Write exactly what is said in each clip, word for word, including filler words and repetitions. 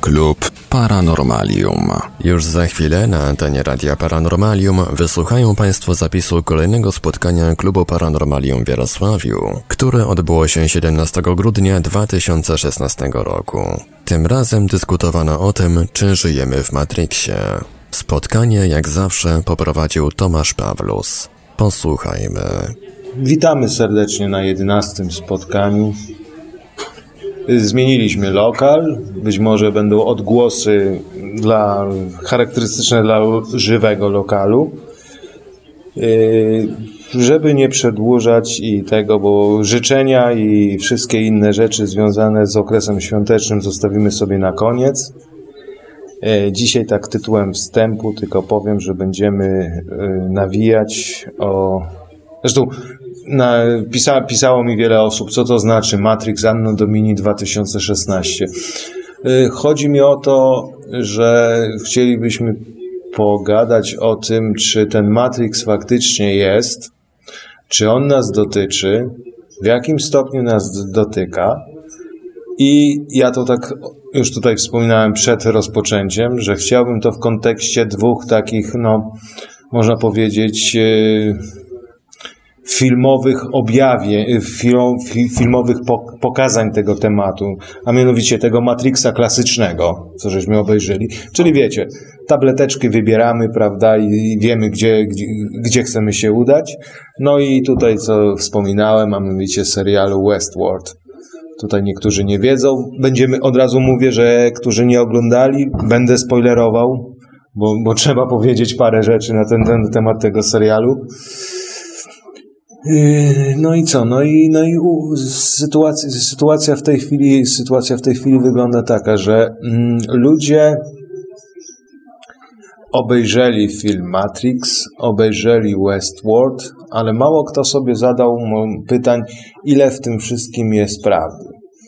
Klub Paranormalium. Już za chwilę na antenie Radia Paranormalium wysłuchają Państwo zapisu kolejnego spotkania Klubu Paranormalium w Jarosławiu, które odbyło się siedemnastego grudnia dwa tysiące szesnastego roku. Tym razem dyskutowano o tym, czy żyjemy w Matrixie. Spotkanie jak zawsze poprowadził Tomasz Pawlus. Posłuchajmy. Witamy serdecznie na jedenastym spotkaniu. Zmieniliśmy lokal, być może będą odgłosy dla, charakterystyczne dla żywego lokalu. Yy, żeby nie przedłużać i tego, bo życzenia i wszystkie inne rzeczy związane z okresem świątecznym zostawimy sobie na koniec. Yy, dzisiaj tak tytułem wstępu tylko powiem, że będziemy yy, nawijać o... Zresztą Na, pisa, pisało mi wiele osób, co to znaczy Matrix Anno Domini dwa tysiące szesnaście. Chodzi mi o to, że chcielibyśmy pogadać o tym, czy ten Matrix faktycznie jest, czy on nas dotyczy, w jakim stopniu nas dotyka. I ja to tak już tutaj wspominałem przed rozpoczęciem, że chciałbym to w kontekście dwóch takich, no, można powiedzieć, yy, filmowych objawie, film, filmowych pokazań tego tematu, a mianowicie tego Matrixa klasycznego, co żeśmy obejrzeli. Czyli wiecie, tableteczki wybieramy, prawda, i wiemy, gdzie, gdzie, gdzie chcemy się udać. No i tutaj, co wspominałem, a mianowicie serialu Westworld. Tutaj niektórzy nie wiedzą. Będziemy, od razu mówię, że którzy nie oglądali, będę spoilerował, bo, bo trzeba powiedzieć parę rzeczy na ten, ten temat tego serialu. No i co? No i, no i sytuacja, sytuacja w tej chwili, sytuacja w tej chwili wygląda taka, że mm, ludzie obejrzeli film Matrix, obejrzeli Westworld, ale mało kto sobie zadał pytań, ile w tym wszystkim jest prawdy.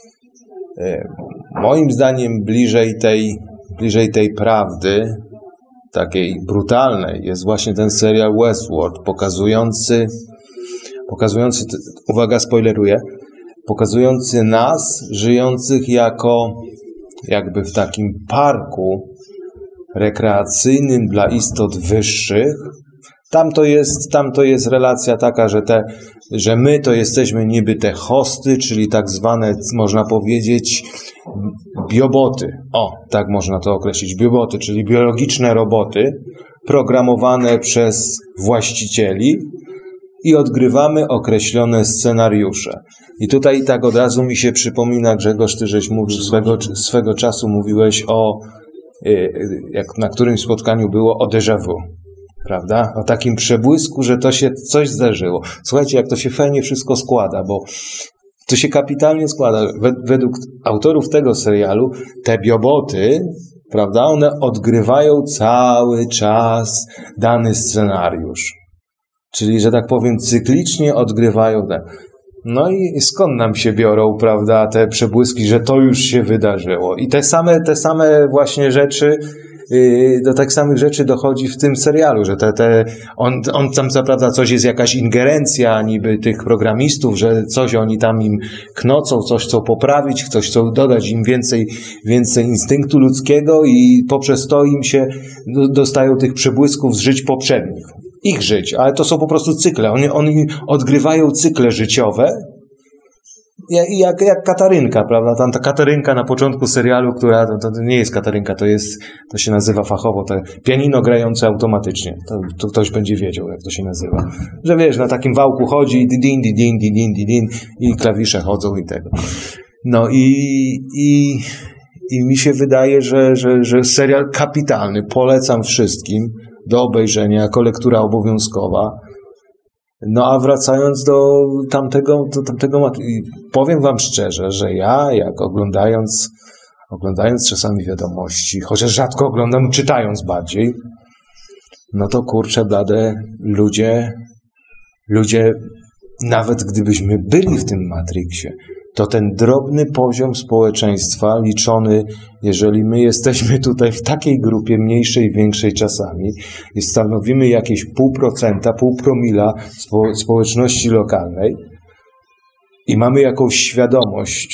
Moim zdaniem bliżej tej, bliżej tej prawdy, takiej brutalnej, jest właśnie ten serial Westworld, pokazujący Pokazujący, uwaga, spoileruję, pokazujący nas, żyjących jako, jakby w takim parku rekreacyjnym dla istot wyższych. Tam to jest, tam to jest relacja taka, że, te, że my to jesteśmy niby te hosty, czyli tak zwane, można powiedzieć, bioboty. O, tak można to określić, bioboty, czyli biologiczne roboty programowane przez właścicieli, i odgrywamy określone scenariusze. I tutaj tak od razu mi się przypomina, Grzegorz, ty żeś mówił swego, swego czasu mówiłeś o, jak na którymś spotkaniu było, o déjà vu, prawda? O takim przebłysku, że to się coś zdarzyło. Słuchajcie, jak to się fajnie wszystko składa, bo to się kapitalnie składa. Według autorów tego serialu te bioboty, prawda, one odgrywają cały czas dany scenariusz. Czyli, że tak powiem, cyklicznie odgrywają te. No i skąd nam się biorą, prawda, te przebłyski, że to już się wydarzyło. I te same, te same właśnie rzeczy, yy, do tak samych rzeczy dochodzi w tym serialu, że te, te, on, on tam co prawda coś jest jakaś ingerencja niby tych programistów, że coś oni tam im knocą, coś chcą poprawić, coś chcą dodać im więcej, więcej instynktu ludzkiego i poprzez to im się dostają tych przebłysków z żyć poprzednich. Ich żyć, ale to są po prostu cykle. Oni, oni odgrywają cykle życiowe, jak, jak Katarynka, prawda? Tam ta Katarynka na początku serialu, która to, to nie jest Katarynka, to jest, to się nazywa fachowo, to pianino grające automatycznie. To, to ktoś będzie wiedział, jak to się nazywa. Że wiesz, na takim wałku chodzi, di-din, di-din, di-din, di-din i klawisze chodzą i tego. No i, i, i mi się wydaje, że, że, że serial kapitalny, polecam wszystkim do obejrzenia, jako lektura obowiązkowa. No a wracając do tamtego, do tamtego powiem wam szczerze, że ja, jak oglądając, oglądając czasami wiadomości, chociaż rzadko oglądam, czytając bardziej, no to kurczę blade, ludzie, ludzie, nawet gdybyśmy byli w tym Matrixie, to ten drobny poziom społeczeństwa liczony, jeżeli my jesteśmy tutaj w takiej grupie mniejszej, większej czasami i stanowimy jakieś pół procenta, pół promila spo, społeczności lokalnej i mamy jakąś świadomość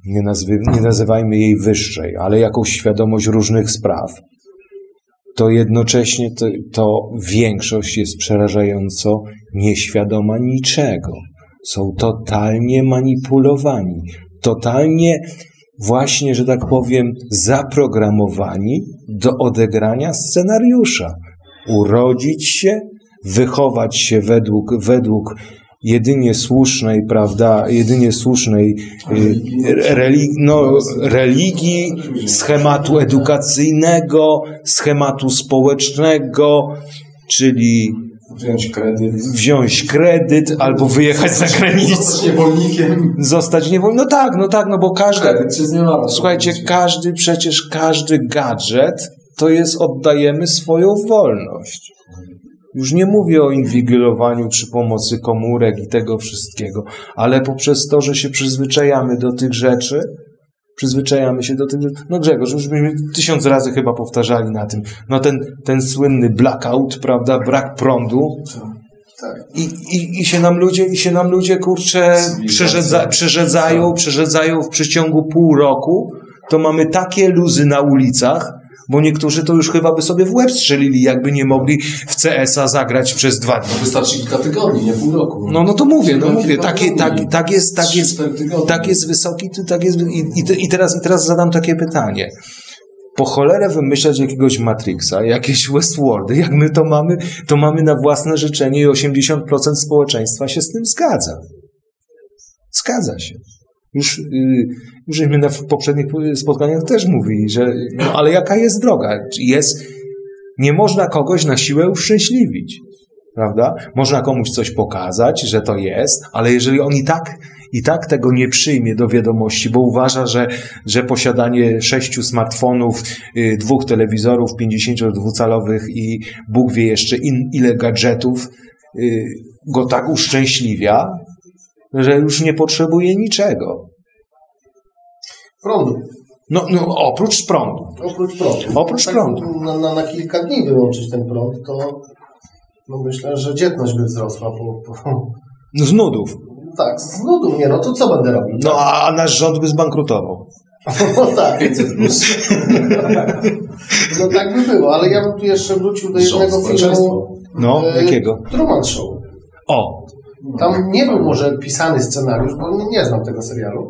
nie, nazwy, nie nazywajmy jej wyższej, ale jakąś świadomość różnych spraw, to jednocześnie to, to większość jest przerażająco nieświadoma niczego. Są totalnie manipulowani, totalnie właśnie, że tak powiem, zaprogramowani do odegrania scenariusza. Urodzić się, wychować się według, według jedynie słusznej, prawda, jedynie słusznej y, religi- no, religii, schematu edukacyjnego, schematu społecznego, czyli wziąć kredyt, wziąć kredyt albo wyjechać za granicę. Zostać niewolnikiem. Zostać niewolnikiem. No tak, no tak, no bo każdy, znała, słuchajcie, każdy, przecież każdy gadżet to jest oddajemy swoją wolność. Już nie mówię o inwigilowaniu przy pomocy komórek i tego wszystkiego, ale poprzez to, że się przyzwyczajamy do tych rzeczy, przyzwyczajamy się do tych rzeczy. No Grzegorz, już byśmy tysiąc razy chyba powtarzali na tym. No ten, ten słynny blackout, prawda, brak prądu. Tak. I, i, i się nam ludzie, i się nam ludzie, kurczę, przerzedza, przerzedzają, przerzedzają w przeciągu pół roku. To mamy takie luzy na ulicach, bo niektórzy to już chyba by sobie w łeb strzelili, jakby nie mogli w C S a zagrać przez dwa dni. Wystarczy kilka tygodni, nie pół roku. No, no to mówię, no mówię, takie, tak, tak jest, tak jest, tak jest wysoki, tak jest, i, i, i, teraz, i teraz zadam takie pytanie. Po cholerę wymyślać jakiegoś Matrixa, jakieś Westworldy, jak my to mamy, to mamy na własne życzenie i osiemdziesiąt procent społeczeństwa się z tym zgadza. Zgadza się. Już, yy, już żeśmy na poprzednich spotkaniach też mówili, że no, ale jaka jest droga? Jest, nie można kogoś na siłę uszczęśliwić, prawda? Można komuś coś pokazać, że to jest, ale jeżeli on i tak, i tak tego nie przyjmie do wiadomości, bo uważa, że, że posiadanie sześciu smartfonów, yy, dwóch telewizorów pięćdziesięciodwucalowych i Bóg wie jeszcze in, ile gadżetów yy, go tak uszczęśliwia, że już nie potrzebuje niczego. Prądu. No, no oprócz prądu. Oprócz prądu. Oprócz tak, prądu. Na, na, na kilka dni wyłączyć ten prąd, to no myślę, że dzietność by wzrosła po... po... No z nudów. Tak, z nudów, nie, no to co będę robił? No a nasz rząd by zbankrutował. No tak. No tak by było, ale ja bym tu jeszcze wrócił do jednego filmu. No, e, jakiego? Truman Show. O! Tam nie był może pisany scenariusz, bo nie, nie znam tego serialu.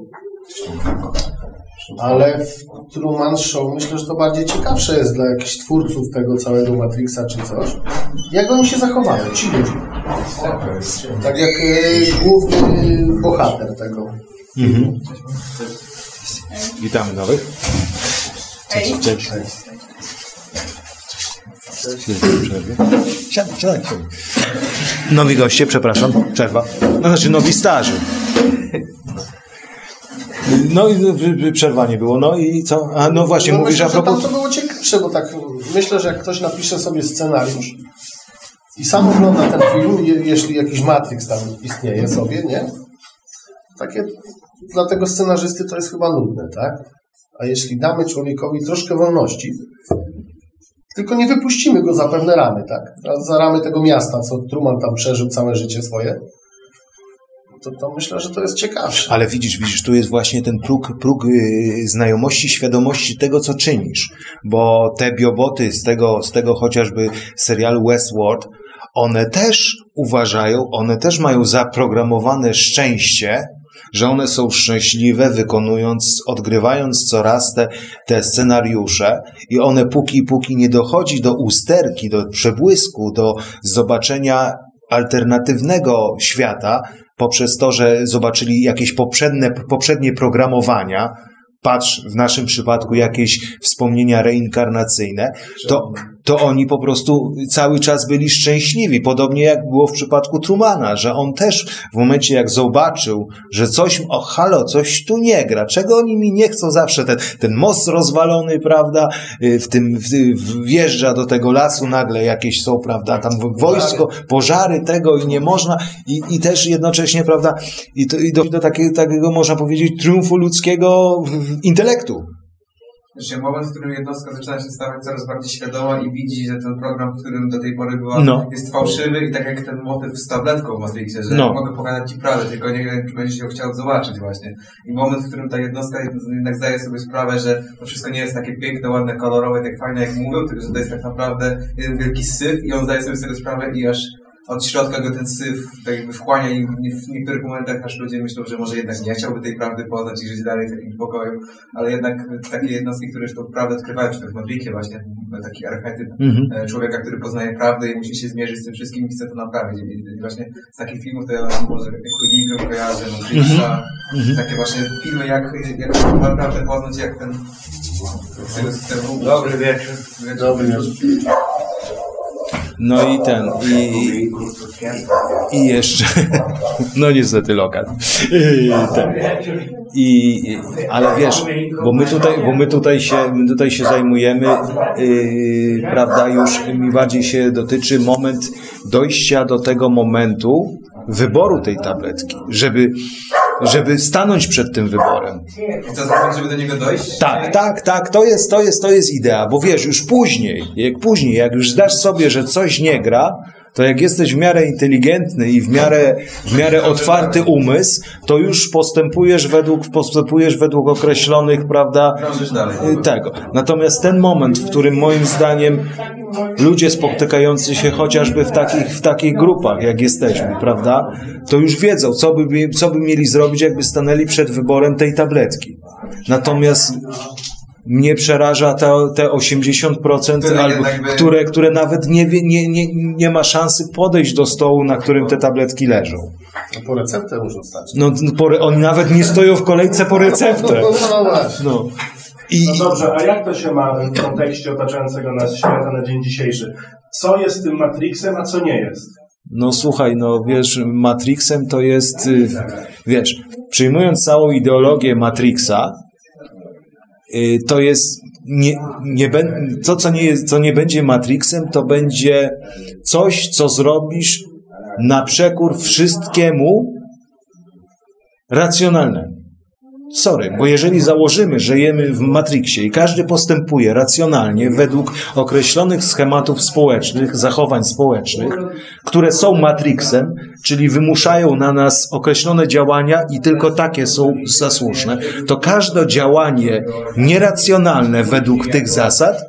Ale w Truman Show myślę, że to bardziej ciekawsze jest dla jakichś twórców tego całego Matrixa czy coś. Jak oni się zachowają, ci ludzie. Tak jak y, główny bohater tego. Mhm. Witamy nowych. Cześć. Cześć. Siadaj, siadaj. Nowi goście, przepraszam, przerwa. No znaczy nowi starzy. No i przerwa nie było. No i co? A no właśnie, no mówisz, myślę, a propos... że tam to było ciekawsze, bo tak myślę, że jak ktoś napisze sobie scenariusz i sam ogląda ten film, je, jeśli jakiś Matrix tam istnieje sobie, nie? Takie dla tego scenarzysty to jest chyba nudne, tak? A jeśli damy człowiekowi troszkę wolności, tylko nie wypuścimy go za pewne ramy, tak? Za ramy tego miasta, co Truman tam przeżył całe życie swoje, to, to myślę, że to jest ciekawsze. Ale widzisz, widzisz, tu jest właśnie ten próg, próg yy, znajomości, świadomości tego, co czynisz. Bo te bioboty z tego, z tego chociażby serialu Westworld, one też uważają, one też mają zaprogramowane szczęście, że one są szczęśliwe, wykonując, odgrywając coraz te, te scenariusze i one póki, póki nie dochodzi do usterki, do przebłysku, do zobaczenia alternatywnego świata, poprzez to, że zobaczyli jakieś poprzednie, poprzednie programowania, patrz w naszym przypadku jakieś wspomnienia reinkarnacyjne, to, to oni po prostu cały czas byli szczęśliwi. Podobnie jak było w przypadku Trumana, że on też w momencie jak zobaczył, że coś, o halo, coś tu nie gra, czego oni mi nie chcą zawsze, ten, ten most rozwalony, prawda, w tym w, wjeżdża do tego lasu, nagle jakieś są, prawda, tam wojsko, pożary tego i nie można i, i też jednocześnie, prawda, i, to, i do, do takiego, takiego można powiedzieć triumfu ludzkiego intelektu. Znaczy, moment, w którym jednostka zaczyna się stawać coraz bardziej świadoma i widzi, że ten program, w którym do tej pory była, no. jest fałszywy i tak jak ten motyw z tabletką w Matrixie, że no. mogę pokazać ci prawdę, tylko nie wiem, czy będziesz ją chciał zobaczyć właśnie. I moment, w którym ta jednostka jednak zdaje sobie sprawę, że to wszystko nie jest takie piękne, ładne, kolorowe, tak fajne jak mówią, tylko że to jest tak naprawdę jeden wielki syf i on zdaje sobie z tego sprawę i aż od środka go ten syf tak jakby wchłania i w niektórych momentach aż ludzie myślą, że może jednak nie chciałby tej prawdy poznać i żyć dalej w takim pokoju, ale jednak takie jednostki, które już tą prawdę odkrywają, czy to w Matrixie właśnie, taki archetyp mm-hmm. człowieka, który poznaje prawdę i musi się zmierzyć z tym wszystkim i chce to naprawić. I właśnie z takich filmów to ja może Equilibrium kojarzę, Matrixa, mm-hmm. takie właśnie filmy, jak, jak naprawdę poznać, jak ten z tego systemu. Dobry wieczór. Dobry wieczór. No i ten, i, i jeszcze, no niestety lokal. I, ten, i, ale wiesz, bo my tutaj, bo my tutaj się, my tutaj się zajmujemy, yy, prawda, już mi bardziej się dotyczy moment dojścia do tego momentu wyboru tej tabletki, żeby żeby stanąć przed tym wyborem. I co zrobić, żeby do niego dojść? Tak, tak, tak, to jest, to jest, to jest idea, bo wiesz, już później, jak później, jak już zdasz sobie, że coś nie gra, to jak jesteś w miarę inteligentny i w miarę, w miarę otwarty umysł, to już postępujesz według, postępujesz według określonych, prawda, tego. Natomiast ten moment, w którym moim zdaniem ludzie spotykający się chociażby w takich, w takich grupach, jak jesteśmy, prawda, to już wiedzą, co by, co by mieli zrobić, jakby stanęli przed wyborem tej tabletki. Natomiast mnie przeraża te, te osiemdziesiąt procent, albo, by... które, które nawet nie, wie, nie, nie, nie ma szansy podejść do stołu, na którym te tabletki leżą. No po receptę muszą stać. No, po, oni nawet nie stoją w kolejce po receptę. No, no, no właśnie. No. I... no dobrze, a jak to się ma w kontekście otaczającego nas świata na dzień dzisiejszy? Co jest tym Matrixem, a co nie jest? No słuchaj, no wiesz, Matrixem to jest, wiesz, przyjmując całą ideologię Matrixa, to jest nie, nie, to, co nie, jest, co nie będzie Matrixem, to będzie coś, co zrobisz na przekór wszystkiemu racjonalnemu. Sorry, bo jeżeli założymy, że żyjemy w Matrixie i każdy postępuje racjonalnie według określonych schematów społecznych, zachowań społecznych, które są Matrixem, czyli wymuszają na nas określone działania i tylko takie są zasłuszne, to każde działanie nieracjonalne według tych zasad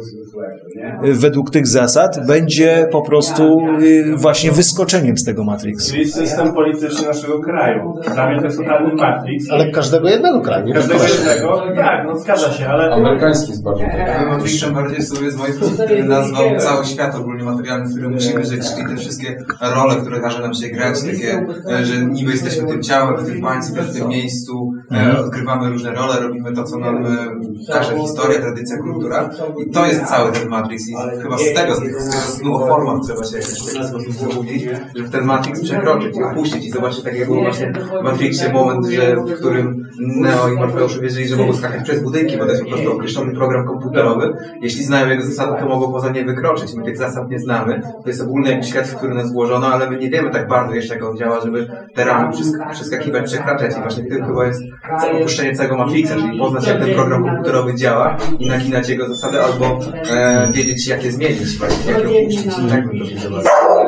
według tych zasad będzie po prostu właśnie wyskoczeniem z tego Matrixa. Czyli system polityczny naszego kraju. Dla mnie to jest totalny Matrix. Ale każdego jednego kraju. Każdego jednego? Tak, no zgadza się, ale... Amerykański jest bardziej. Matrixem bardziej sobie z mojej perspektywy nazwał cały świat ogólnie materialny, w którym musimy żyć, czyli te wszystkie role, które każe nam się grać, takie, że niby jesteśmy tym ciałem, w tym państwie, w tym miejscu, mhm. odgrywamy różne role, robimy to, co nam każe historia, tradycja, kultura i to jest cały ten Matrix i chyba z tego, z tych snu o formach trzeba się jakoś w taki sposób zobudzić, żeby ten Matrix przekroczyć i opuścić i zobaczyć tak jak był właśnie w Matrixie moment, że, w którym Neo i Morfeusz uwierzyli, że mogą skakać przez budynki, bo to jest po prostu określony program komputerowy. Jeśli znają jego zasady, to mogą poza nie wykroczyć. My tych zasad nie znamy. To jest ogólny jakby świat, w który nas włożono, ale my nie wiemy tak bardzo jeszcze, jak on działa, żeby te ramy przeskakiwać, przekraczać i właśnie tym chyba jest opuszczenie całego Matrixa, czyli poznać, jak ten program komputerowy działa i naginać jego zasady albo e, wiedzieć, jak je zmienić, właśnie, jak je opuścić i tak bym to widział.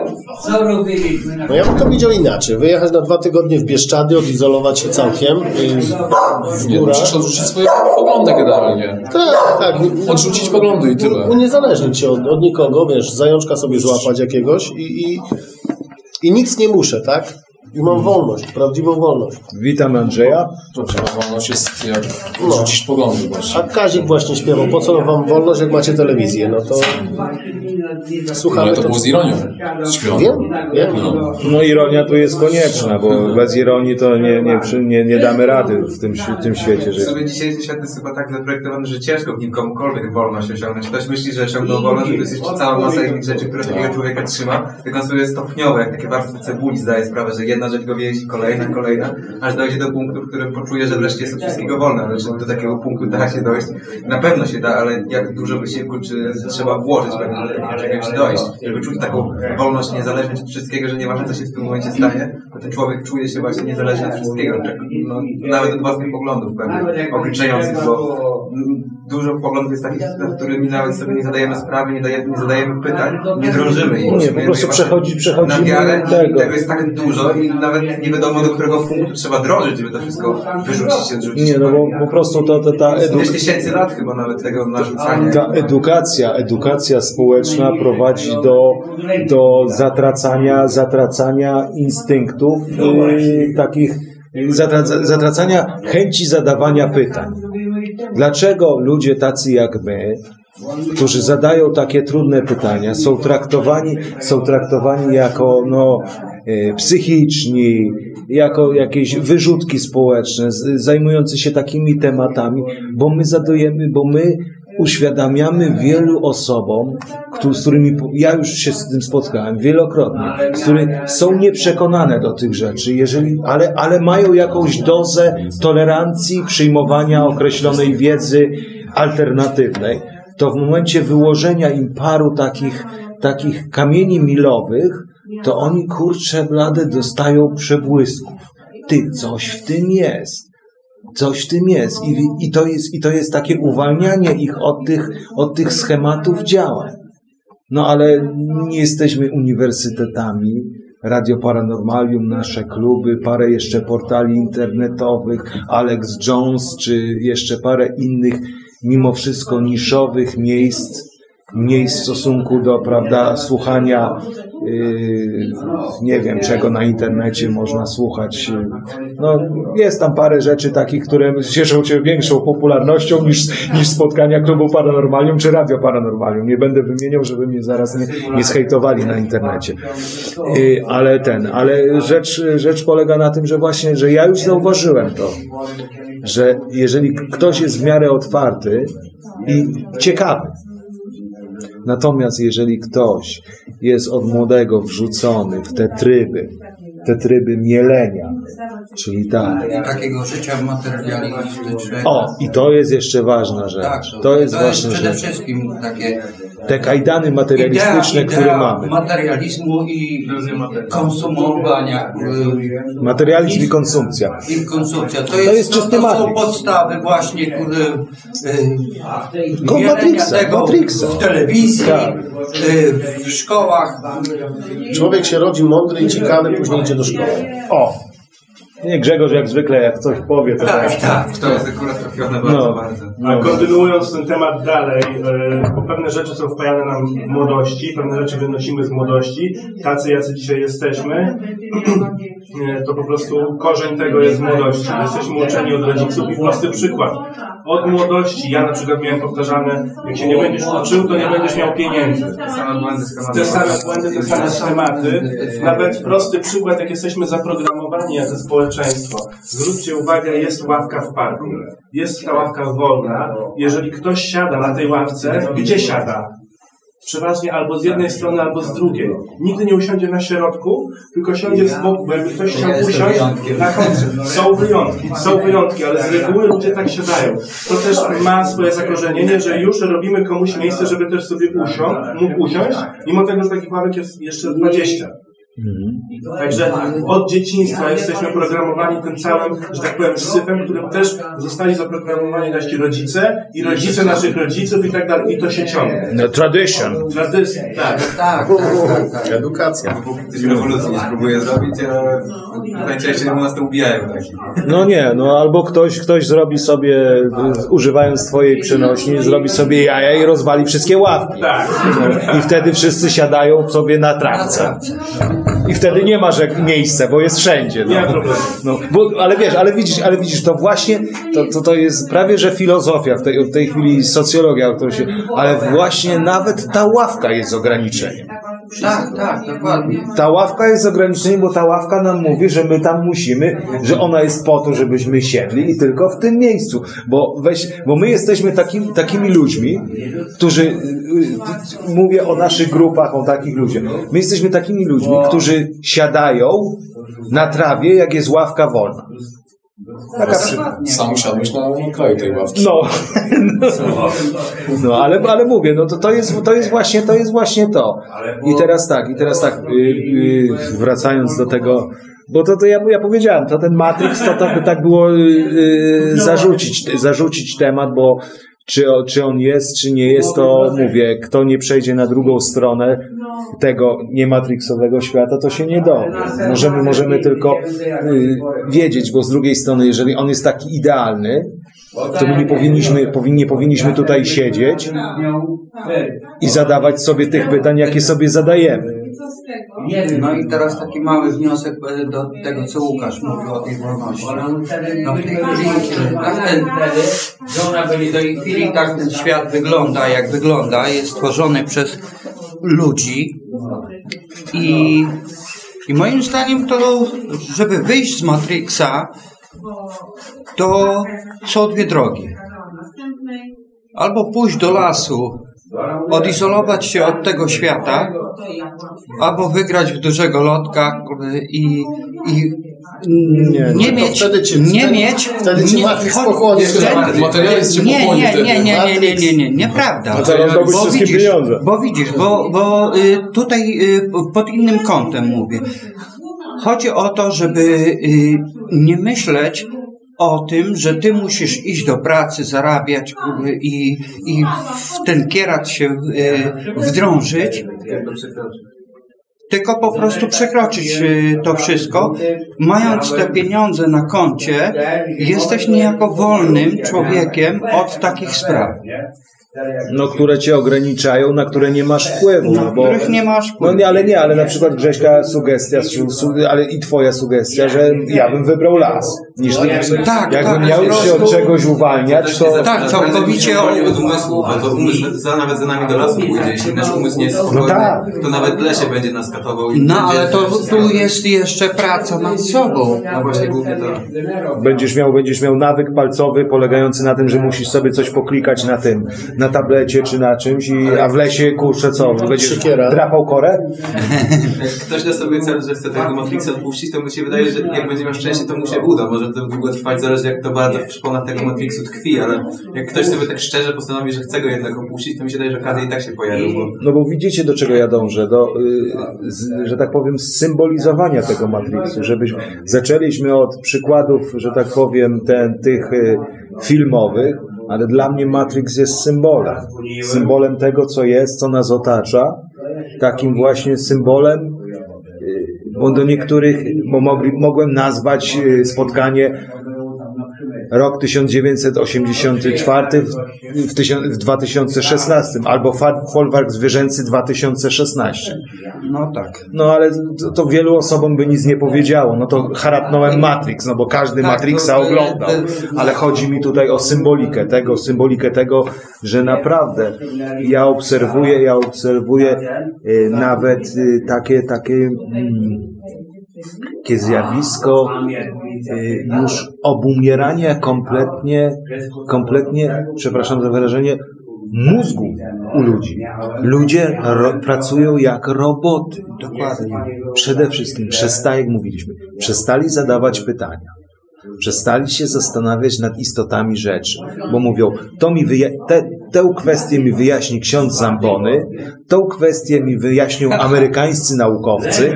No ja bym to widział inaczej. Wyjechać na dwa tygodnie w Bieszczady, odizolować się całkiem w nie, musisz odrzucić swoje poglądy generalnie. Tak, tak. Odrzucić poglądy i tyle. Uniezależnić się od, od nikogo, wiesz, zajączka sobie złapać jakiegoś i, i, i nic nie muszę, tak? I mam wolność, prawdziwą wolność. Witam Andrzeja. Prawdziwa wolność jest jak odrzucić no. poglądy właśnie. A Kazik właśnie śpiewał, po co wam wolność, jak macie telewizję? No to słuchamy. Ale to, to było z ironią śpiewane. Wiem, wiem. No. no ironia tu jest konieczna, bo bez ironii to nie, nie, nie, nie damy rady w tym, w tym świecie. Że... W sumie dzisiejszy świat jest chyba tak zaprojektowany, że ciężko w nim komukolwiek wolność osiągnąć. Ktoś myśli, że osiągnął wolność, to jest jeszcze cała masa innych rzeczy, które takiego człowieka trzyma. Tylko on sobie stopniowo, jak takie warstwy cebuli zdaje sprawę, że jedna rzecz go więzi, kolejna, kolejna, aż dojdzie do punktu, w którym poczuje, że wreszcie jest od wszystkiego wolny. Ale czy do takiego punktu da się dojść? Na pewno się da, ale jak dużo wysiłku czy trzeba włożyć pewnie do czegoś dojść, żeby czuć taką wolność, niezależność od wszystkiego, że nieważne co się w tym momencie stanie, to ten człowiek czuje się właśnie niezależny od wszystkiego, no, nawet od własnych poglądów pewnych, określających, bo dużo poglądów jest takich, nad którymi nawet sobie nie zadajemy sprawy, nie, daje, nie zadajemy pytań, nie drążymy ich. Nie, po prostu przechodzi, przechodzi na wiarę tego. tego jest tak dużo i nawet nie wiadomo, do którego punktu trzeba drążyć, żeby to wszystko wyrzucić, odrzucić. Nie, no bo po prostu to, to ta edukacja... tysięcy lat chyba nawet tego narzucania. Ta edukacja, edukacja społeczna prowadzi do, do zatracania, zatracania instynktów, yy, takich, zatraca, zatracania chęci zadawania pytań. Dlaczego ludzie tacy jak my, którzy zadają takie trudne pytania, są traktowani, są traktowani jako no, e, psychiczni, jako jakieś wyrzutki społeczne, z, zajmujące się takimi tematami, bo my zadajemy, bo my uświadamiamy wielu osobom, którzy, z którymi ja już się z tym spotkałem wielokrotnie, z którymi są nieprzekonane do tych rzeczy, jeżeli, ale, ale mają jakąś dozę tolerancji, przyjmowania określonej wiedzy alternatywnej, to w momencie wyłożenia im paru takich, takich kamieni milowych, to oni, kurczę blade, dostają przebłysków. Ty, coś w tym jest. Coś w tym jest. I, i, to jest. I to jest takie uwalnianie ich od tych, od tych schematów działań. No ale nie jesteśmy uniwersytetami. Radio Paranormalium, nasze kluby, parę jeszcze portali internetowych, Alex Jones, czy jeszcze parę innych, mimo wszystko niszowych miejsc, miejsc w stosunku do, prawda, słuchania, yy, nie wiem czego na internecie można słuchać. No, jest tam parę rzeczy takich, które cieszą się większą popularnością niż, niż spotkania Klubu Paranormalium czy Radio Paranormalium. Nie będę wymieniał, żeby mnie zaraz nie, nie zhejtowali na internecie. Yy, ale ten, ale rzecz, rzecz polega na tym, że właśnie, że ja już zauważyłem to, że jeżeli ktoś jest w miarę otwarty i ciekawy, natomiast jeżeli ktoś jest od młodego wrzucony w te tryby, te tryby mielenia, czyli tak. I takiego życia materialistycznego. O, i to jest jeszcze ważna rzecz. Tak, to, to jest to ważna jest przede rzecz. wszystkim takie te kajdany materialistyczne, idea, które idea mamy. Materializmu i konsumowania. Materializm i konsumpcja. I konsumpcja. To, to jest, jest czysty to, to są Matrix. podstawy właśnie kurde, Ko- Matrixa, tego Matrixa. w telewizji, tak. w szkołach. Człowiek się rodzi mądry i ciekawy, później idzie do szkoły. O! Nie, Grzegorz jak zwykle, jak coś powie, to tak, tak. To jest akurat trafione bardzo, no. bardzo. A kontynuując ten temat dalej, bo pewne rzeczy są wpajane nam w młodości, pewne rzeczy wynosimy z młodości, tacy jacy dzisiaj jesteśmy, to po prostu korzeń tego jest w młodości. Jesteśmy uczeni od rodziców i prosty przykład. Od młodości, ja na przykład miałem powtarzane, jak się nie będziesz uczył, to nie będziesz miał pieniędzy. Te same błędy, Te same błędy, te same schematy. Nawet prosty przykład, jak jesteśmy zaprogramowani jako społeczeństwo. Zwróćcie uwagę, jest ławka w parku. Jest ta ławka wolna. Jeżeli ktoś siada na tej ławce, gdzie siada? Przeważnie albo z jednej strony, albo z drugiej. Nigdy nie usiądzie na środku, tylko siądzie z boku, bo jakby ktoś chciał usiąść na końcu. Są wyjątki, są wyjątki, ale z reguły ludzie tak siadają. To też ma swoje zakorzenienie, że już robimy komuś miejsce, żeby też sobie usiąść, mógł usiąść, mimo tego, że takich ławek jest jeszcze dwadzieścia. Także od dzieciństwa jesteśmy programowani tym całym, że tak powiem, syfem, którym też zostali zaprogramowani nasi rodzice i rodzice naszych rodziców i tak dalej. I to się ciągnie. No, tradition. Tradycja, tak. Tak, tak, tak, tak. Edukacja. Ktoś rewolucji nie próbuje zrobić, ale najczęściej u nas to ubijają taki. No nie, no albo ktoś, ktoś zrobi sobie, używając twojej przenośni, zrobi sobie jaja i rozwali wszystkie ławki. Tak. No, i wtedy wszyscy siadają sobie na trawce. I wtedy nie ma, że miejsce, bo jest wszędzie. No. Nie ma problemu. No, bo, ale wiesz, ale widzisz, ale widzisz, to właśnie, to, to, to jest prawie, że filozofia, w tej, w tej chwili socjologia, o której się, ale właśnie nawet ta ławka jest ograniczeniem. Tak, tak, dokładnie. Ta ławka jest ograniczeniem, bo ta ławka nam mówi, że my tam musimy, że ona jest po to, żebyśmy siedli i tylko w tym miejscu. Bo weź, bo my jesteśmy takimi, takimi ludźmi, którzy, mówię o naszych grupach, o takich ludziach. My jesteśmy takimi ludźmi, którzy siadają na trawie, jak jest ławka wolna. Taka przy... Sam usiadłeś na kraju tej ławki. No, no, no ale, ale mówię, no to, to, jest, to, jest właśnie, to jest właśnie to. I teraz tak, i teraz tak, yy, yy, wracając do tego, bo to, to ja, ja powiedziałem, to ten Matrix, to, to by tak było yy, zarzucić, zarzucić temat, bo czy, czy on jest, czy nie jest, to mówię, kto nie przejdzie na drugą stronę tego niematrixowego świata, to się nie dowie. Możemy, możemy tylko y, wiedzieć, bo z drugiej strony, jeżeli on jest taki idealny, to my nie powinniśmy, powinni, powinniśmy tutaj siedzieć i zadawać sobie tych pytań, jakie sobie zadajemy. No i teraz taki mały wniosek do tego, co Łukasz mówił o tej wolności. No w tej chwili, tak ten, w tej chwili tak ten świat wygląda, jak wygląda, jest stworzony przez ludzi i, i moim zdaniem to, żeby wyjść z Matrixa, to są dwie drogi. Albo pójść do lasu, odizolować się od tego świata, albo wygrać w dużego lotka i, i nie, nie mieć, ci, nie wtedy, mieć, wtedy ci nie, Matrix cho- pochłonie. Materializm nie, nie, nie, nie, nie, nie, nie, nie, nie, nieprawda. A teraz zdobyć Bo wszystkie widzisz, pieniądze. bo widzisz, bo, bo y, tutaj y, pod innym kątem mówię. Chodzi o to, żeby y, nie myśleć o tym, że ty musisz iść do pracy, zarabiać y, i, i w ten kierat się y, wdrążyć, tylko po prostu przekroczyć y, to wszystko. Mając te pieniądze na koncie, jesteś niejako wolnym człowiekiem od takich spraw. No, które cię ograniczają, na które nie masz wpływu. Na No, bo, których nie masz wpływu. no nie, ale nie, ale na przykład Grześka sugestia, su, su, ale i twoja sugestia, że ja bym wybrał las. Niż Tak, jakbym tak, miał po się od prostu- czegoś uwalniać, to... Tak, całkowicie Chodzi od umysłu, bo to umysł za, nawet za nami do lasu pójdzie. Jeśli nasz umysł nie jest spokojny, No tak. to nawet w lesie będzie nas katował. I No będzie ale to wszystko. tu jest jeszcze praca nad sobą. No właśnie, głównie to. Będziesz miał, będziesz miał nawyk palcowy polegający na tym, że musisz sobie coś poklikać na tym, na tablecie czy na czymś, i, a w lesie, kurczę, co, będziesz Siekiera. drapał korę? Jak ktoś da sobie cel, że chce tego Matrixa odpuścić, to mi się wydaje, że jak będzie miał szczęście, to mu się uda. Może to długo trwać, zależy jak to bardzo w szponach tego Matrixu tkwi, ale jak ktoś sobie tak szczerze postanowi, że chce go jednak opuścić, to mi się wydaje, że okazja i tak się pojawi. Bo... No bo widzicie, do czego ja dążę, do, y, z, że tak powiem, symbolizowania tego Matrixu, żebyśmy zaczęliśmy od przykładów, że tak powiem, ten, tych y, filmowych, ale dla mnie Matrix jest symbolem. Symbolem tego, co jest, co nas otacza. Takim właśnie symbolem, y, bo do niektórych, bo mogli, mogłem nazwać y, spotkanie rok tysiąc dziewięćset osiemdziesiąty czwarty w, w, tysiąc, w dwa tysiące szesnastym albo fa- folwark zwierzęcy dwa tysiące szesnaście. No tak. No ale to, to wielu osobom by nic nie powiedziało. No to harapnąłem Matrix, no bo każdy Tak, Matrixa to- to- oglądał. to- Ale chodzi mi tutaj o symbolikę tego, symbolikę tego, że naprawdę ja obserwuję, ja obserwuję y, nawet y, takie, takie mm, takie zjawisko y, już obumierania kompletnie, kompletnie, przepraszam za wyrażenie, mózgu u ludzi. Ludzie ro, pracują jak roboty. Dokładnie. Przede wszystkim przestali, jak mówiliśmy, przestali zadawać pytania. Przestali się zastanawiać nad istotami rzeczy, bo mówią, to mi wyja- te, tę kwestię mi wyjaśni ksiądz Zambony, tą kwestię mi wyjaśnią amerykańscy naukowcy,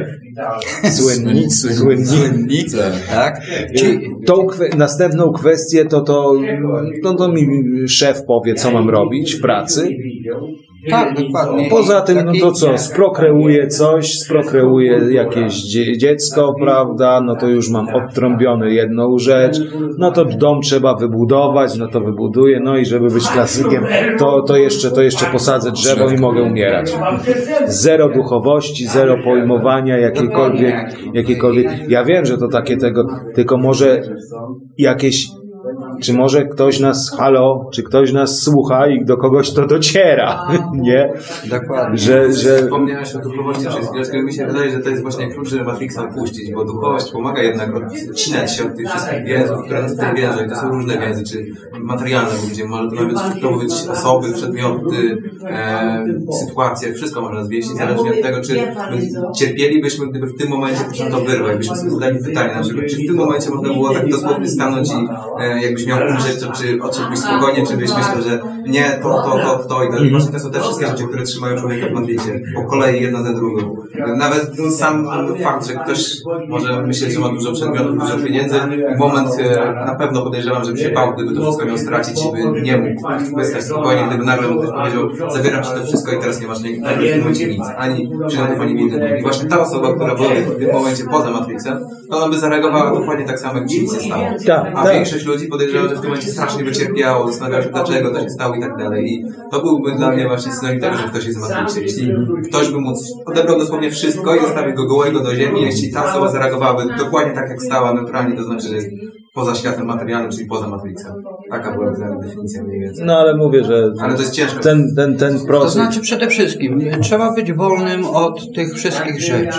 słynnicy, słynnicy, Tak? Czy tą kwe- następną kwestię to, to, no to mi szef powie, co mam robić w pracy. Tak, dokładnie. Poza tym, no to co, Taki- sprokreuję coś, sprokreuję jakieś dzie- dziecko, prawda, no to już mam odtrąbione jedną rzecz, no to dom trzeba wybudować, no to wybuduję, no i żeby być klasykiem, to, to jeszcze, to jeszcze posadzę drzewo i mogę umierać. Zero duchowości, zero pojmowania jakiejkolwiek, jakiejkolwiek, ja wiem, że to takie tego, tylko może jakieś czy może ktoś nas, halo, czy ktoś nas słucha i do kogoś to dociera, nie? Dokładnie. Że, że... Wspomniałeś o duchowości przez chwilę, mi się wydaje, że to jest właśnie klucz, żeby Matrixa opuścić, bo duchowość pomaga jednak odcinać się od tych wszystkich więzów, które nas tutaj wiążą i to są różne więzy, czy materialne, gdzie może to nawet to być osoby, przedmioty, e, sytuacje, wszystko można zwieścić, zależnie od tego, czy cierpielibyśmy, gdyby w tym momencie można to wyrwać, byśmy sobie zadali pytanie na przykład, czy w tym momencie można było tak dosłownie stanąć i e, jakbyś miał umrzeć, to czy odszedłbyś spokojnie, czy byś myślał, że nie, to, to, to, to i tak. Właśnie to są te wszystkie rzeczy, które trzymają człowieka w Matrixie, po kolei jedna za drugą. Nawet sam fakt, że ktoś może myśleć, że ma dużo przedmiotów, dużo pieniędzy, i moment e, na pewno podejrzewam, że by się bał, gdyby to wszystko miał stracić i by nie mógł wystać spokojnie, gdyby nagle mu ktoś powiedział, zabieram ci to wszystko i teraz nie masz nie, w tym momencie nic, ani przedmiotów, ani budynków. I właśnie ta osoba, która była w tym momencie poza Matrixem, to ona by zareagowała dokładnie tak samo, jak ci nic nie stało. A większość ludzi podejrzewa, że w tym momencie strasznie by cierpiało, zastanawiała się, dlaczego to się stało i tak dalej. I to byłby dla mnie właśnie synonim tego, że ktoś jest w Matrixie. Jeśli ktoś by móc odebrał dosłownie wszystko i zostawił go gołego do ziemi, jeśli ta osoba zareagowałaby dokładnie tak, jak stała neutralnie, to znaczy, że jest poza światem materialnym, czyli poza Matrixem. Taka była dla mnie definicja mniej więcej. No ale mówię, że ale to jest ciężko. Ten, ten, ten proces... To znaczy przede wszystkim trzeba być wolnym od tych wszystkich rzeczy.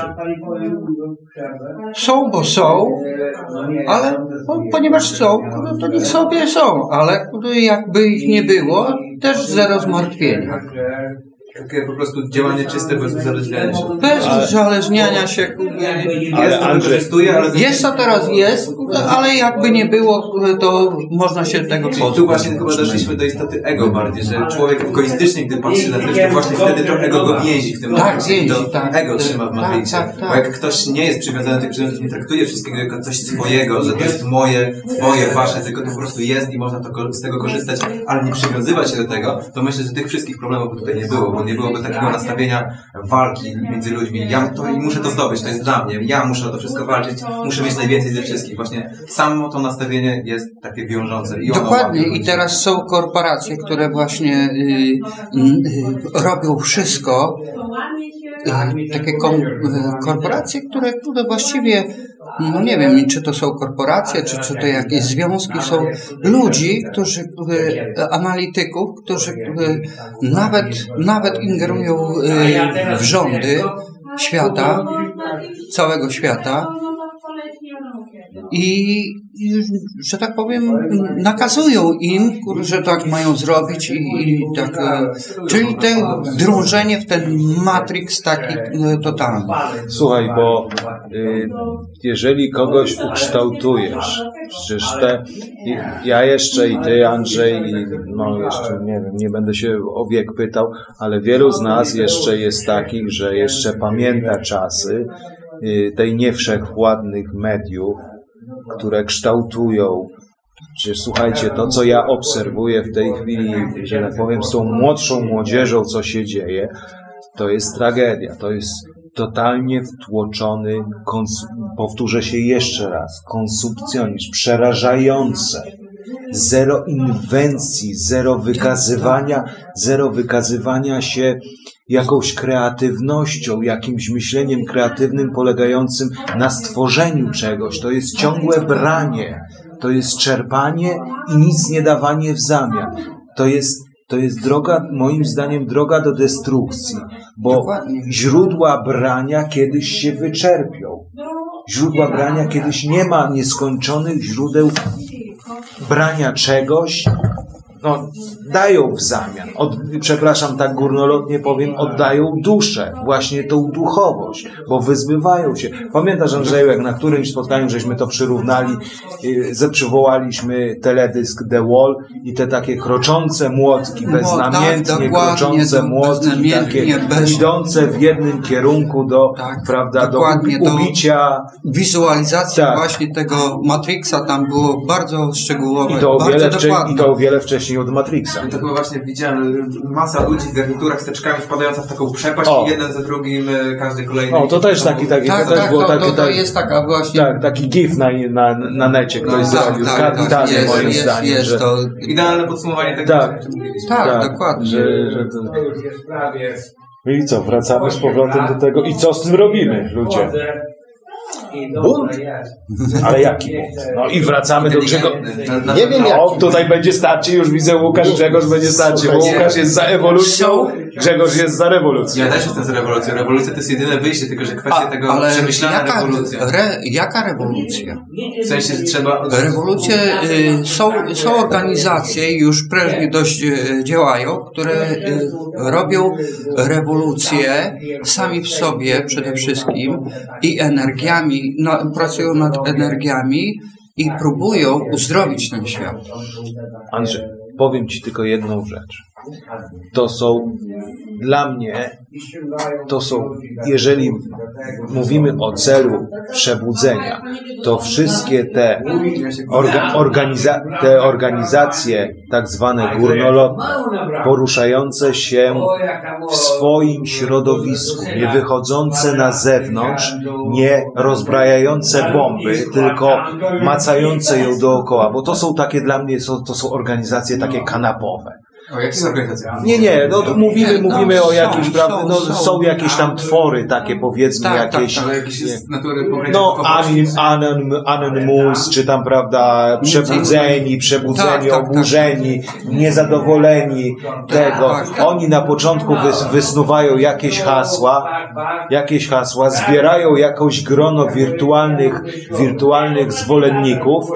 Są, bo są, ale no, ponieważ są, no, to niech sobie są, ale jakby ich nie było, też zero zmartwienia. Takie po prostu działanie czyste bez uzależniania się. Bez ale, uzależniania się. Ale Andrzej, ale jest to teraz jest, ale jakby nie było, to można się tego pozbyć. Tu właśnie chyba doszliśmy do istoty ego bardziej, że człowiek egoistycznie, gdy patrzy na coś, to właśnie wtedy to ego go więzi w tym tak, momencie. Więzi, to tak, ego trzyma w Matrixie. Tak, tak, tak. Bo jak ktoś nie jest przywiązany do tych przedmiotów, nie traktuje wszystkiego jako coś swojego, że to jest moje, twoje, wasze, tylko to po prostu jest i można to, z tego korzystać, ale nie przywiązywać się do tego, to myślę, że tych wszystkich problemów by tutaj nie było, bo nie byłoby takiego nastawienia walki między ludźmi. Ja to i muszę to zdobyć, to jest dla mnie. Ja muszę o to wszystko walczyć, muszę mieć najwięcej ze wszystkich. Właśnie samo to nastawienie jest takie wiążące. I dokładnie. I teraz są korporacje, które właśnie y, y, robią wszystko. Y, takie kom, y, korporacje, które, które właściwie no nie wiem, czy to są korporacje, czy, czy to jakieś związki, są ludzi, którzy, analityków, którzy nawet, nawet ingerują w rządy świata, całego świata i, że tak powiem, nakazują im, że tak mają zrobić i, i tak, czyli te drążenie w ten Matrix taki totalny. Słuchaj, bo y, jeżeli kogoś ukształtujesz, przecież te, ja jeszcze i ty, Andrzej, i no jeszcze nie wiem, nie będę się o wiek pytał, ale wielu z nas jeszcze jest takich, że jeszcze pamięta czasy y, tej niewszechwładnych mediów, które kształtują. Przecież słuchajcie, to co ja obserwuję w tej chwili, że tak powiem, z tą młodszą młodzieżą, co się dzieje, to jest tragedia. To jest totalnie wtłoczony, powtórzę się jeszcze raz, konsumpcjonizm, przerażające. Zero inwencji, zero wykazywania, zero wykazywania się jakąś kreatywnością, jakimś myśleniem kreatywnym polegającym na stworzeniu czegoś. To jest ciągłe branie, to jest czerpanie i nic nie dawanie w zamian. To jest, to jest droga, moim zdaniem, droga do destrukcji, bo dokładnie. Źródła brania kiedyś się wyczerpią. Źródła brania kiedyś nie ma nieskończonych źródeł brania czegoś, no, dają w zamian, od, przepraszam, tak górnolotnie powiem, oddają duszę, właśnie tą duchowość, bo wyzbywają się. Pamiętasz, Andrzeju, jak na którymś spotkaniu żeśmy to przyrównali, yy, przywołaliśmy teledysk The Wall i te takie kroczące młotki, beznamiętnie tak, kroczące młotki, takie bez... idące w jednym kierunku do, tak, prawda, do ubicia. Wizualizacja tak. właśnie tego Matrixa tam było bardzo szczegółowe, I to o wiele, bardzo wcze- i to o wiele wcześniej od Matrixa. To chyba właśnie widziałem masa ludzi w garniturach z teczkami wpadająca w taką przepaść o. i jeden za drugim, każdy kolejny. O, to też taki, taki, tak, to też tak, było to, taki, to, to tak, jest taka właśnie... Tak, taki gif na, na, na necie, ktoś no, zrobił. Tak, tak, tak, jest, moim jest, zdaniem, jest że... to... Idealne podsumowanie tego, tak, co mówiliśmy. Tak, tak, dokładnie. Że, że to... I co, wracamy z powrotem do tego i co z tym robimy, ludzie? Bunt? Ale jaki bunt? No i wracamy do Grzegorza. Nie wiem jak. O, tutaj będzie starcie, już widzę Łukasz, Grzegorz będzie starcie, bo Łukasz jest za ewolucją, Grzegorz jest za rewolucją. Ja też jestem za rewolucją. Rewolucja to jest jedyne wyjście, tylko że kwestia A, tego ale przemyślana jaka, rewolucja. Re, jaka rewolucja? W sensie, że trzeba... Rewolucje, y, są, są organizacje, już prężnie dość y, działają, które y, robią rewolucje sami w sobie przede wszystkim i energiami, na, pracują nad energiami i próbują uzdrowić ten świat. Andrzej, powiem Ci tylko jedną rzecz. To są dla mnie, to są, jeżeli mówimy o celu przebudzenia, to wszystkie te, orga, organiza, te organizacje tak zwane górnolotne, poruszające się w swoim środowisku, nie wychodzące na zewnątrz, nie rozbrajające bomby, tylko macające ją dookoła, bo to są takie dla mnie, to są organizacje takie kanapowe. O, jakie są organizacje? Nie, nie, no to mówimy, mówimy o jakichś, są, prawda, no są, są jakieś tam twory takie, powiedzmy, Tak, tak, jakieś, Ale jakieś jest natury no, anim, anim, animus, czy tam, prawda, przebudzeni, przebudzeni, Tak, tak, tak. oburzeni, niezadowoleni tego. tak, tak. Oni na początku wys, wysnuwają jakieś hasła, jakieś hasła, zbierają jakąś grono wirtualnych, wirtualnych zwolenników,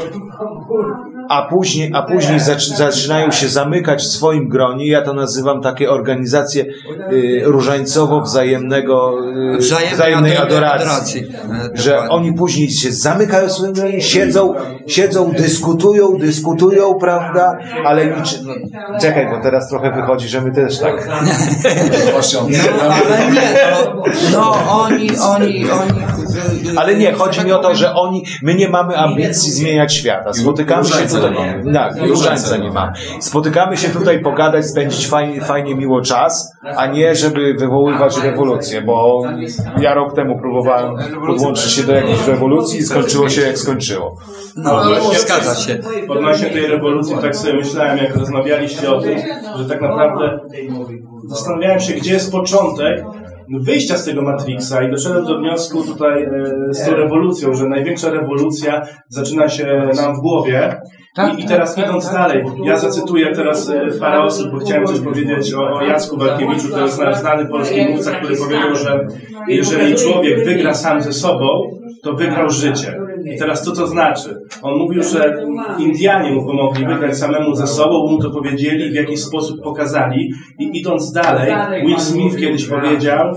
a później, a później zac- zaczynają się zamykać w swoim gronie. Ja to nazywam takie organizacje y, różańcowo-wzajemnego y, Wzajemnej wzajemnej adoracji. adoracji. Że Dokładnie. oni później się zamykają w swoim gronie, siedzą, siedzą, dyskutują, dyskutują, prawda? Ale niczy... no, czekaj, bo teraz trochę wychodzi, że my też tak. Właśnie on No, ale nie, no, no oni, oni, oni... Ale nie, chodzi mi o to, że oni, my nie mamy ambicji zmieniać świata. Spotykamy się tutaj, tak, różańca nie ma. Spotykamy się tutaj pogadać, spędzić fajnie, fajnie miło czas, a nie żeby wywoływać rewolucję, bo ja rok temu próbowałem podłączyć się do jakiejś rewolucji i skończyło się jak skończyło. No, zgadza się. Odnośnie tej rewolucji tak sobie myślałem, jak rozmawialiście o tym, że tak naprawdę zastanawiałem się, gdzie jest początek wyjścia z tego Matrixa i doszedłem do wniosku tutaj e, z tą rewolucją, że największa rewolucja zaczyna się nam w głowie. I, I teraz idąc dalej, ja zacytuję teraz e, parę osób, bo chciałem coś powiedzieć o, o Jacku Walkiewiczu, to jest nasz znany polski mówca, który powiedział, że jeżeli człowiek wygra sam ze sobą, to wygrał życie. I teraz co to znaczy? On mówił, że Indianie mu pomogli wygrać samemu ze sobą, mu to powiedzieli, w jakiś sposób pokazali. I idąc dalej, Will Smith kiedyś powiedział,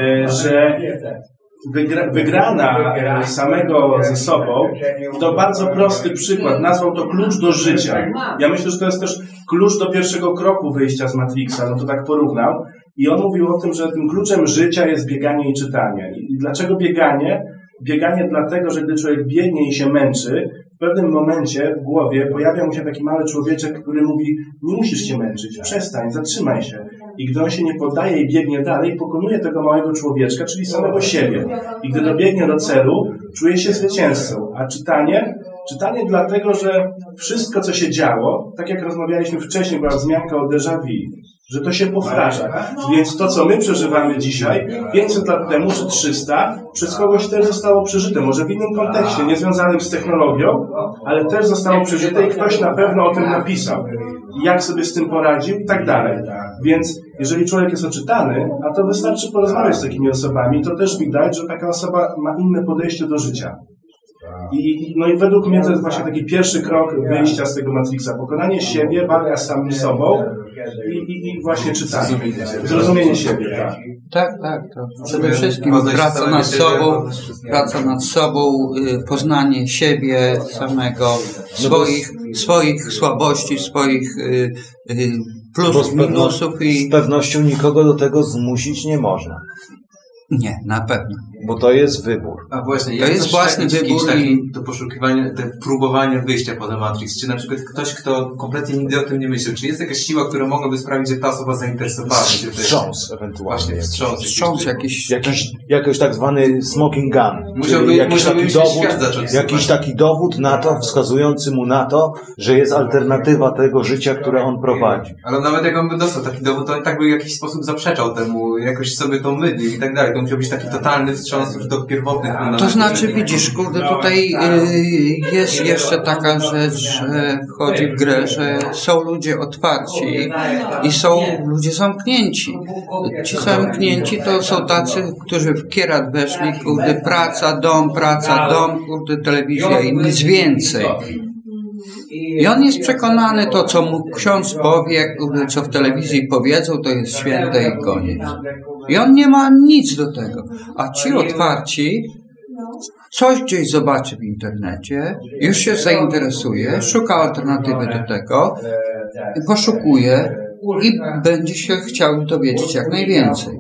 że wygra, wygrana samego ze sobą to bardzo prosty przykład. Nazwał to klucz do życia. Ja myślę, że to jest też klucz do pierwszego kroku wyjścia z Matrixa. No to tak porównał. I on mówił o tym, że tym kluczem życia jest bieganie i czytanie. I dlaczego bieganie? Bieganie dlatego, że gdy człowiek biegnie i się męczy, w pewnym momencie w głowie pojawia mu się taki mały człowieczek, który mówi: nie musisz się męczyć, przestań, zatrzymaj się. I gdy on się nie poddaje i biegnie dalej, pokonuje tego małego człowieczka, czyli samego siebie. I gdy dobiegnie do celu, czuje się zwycięzcą. A czytanie? Czytanie dlatego, że wszystko, co się działo, tak jak rozmawialiśmy wcześniej, była wzmianka o déjà vu, że to się powtarza. Więc to, co my przeżywamy dzisiaj, pięćset lat temu czy trzysta, przez kogoś też zostało przeżyte. Może w innym kontekście, nie związanym z technologią, ale też zostało przeżyte i ktoś na pewno o tym napisał. Jak sobie z tym poradził i tak dalej. Więc jeżeli człowiek jest oczytany, a to wystarczy porozmawiać z takimi osobami, to też widać, że taka osoba ma inne podejście do życia. I, no i według mnie to jest właśnie taki pierwszy krok wyjścia z tego Matrixa. Pokonanie siebie, walka z samym sobą i, i, i właśnie czytanie. Zrozumienie siebie, tak. Tak, tak. To przede wszystkim praca nad sobą, praca nad sobą, poznanie siebie samego, swoich, swoich słabości, swoich plus, minusów i... Z pewnością nikogo do tego zmusić nie można. Nie, na pewno. Bo to jest wybór. A właśnie, to jest własny wybór taki, i... to poszukiwanie, to próbowanie wyjścia poza Matrix. Czy na przykład ktoś, kto kompletnie nigdy o tym nie myślał, czy jest jakaś siła, która mogłaby sprawić, że ta osoba zainteresowała się tym? Wstrząs ewentualnie. Właśnie, wstrząs. Wstrząs jakiś... Jakiś, jakiś tak zwany smoking gun. Musiałby, jakiś musiałby taki się dowód, świat zacząć jakiś taki dowód na to, wskazujący mu na to, że jest alternatywa tego życia, które on prowadzi. Ale nawet jak on by dostał taki dowód, to on tak by w jakiś sposób zaprzeczał temu, jakoś sobie to mylił i tak dalej. To musiał być taki totalny wstrząs. wstrząs już do pierwotnych To znaczy, widzisz, kurde, tutaj y, jest jeszcze taka rzecz, że wchodzi w grę, że są ludzie otwarci i są ludzie zamknięci. Ci zamknięci to są tacy, którzy w kierat weszli, kurde, praca, dom, praca, dom, kurde, telewizja i nic więcej. I on jest przekonany, to co mu ksiądz powie, co w telewizji powiedzą, to jest święte i koniec. I on nie ma nic do tego. A ci otwarci coś gdzieś zobaczy w internecie, już się zainteresuje, szuka alternatywy do tego, poszukuje i będzie się chciał dowiedzieć jak najwięcej.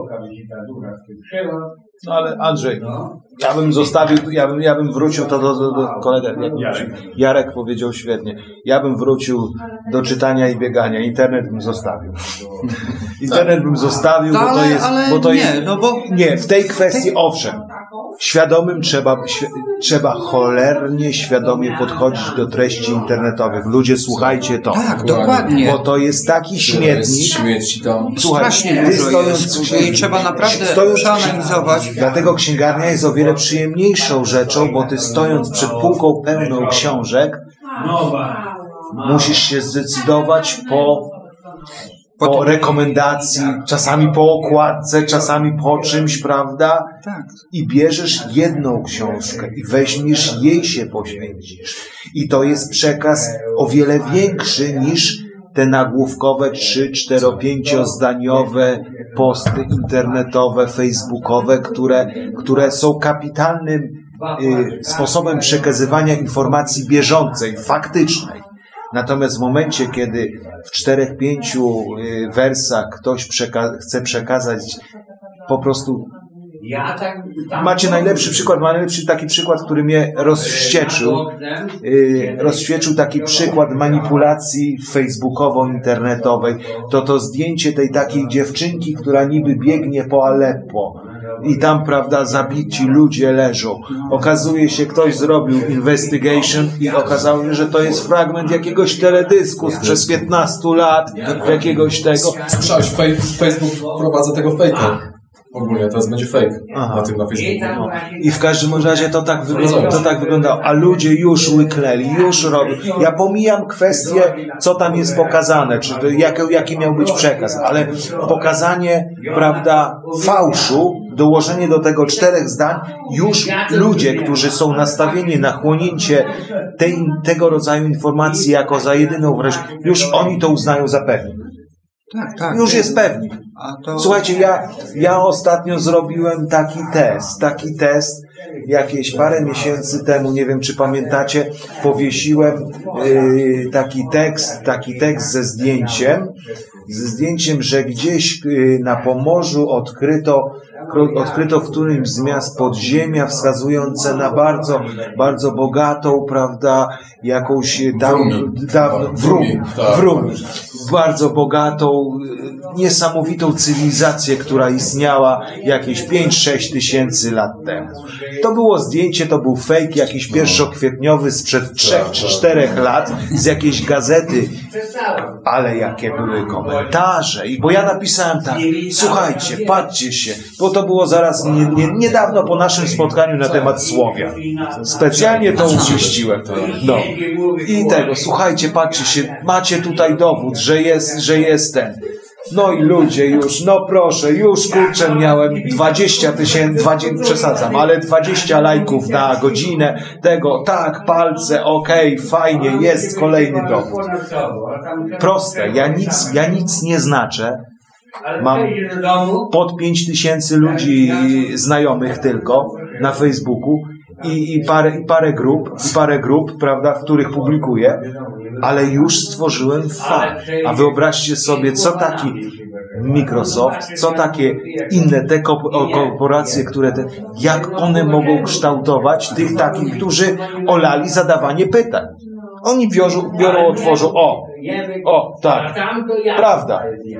No ale Andrzej, ja bym zostawił, ja bym, ja bym wrócił to do, do, do kolega, Jarek. Jarek powiedział świetnie, ja bym wrócił do czytania i biegania, internet bym zostawił. Internet bym zostawił, bo to jest, bo to jest, no bo nie, w tej kwestii owszem, świadomym trzeba, trzeba cholernie świadomie podchodzić do treści internetowych. Ludzie, słuchajcie to. Tak, dokładnie. Bo to jest taki śmietnik. Śmieci tam. Słuchaj, strasznie ty dużo stojąc, jest i trzeba naprawdę stojąc, przeanalizować. Dlatego księgarnia jest o wiele przyjemniejszą rzeczą, bo ty stojąc przed półką pełną książek, musisz się zdecydować po po rekomendacji, czasami po okładce, czasami po czymś, prawda? Tak. I bierzesz jedną książkę i weźmiesz jej się poświęcisz. I to jest przekaz o wiele większy niż te nagłówkowe trzy, cztero, pięciozdaniowe posty internetowe, facebookowe, które, które są kapitalnym y, sposobem przekazywania informacji bieżącej, faktycznej. Natomiast w momencie, kiedy w czterech, pięciu wersach ktoś przeka- chce przekazać po prostu... Macie najlepszy przykład, ma najlepszy taki przykład, który mnie rozwścieczył. Yy, rozwścieczył taki przykład manipulacji facebookowo-internetowej. To to zdjęcie tej takiej dziewczynki, która niby biegnie po Aleppo. I tam, prawda, zabici ludzie leżą. Okazuje się, ktoś zrobił investigation i okazało się, że to jest fragment jakiegoś teledysku sprzed piętnastu lat, jakiegoś tego. Słyszałeś, Facebook wprowadza tego fejka. Ogólnie teraz będzie fake na tym na Facebooku. No. I w każdym razie to tak, wygląda, to tak wyglądało. A ludzie już łyknęli, już robią. Ja pomijam kwestię, co tam jest pokazane, czy to, jak, jaki miał być przekaz, ale pokazanie, prawda, fałszu, dołożenie do tego czterech zdań, już ludzie, którzy są nastawieni na chłonięcie tej, tego rodzaju informacji jako za jedyną wreszcie, już oni to uznają za pewnik. Tak, tak. Już jest pewnik. To... Słuchajcie, ja, ja ostatnio zrobiłem taki test, taki test jakieś parę miesięcy temu, nie wiem czy pamiętacie, powiesiłem yy, taki tekst, taki tekst ze zdjęciem, ze zdjęciem, że gdzieś yy, na Pomorzu odkryto odkryto w którymś z miast podziemia wskazujące na bardzo, bardzo bogatą, prawda, jakąś dawno, dawno, wrum, wrum, bardzo bogatą, niesamowitą cywilizację, która istniała jakieś pięć sześć tysięcy lat temu. To było zdjęcie, to był fake jakiś pierwszokwietniowy sprzed trzech czy czterech lat z jakiejś gazety, ale jakie były komentarze. I bo ja napisałem tak, słuchajcie, patrzcie się, bo to było zaraz nie, nie, niedawno po naszym spotkaniu na temat Słowian. Specjalnie to umieściłem. No. I tego, słuchajcie, patrzcie się, macie tutaj dowód, że jest, że jest ten. No i ludzie już, no proszę, już kurczę miałem dwadzieścia tysięcy, przesadzam, ale dwadzieścia lajków na godzinę, tego, tak, palce, okej, okay, fajnie, jest kolejny dowód. Proste, ja nic, ja nic nie znaczę. Mam pod pięć tysięcy ludzi znajomych tylko na Facebooku i, i, parę, i parę grup, i parę grup, prawda, w których publikuję, ale już stworzyłem fakt. A wyobraźcie sobie, co taki Microsoft, co takie inne te korporacje, które te, jak one mogą kształtować tych takich, którzy olali zadawanie pytań. Oni biorą, biorą otworzą, o, o, tak, prawda.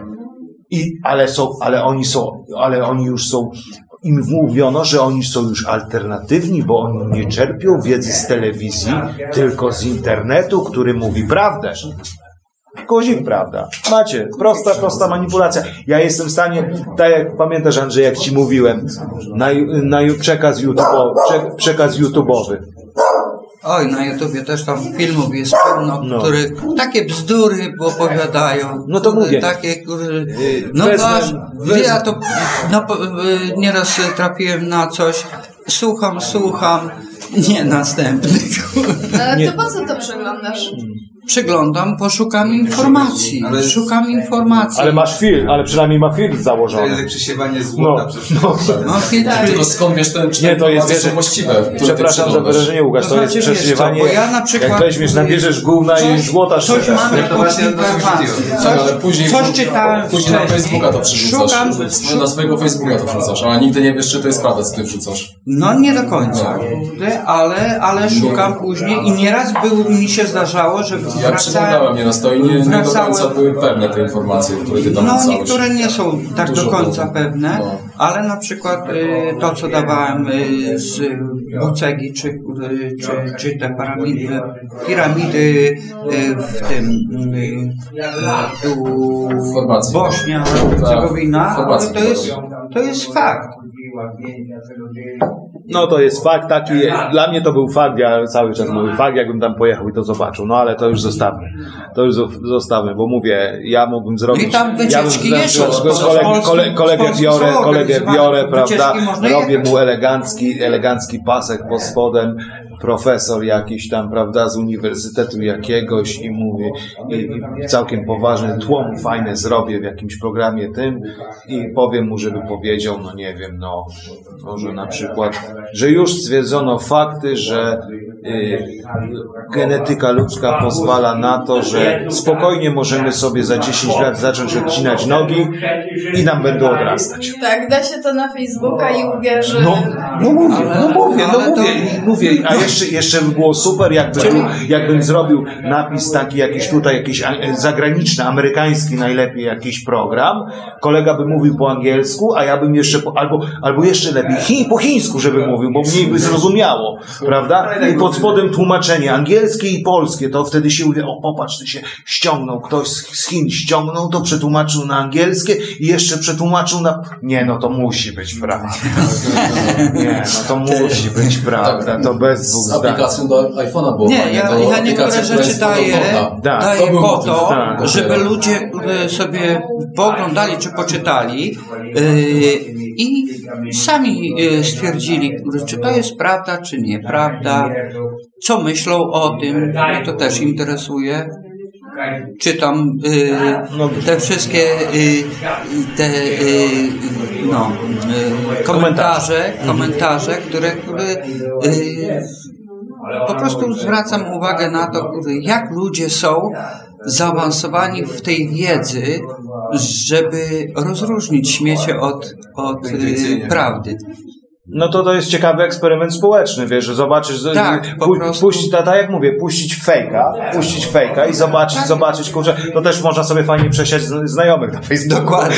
I, ale są, ale oni są, ale oni już są, im mówiono, że oni są już alternatywni, bo oni nie czerpią wiedzy z telewizji, tylko z internetu, który mówi prawdę. Guzik, prawda? Macie. Prosta, prosta manipulacja. Ja jestem w stanie, tak jak pamiętasz, Andrzej, jak ci mówiłem, na, na przekaz YouTube'owy, prze, przekaz YouTube'owy. Oj, na YouTubie też tam filmów jest pełno, no. które takie bzdury opowiadają. No to mówię. Takie, które... No wezmę, aż, wezmę. Ja to no, nieraz trafiłem na coś, słucham, słucham, nie następny. Ale to po co to przeglądasz? Przeglądam, bo szukam informacji. Ale... Szukam informacji. Ale masz film, ale przynajmniej ma film założony. To jest przesiewanie złota. No, no. Mam film, tak. Tylko skąd wiesz, te, czy nie, to jest, są właściwe? Przepraszam za wyrażenie, Łukasz, to, to znaczy, jest przesiewanie. Wiesz, ja na przykład, jak weźmiesz, nabierzesz gówna i złota coś mamy to właśnie coś, ale później, coś czytałem później na Facebooka to przerzucasz. Szukam, na swojego Facebooka to wrzucasz, a nigdy nie wiesz, czy to jest prawda, co ty wrzucasz. No nie do końca, no. ale, ale szukam później i nieraz był, mi się zdarzało, że ja przeglądałem nieraz to i nie, nie do końca były pewne te informacje, które ty tam No wrzucałeś. niektóre nie są tak Dużo do końca było. pewne, no. ale na przykład y, to, co dawałem y, z Bucegi, czy, y, czy, czy te piramidy, piramidy y, w tym y, u Bośnia, Hercegowina, to, to, jest, to jest fakt. No to jest fakt taki, dla mnie to był fakt, ja cały czas mówię fakt, jakbym tam pojechał i to zobaczył, no ale to już zostawmy, to już zostawmy, bo mówię, ja mógłbym zrobić, no i tam wycieczki ja jeszcze, kolegę, kolegę, kolegę biorę, kolegę biorę, prawda, robię mu elegancki, elegancki pasek pod spodem, profesor jakiś tam, prawda, z uniwersytetu jakiegoś i mówię, i, i całkiem poważny tłum fajne zrobię w jakimś programie tym i powiem mu, żeby powiedział, no nie wiem, no, może na przykład, że już stwierdzono fakty, że y, genetyka ludzka pozwala na to, że spokojnie możemy sobie za dziesięć lat zacząć odcinać nogi i nam będą odrastać. Tak, da się to na Facebooka i uwierzy. No, no mówię, no mówię, no mówię, mówię, a jeszcze, jeszcze by było super, jakby, jakbym zrobił napis taki jakiś tutaj, jakiś zagraniczny, amerykański najlepiej jakiś program, kolega by mówił po angielsku, a ja bym jeszcze, po, albo, albo jeszcze lepiej chi, po chińsku, żeby mówił, bo mniej by zrozumiało, prawda? I pod spodem tłumaczenie angielskie i polskie, to wtedy się mówi, o popatrz, ty się ściągnął, ktoś z Chin ściągnął, to przetłumaczył na angielskie i jeszcze przetłumaczył na... Nie, no to musi być prawda. Nie, no to musi być prawda, to bez dwóch zdań. Z aplikacją do iPhone'a było Nie, fajnie, ja, ja niektóre rzeczy daję, da, daję to po to, tak, żeby ludzie sobie pooglądali czy poczytali yy, i sami yy, stwierdzili, czy to jest prawda, czy nieprawda, co myślą o tym, mnie to też interesuje. Czytam y, te wszystkie y, te y, no, y, komentarze, komentarze, które, które y, po prostu zwracam uwagę na to, jak ludzie są zaawansowani w tej wiedzy, żeby rozróżnić śmiecie od, od y, prawdy. No to to jest ciekawy eksperyment społeczny, wiesz, że zobaczysz, tak, po pu, prostu. puścić, tak jak mówię, puścić fejka, puścić fejka i zobaczyć, tak. zobaczyć, kurczę, to też można sobie fajnie przesiać znajomych na Facebooku. Dokładnie.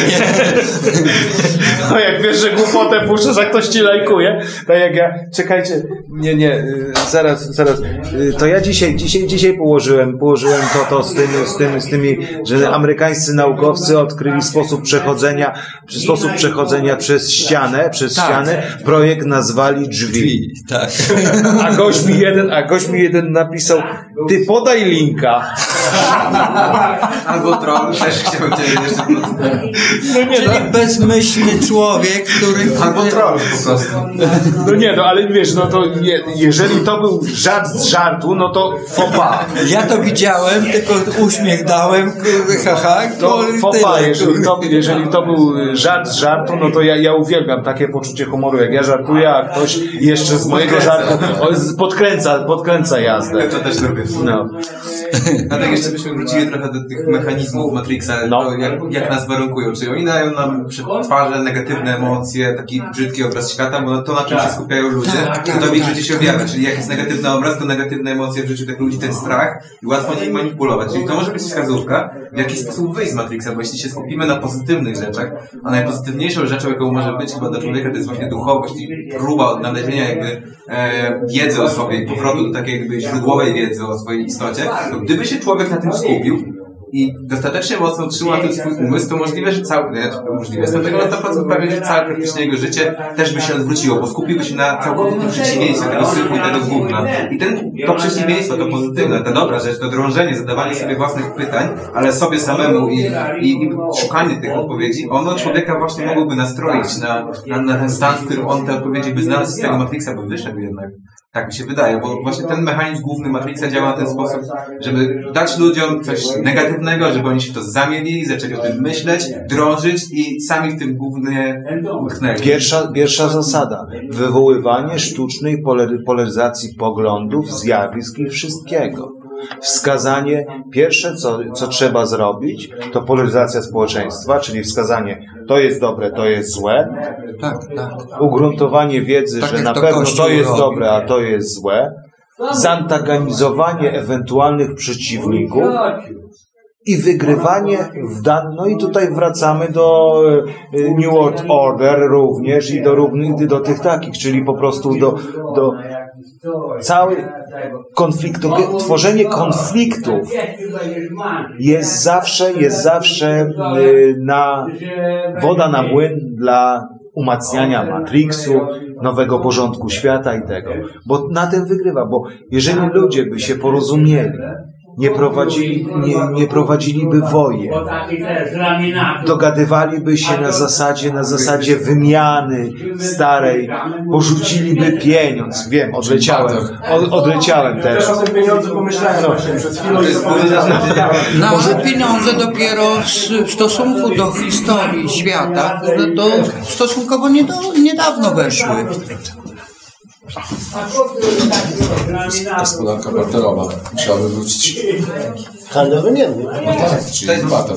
No jak wiesz, że głupotę puszczasz, a ktoś ci lajkuje, tak jak ja, czekajcie, nie, nie, zaraz, zaraz, to ja dzisiaj, dzisiaj, dzisiaj położyłem, położyłem to, to z tym, z tym, z tymi, że amerykańscy naukowcy odkryli sposób przechodzenia, sposób przechodzenia przez ścianę, przez tak. ścianę, projekt nazwali drzwi. Tak. A gość mi jeden, a gość mi jeden napisał, ty podaj linka. Albo troll, też chciałbym cię jeszcze. No nie, Czyli no. bezmyślny człowiek, który... Albo troll po prostu. No nie, no ale wiesz, no to je, jeżeli to był żart z żartu, no to fopa. Ja to widziałem, tylko uśmiech dałem, haha. To fopa, jeżeli to, jeżeli to był żart z żartu, no to ja, ja uwielbiam takie poczucie humoru, jak ja żartuję, a ktoś jeszcze z mojego żartu podkręca, podkręca jazdę. To też lubię. No. A tak jeszcze byśmy wrócili trochę do tych mechanizmów Matrixa, no. to jak, jak nas warunkują. Czyli oni dają nam przy twarzy negatywne emocje, taki brzydki obraz świata, bo to na czym się skupiają ludzie, to w ich życiu się objawia. Czyli jak jest negatywny obraz, to negatywne emocje w życiu tych ludzi, ten strach i łatwo nimi manipulować. Czyli to może być wskazówka, w jaki sposób wyjść z Matrixa, bo jeśli się skupimy na pozytywnych rzeczach, a najpozytywniejszą rzeczą, jaką może być chyba dla człowieka, to jest właśnie duchowość i próba odnalezienia jakby e, wiedzy o sobie i powrotu do takiej jakby źródłowej wiedzy o swojej istocie, to gdyby się człowiek na tym skupił, i dostatecznie mocno trzyma ten swój umysł, to możliwe, że cały, nie, możliwe, jestem tego na sto procent pewien, że całe praktycznie jego życie też by się odwróciło, bo skupiłby się na całkowitym przeciwieństwie tego syfu i tego gówna. I ten, to przeciwieństwo, to pozytywne, ta dobra rzecz, to drążenie, zadawanie sobie własnych pytań, ale sobie samemu i, i, i szukanie tych odpowiedzi, ono człowieka właśnie mogłoby nastroić na, na, na ten stan, w którym on te odpowiedzi by znalazł z tego Matrixa, by wyszedł jednak. Tak mi się wydaje, bo właśnie ten mechanizm główny Matrixa działa w ten sposób, żeby dać ludziom coś negatywnego, żeby oni się to zamienili, zaczęli o tym myśleć, drążyć i sami w tym głównie utknęli. Pierwsza, pierwsza zasada. Wywoływanie sztucznej polaryzacji poglądów, zjawisk i wszystkiego. Wskazanie, pierwsze co, co trzeba zrobić, to polaryzacja społeczeństwa, czyli wskazanie, to jest dobre, to jest złe. Tak, tak. Ugruntowanie wiedzy, Tak że jak na to pewno Kościół to jest robi. dobre, a to jest złe. Zantagonizowanie ewentualnych przeciwników i wygrywanie w dan... No i tutaj wracamy do e, New World Order również i do równych, do tych takich, czyli po prostu do, do całej konfliktu, tworzenie konfliktów jest zawsze, jest zawsze e, na woda na młyn dla umacniania Matrixu, nowego porządku świata i tego. Bo na tym wygrywa, bo jeżeli ludzie by się porozumieli, nie prowadzili, nie, nie prowadziliby wojen, dogadywaliby się na zasadzie, na zasadzie wymiany starej, porzuciliby pieniądz. Wiem, odleciałem, od, odleciałem też. Też o tym pieniądze pomyślałem właśnie przed chwilą. No ale pieniądze dopiero w stosunku do historii świata, to stosunkowo niedawno weszły. Gospodarka barterowa musiałaby wrócić. Handel wymienny. No tak, czyli bater.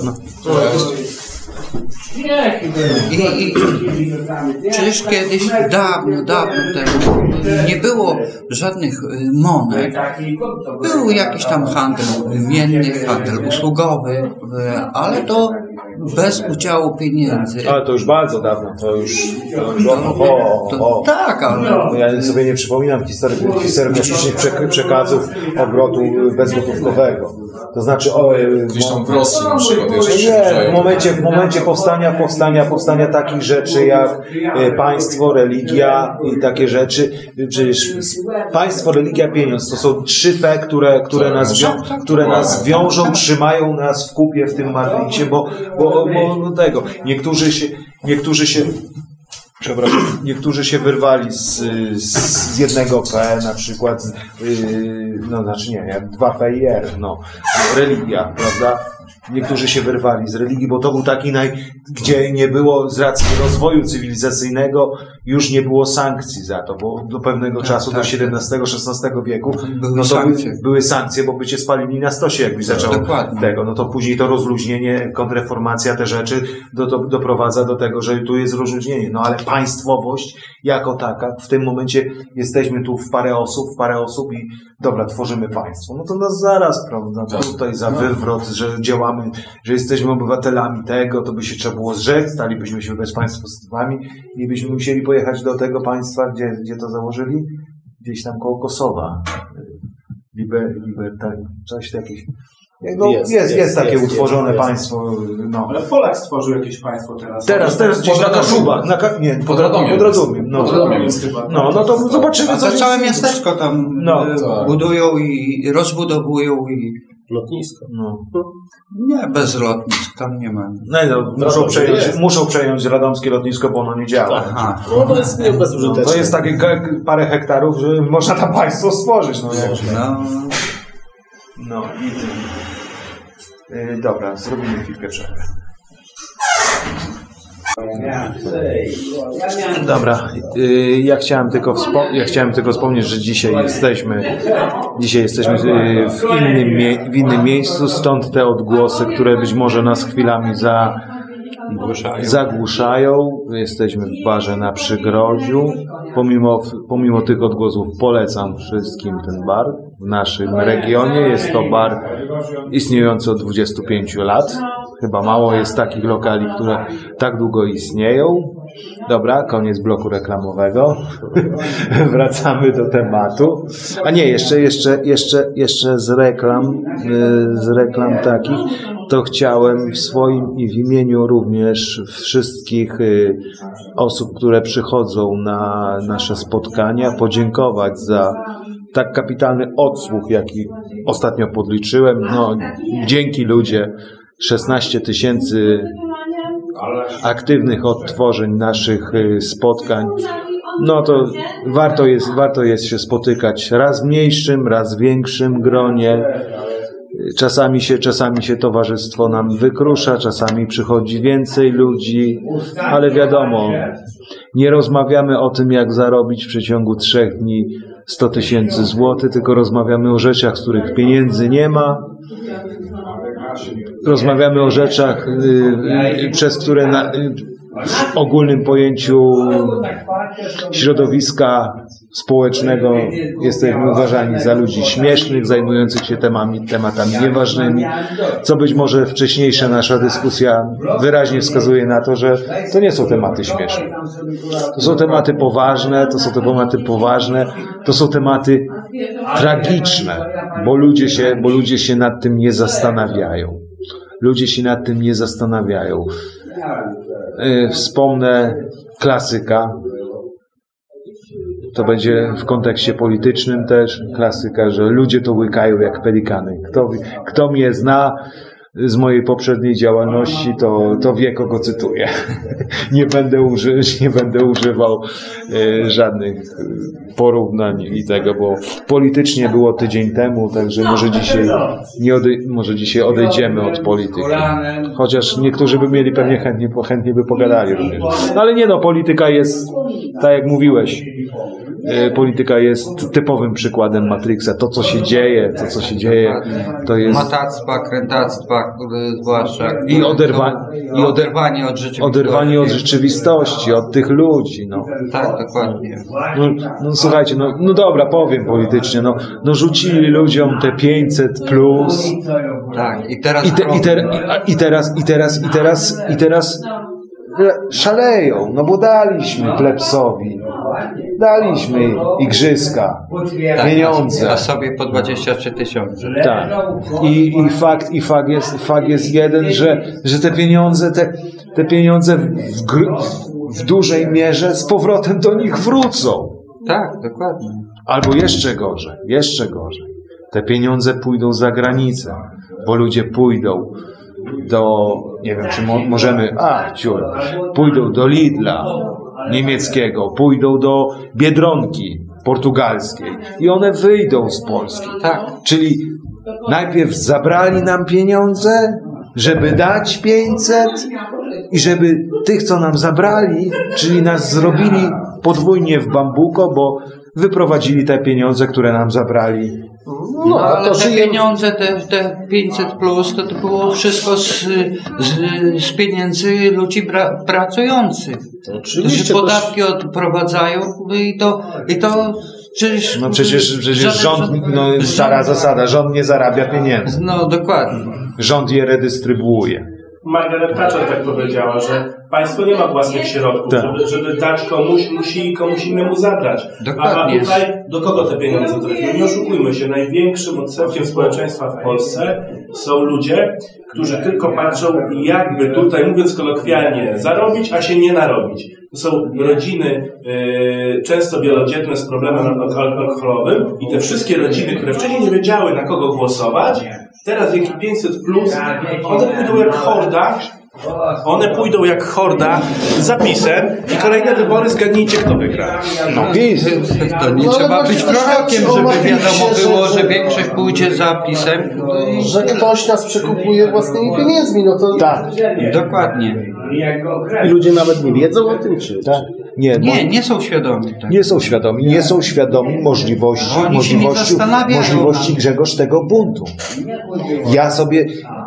I, i przecież kiedyś, dawno, dawno temu, nie było żadnych monet. Był jakiś tam handel wymienny, handel usługowy, ale to bez udziału pieniędzy. Ale to już bardzo dawno, to już... To już No, o, o, to, o. tak, ale... No, ja sobie nie przypominam historii, historii przekazów obrotu bezgotówkowego. To znaczy... O, Gdzieś tam w Rosji na przykład jeszcze się nie, zdarzają. w momencie, w momencie powstania, powstania, powstania takich rzeczy jak e, państwo, religia i takie rzeczy. Przecież państwo, religia, pieniądz to są trzy P, które, które, nas, wią- które nas wiążą, trzymają nas w kupie w tym Matrixie, bo, bo, bo tego. Niektórzy się, niektórzy się Przepraszam, niektórzy się wyrwali z, z, z jednego P, na przykład, yy, no znaczy nie, jak dwa P i R, no, religia, prawda? Niektórzy się wyrwali z religii, bo to był taki naj, gdzie nie było z racji rozwoju cywilizacyjnego, już nie było sankcji za to, bo do pewnego tak, czasu, tak. do siedemnastego szesnastego wieku, były no to sankcje. By, były sankcje, bo by cię spalili na stosie, jakbyś zaczął Dokładnie. tego. No to później to rozluźnienie, kontrreformacja, te rzeczy do, do, doprowadza do tego, że tu jest rozluźnienie. No ale państwowość jako taka, w tym momencie jesteśmy tu w parę osób, w parę osób i dobra, tworzymy państwo. No to nas zaraz, prawda, tutaj za wywrot, że działamy, że jesteśmy obywatelami tego, to by się trzeba było zrzec, stalibyśmy się bezpaństwowcami i byśmy musieli pojechać do tego państwa, gdzie, gdzie to założyli? Gdzieś tam koło Kosowa. Liber, libertar, coś takiego. No, jest, jest, jest takie jest, utworzone jest, państwo. No. Ale Polak stworzył jakieś państwo teraz. Teraz, teraz gdzieś na Kaszubach. Na Ka- nie, pod Radomiem. Pod Radomiem. No. Pod Radomiem jest chyba. No, no to zobaczymy. A to całe miasteczko tam no, tak. budują i rozbudowują i... Lotnisko. No. Nie, bez lotnisk, tam nie ma. No, no, muszą, przejąć, muszą przejąć radomskie lotnisko, bo ono nie działa. Aha. No to jest nie bezużyteczne. No, to jest takie parę hektarów, że można tam państwo stworzyć. No, no. no i yy, dobra, zrobimy chwilkę przerwy. Dobra, yy, ja chciałem tylko wspo- ja chciałem tylko wspomnieć, że dzisiaj jesteśmy dzisiaj jesteśmy yy, w innym, mie- w innym miejscu, stąd te odgłosy, które być może nas chwilami za zagłuszają. Jesteśmy w barze na Przygrodziu. Pomimo, pomimo tych odgłosów polecam wszystkim ten bar w naszym regionie. Jest to bar istniejący od dwudziestu pięciu lat. Chyba mało jest takich lokali, które tak długo istnieją. Dobra, koniec bloku reklamowego. Wracamy do tematu. A nie, jeszcze, jeszcze, jeszcze, jeszcze z reklam, z reklam takich, to chciałem w swoim i w imieniu również wszystkich osób, które przychodzą na nasze spotkania, podziękować za tak kapitalny odsłuch, jaki ostatnio podliczyłem. No, dzięki ludzie, szesnaście tysięcy aktywnych odtworzeń naszych spotkań. No to warto jest, warto jest się spotykać raz w mniejszym, raz w większym gronie. Czasami się, czasami się towarzystwo nam wykrusza, czasami przychodzi więcej ludzi, ale wiadomo, nie rozmawiamy o tym, jak zarobić w przeciągu trzech dni sto tysięcy złotych, tylko rozmawiamy o rzeczach, z których pieniędzy nie ma. Rozmawiamy o rzeczach, y, y, przez które na, y, w ogólnym pojęciu środowiska społecznego jesteśmy uważani za ludzi śmiesznych, zajmujących się temami, tematami nieważnymi, co być może wcześniejsza nasza dyskusja wyraźnie wskazuje na to, że to nie są tematy śmieszne. To są tematy poważne, to są tematy poważne, to są tematy tragiczne, bo ludzie się, bo ludzie się nad tym nie zastanawiają. Ludzie się nad tym nie zastanawiają. Wspomnę klasyka. To będzie w kontekście politycznym też klasyka, że ludzie to łykają jak pelikany. Kto, kto mnie zna z mojej poprzedniej działalności, to, to wie, kogo cytuję. Nie będę, uży, nie będę używał e, żadnych porównań i tego, bo politycznie było tydzień temu, także może dzisiaj, nie odej, może dzisiaj odejdziemy od polityki. Chociaż niektórzy by mieli pewnie chętnie, chętnie by pogadali również. No ale nie no, polityka jest, tak jak mówiłeś, polityka jest typowym przykładem Matrixa. To, co się dzieje, to, co się dzieje, to jest... Matactwa, krętactwa, zwłaszcza. I, oderwa... I oderwanie od rzeczywistości. Oderwanie od rzeczywistości, od tych ludzi, no. Tak, dokładnie. No, no słuchajcie, no, no dobra, powiem politycznie, no, no rzucili ludziom te pięćset plus. Tak, i teraz... I, te, i, te, i, i teraz, i teraz, i teraz, i teraz szaleją, no bo daliśmy plebsowi. Daliśmy igrzyska, tak, pieniądze. A sobie po dwadzieścia trzy tysiące. Tak. I, i, fakt, i fakt, jest, fakt jest jeden, że, że te pieniądze, te, te pieniądze w, w dużej mierze z powrotem do nich wrócą. Tak, dokładnie. Albo jeszcze gorzej, jeszcze gorzej. Te pieniądze pójdą za granicę, bo ludzie pójdą do, nie wiem, czy mo, możemy, a, ciur, pójdą do Lidla niemieckiego, pójdą do Biedronki portugalskiej i one wyjdą z Polski. Tak. Czyli najpierw zabrali nam pieniądze, żeby dać pięćset i żeby tych, co nam zabrali, czyli nas zrobili podwójnie w bambuko, bo wyprowadzili te pieniądze, które nam zabrali. No, no ale te żyje... pieniądze, te, te pięćset plus, to, to było wszystko z, z, z pieniędzy ludzi pra, pracujących. Oczywiście. Którzy podatki odprowadzają i to, i to przecież... No przecież, przecież rząd, no stara zasada, rząd nie zarabia pieniędzy. No dokładnie. Rząd je redystrybuuje. Margaret Thatcher tak powiedziała, że państwo nie ma własnych środków, tak. żeby, żeby dać komuś, musi komuś innemu zabrać. Dokładnie. A tutaj do kogo te pieniądze trafią? Nie oszukujmy się, największym odsetkiem społeczeństwa w Polsce są ludzie, którzy tylko patrzą, jakby tutaj, mówiąc kolokwialnie, zarobić, a się nie narobić. To są rodziny yy, często wielodzietne z problemem alkoholowym i te wszystkie rodziny, które wcześniej nie wiedziały, na kogo głosować, teraz dzięki pięćset plus, one pójdą jak horda, one pójdą jak horda za PiS-em i kolejne wybory, zgadnijcie, kto wygra. No PiS. To nie no, trzeba być prorokiem, żeby wiadomo było, że większość pójdzie za PiS-em. Że ktoś nas przekupuje własnymi pieniędzmi, no to... Tak. Dokładnie. I ludzie nawet nie wiedzą o tym, czy... Tak. Nie, nie, nie są świadomi. Tak. Nie są świadomi, nie są świadomi możliwości, Oni możliwości, możliwości Grzegorz tego buntu. Ja sobie,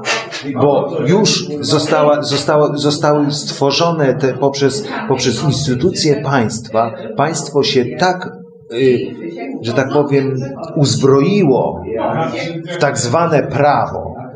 bo już została, została, zostały stworzone te, poprzez, poprzez instytucje państwa, państwo się tak, y, że tak powiem, uzbroiło w tak zwane prawo,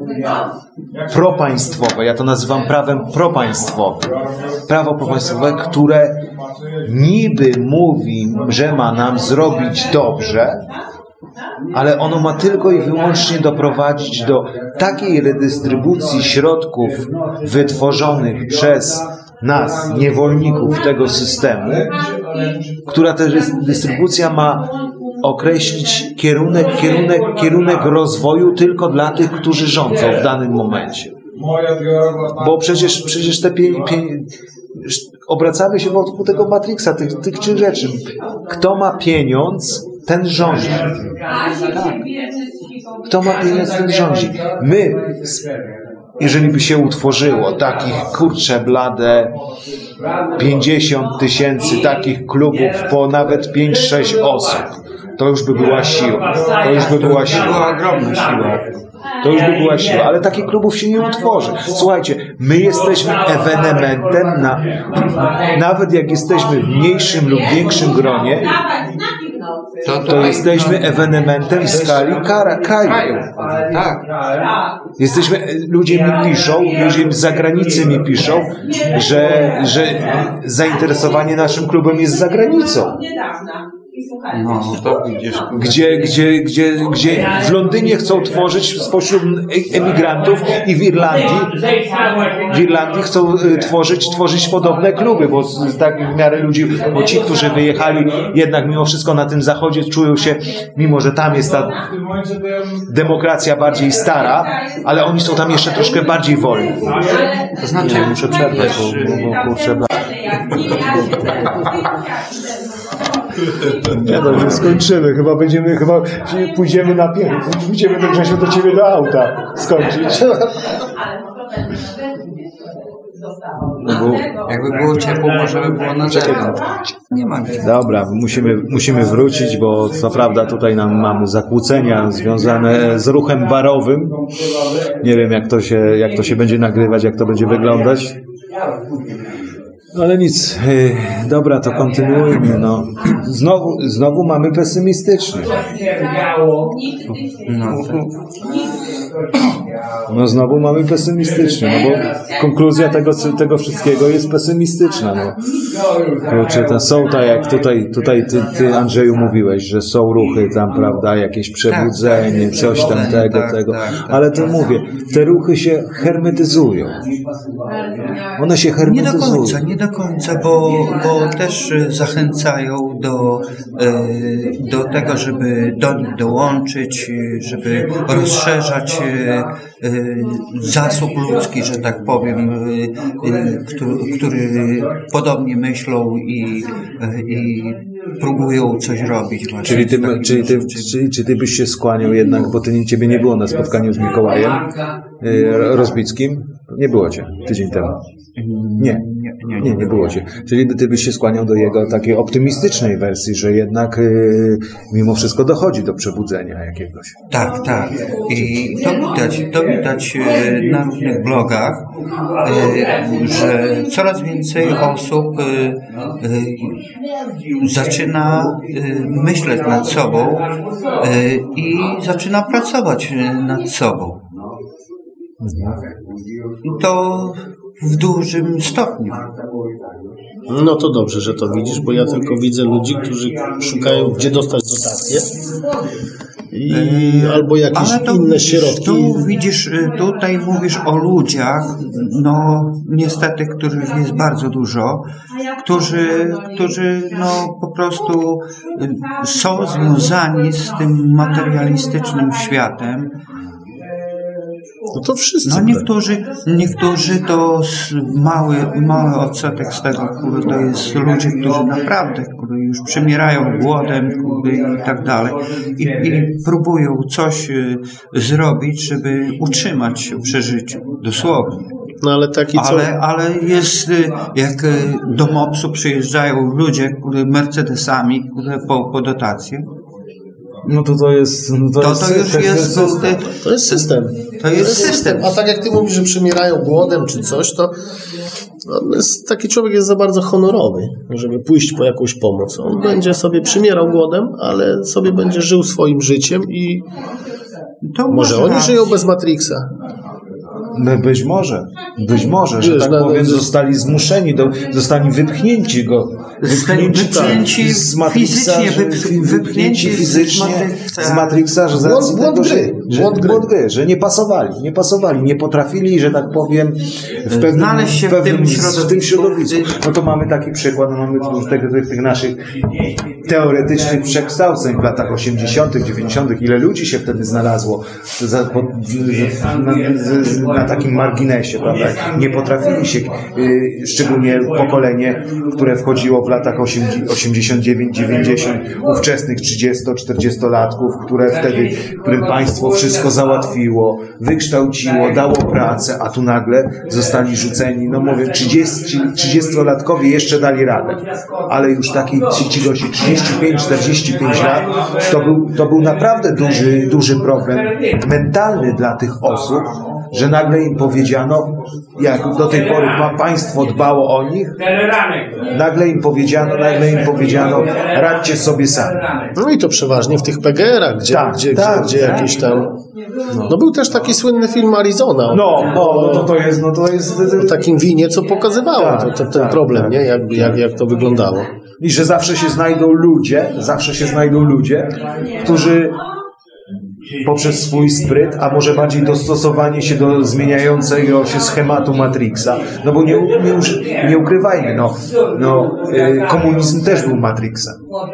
propaństwowe, ja to nazywam prawem propaństwowym. Prawo propaństwowe, które niby mówi, że ma nam zrobić dobrze, ale ono ma tylko i wyłącznie doprowadzić do takiej redystrybucji środków wytworzonych przez nas, niewolników tego systemu, która ta dystrybucja ma określić kierunek, kierunek, kierunek rozwoju tylko dla tych, którzy rządzą w danym momencie. Bo przecież, przecież te pie, pie, obracamy się wokół tego Matrixa, tych, tych trzech rzeczy. Kto ma pieniądz, ten rządzi. Tak. Kto ma pieniądz, ten rządzi. My, jeżeli by się utworzyło takich, kurcze blade, pięćdziesiąt tysięcy takich klubów po nawet pięć sześć osób, to już by była siła. To już by była siła. Była ogromna siła. To już by była siła, ale takich klubów się nie utworzy. Słuchajcie, my jesteśmy ewenementem, na, nawet jak jesteśmy w mniejszym lub większym gronie, to, to jesteśmy ewenementem w skali kara, kraju. Tak. Jesteśmy, ludzie mi piszą, ludzie z zagranicy mi piszą, że, że zainteresowanie naszym klubem jest za granicą. No, to widzisz. Gdzie, gdzie, gdzie, gdzie w Londynie chcą tworzyć spośród emigrantów i w Irlandii w Irlandii chcą tworzyć, tworzyć podobne kluby, bo tak w miarę ludzi, bo ci, którzy wyjechali jednak mimo wszystko na tym zachodzie czują się, mimo że tam jest ta demokracja bardziej stara, ale oni są tam jeszcze troszkę bardziej wolni. To znaczy, nie, muszę przerwać, bo, bo, bo kurczę. Nie no, już skończymy. Chyba będziemy, chyba pójdziemy na pięć. Pójdziemy do Grzesiu do ciebie do auta skończyć. No bo jakby było ciepło, może by było na zewnątrz. Nie ma gdzie. Dobra, musimy, musimy wrócić, bo co prawda tutaj nam mamy zakłócenia związane z ruchem barowym. Nie wiem, jak to się, jak to się będzie nagrywać, jak to będzie wyglądać. Ale nic, dobra, to kontynuujmy. No. Znowu, znowu mamy pesymistycznie. No, no znowu mamy pesymistycznie, no bo konkluzja tego, tego wszystkiego jest pesymistyczna. No. Kurczę, to są tak jak tutaj, tutaj ty, ty Andrzeju mówiłeś, że są ruchy tam, prawda, jakieś przebudzenie, coś tam tego, tego. Ale to mówię, te ruchy się hermetyzują. One się hermetyzują. Nie do końca, nie do końca, bo, bo też zachęcają do, do tego, żeby do nich dołączyć, żeby rozszerzać zasób ludzki, że tak powiem, który, który podobnie myślą i, i próbują coś robić. Właśnie czyli, ty, czyli, ty, czyli czy ty byś się skłaniał jednak, bo ty, ciebie nie było na spotkaniu z Mikołajem Rozbickim? Nie było cię tydzień temu. Nie, nie, nie, nie było cię. Czyli ty byś się skłaniał do jego takiej optymistycznej wersji, że jednak yy, mimo wszystko dochodzi do przebudzenia jakiegoś. Tak, tak. I to widać, to widać yy, na różnych blogach, yy, że coraz więcej osób yy, yy, zaczyna yy, myśleć nad sobą yy, i zaczyna pracować nad sobą. I to w dużym stopniu. No to dobrze, że to widzisz, bo ja tylko widzę ludzi, którzy szukają, gdzie dostać dotacje i albo jakieś to, inne środki. Tu widzisz, tutaj mówisz o ludziach, no niestety, których jest bardzo dużo, którzy, którzy no po prostu są związani z tym materialistycznym światem. No to wszyscy. No niektórzy, niektórzy to mały, mały odsetek z tego, który to jest ludzie, którzy naprawdę, którzy już przymierają głodem i tak dalej i, i próbują coś zrobić, żeby utrzymać się przy życiu, dosłownie. No ale taki co... Ale, ale jest, jak do mopsu przyjeżdżają ludzie, którzy Mercedesami, które po, po dotację. No to to jest... No to, to, jest, to już to jest... system. To jest system. To jest system. A tak jak ty mówisz, że przymierają głodem czy coś, to no, jest, taki człowiek jest za bardzo honorowy, żeby pójść po jakąś pomoc. On będzie sobie przymierał głodem, ale sobie będzie żył swoim życiem i to może oni raz. żyją bez Matrixa. No być może, być może, że tak powiem, zostali zmuszeni, do, zostali wypchnięci go, wypchnięci, wypchnięci z Matrixa, fizycznie, wyp, wypchnięci fizycznie z, z Matrixa, że z racji Błąd tego, że, gry. że, Błąd gry. błąd gry, że nie pasowali, nie pasowali, nie potrafili, że tak powiem, w pewnym, znaleźć się w, pewnym, w tym środowisku. w tym środowisku. No to mamy taki przykład, no mamy tu tych, tych, tych naszych teoretycznych przekształceń w latach osiemdziesiątych, dziewięćdziesiątych. Ile ludzi się wtedy znalazło za, pod, na, na, na takim marginesie, prawda? Nie potrafili się, y, szczególnie pokolenie, które wchodziło w latach osiemdziesiąt dziewięć dziewięćdziesiąt, ówczesnych trzydziesto-czterdziestolatków, które wtedy, którym państwo wszystko załatwiło, wykształciło, dało pracę, a tu nagle zostali rzuceni, no mówię, trzydziestolatkowie jeszcze dali radę, ale już taki ci, ci gości trzydzieści pięć czterdzieści pięć lat, to był, to był naprawdę duży, duży problem mentalny dla tych osób, że nagle im powiedziano, jak do tej pory państwo dbało o nich, nagle im powiedziano, nagle im powiedziano, radźcie sobie sami. No i to przeważnie w tych P G R-ach, gdzie, Tak, gdzie, tak, gdzie, gdzie tak. jakieś tam... No był też taki słynny film Arizona. No, no, no to, to jest, no to jest... O takim winie, co pokazywało Tak, to, to, ten tak, problem, tak. nie? Jak, jak, jak to wyglądało. I że zawsze się znajdą ludzie, zawsze się znajdą ludzie, którzy poprzez swój spryt, a może bardziej dostosowanie się do zmieniającego się schematu Matrixa, no bo nie, nie, nie ukrywajmy, no, no y, komunizm też był Matrixem.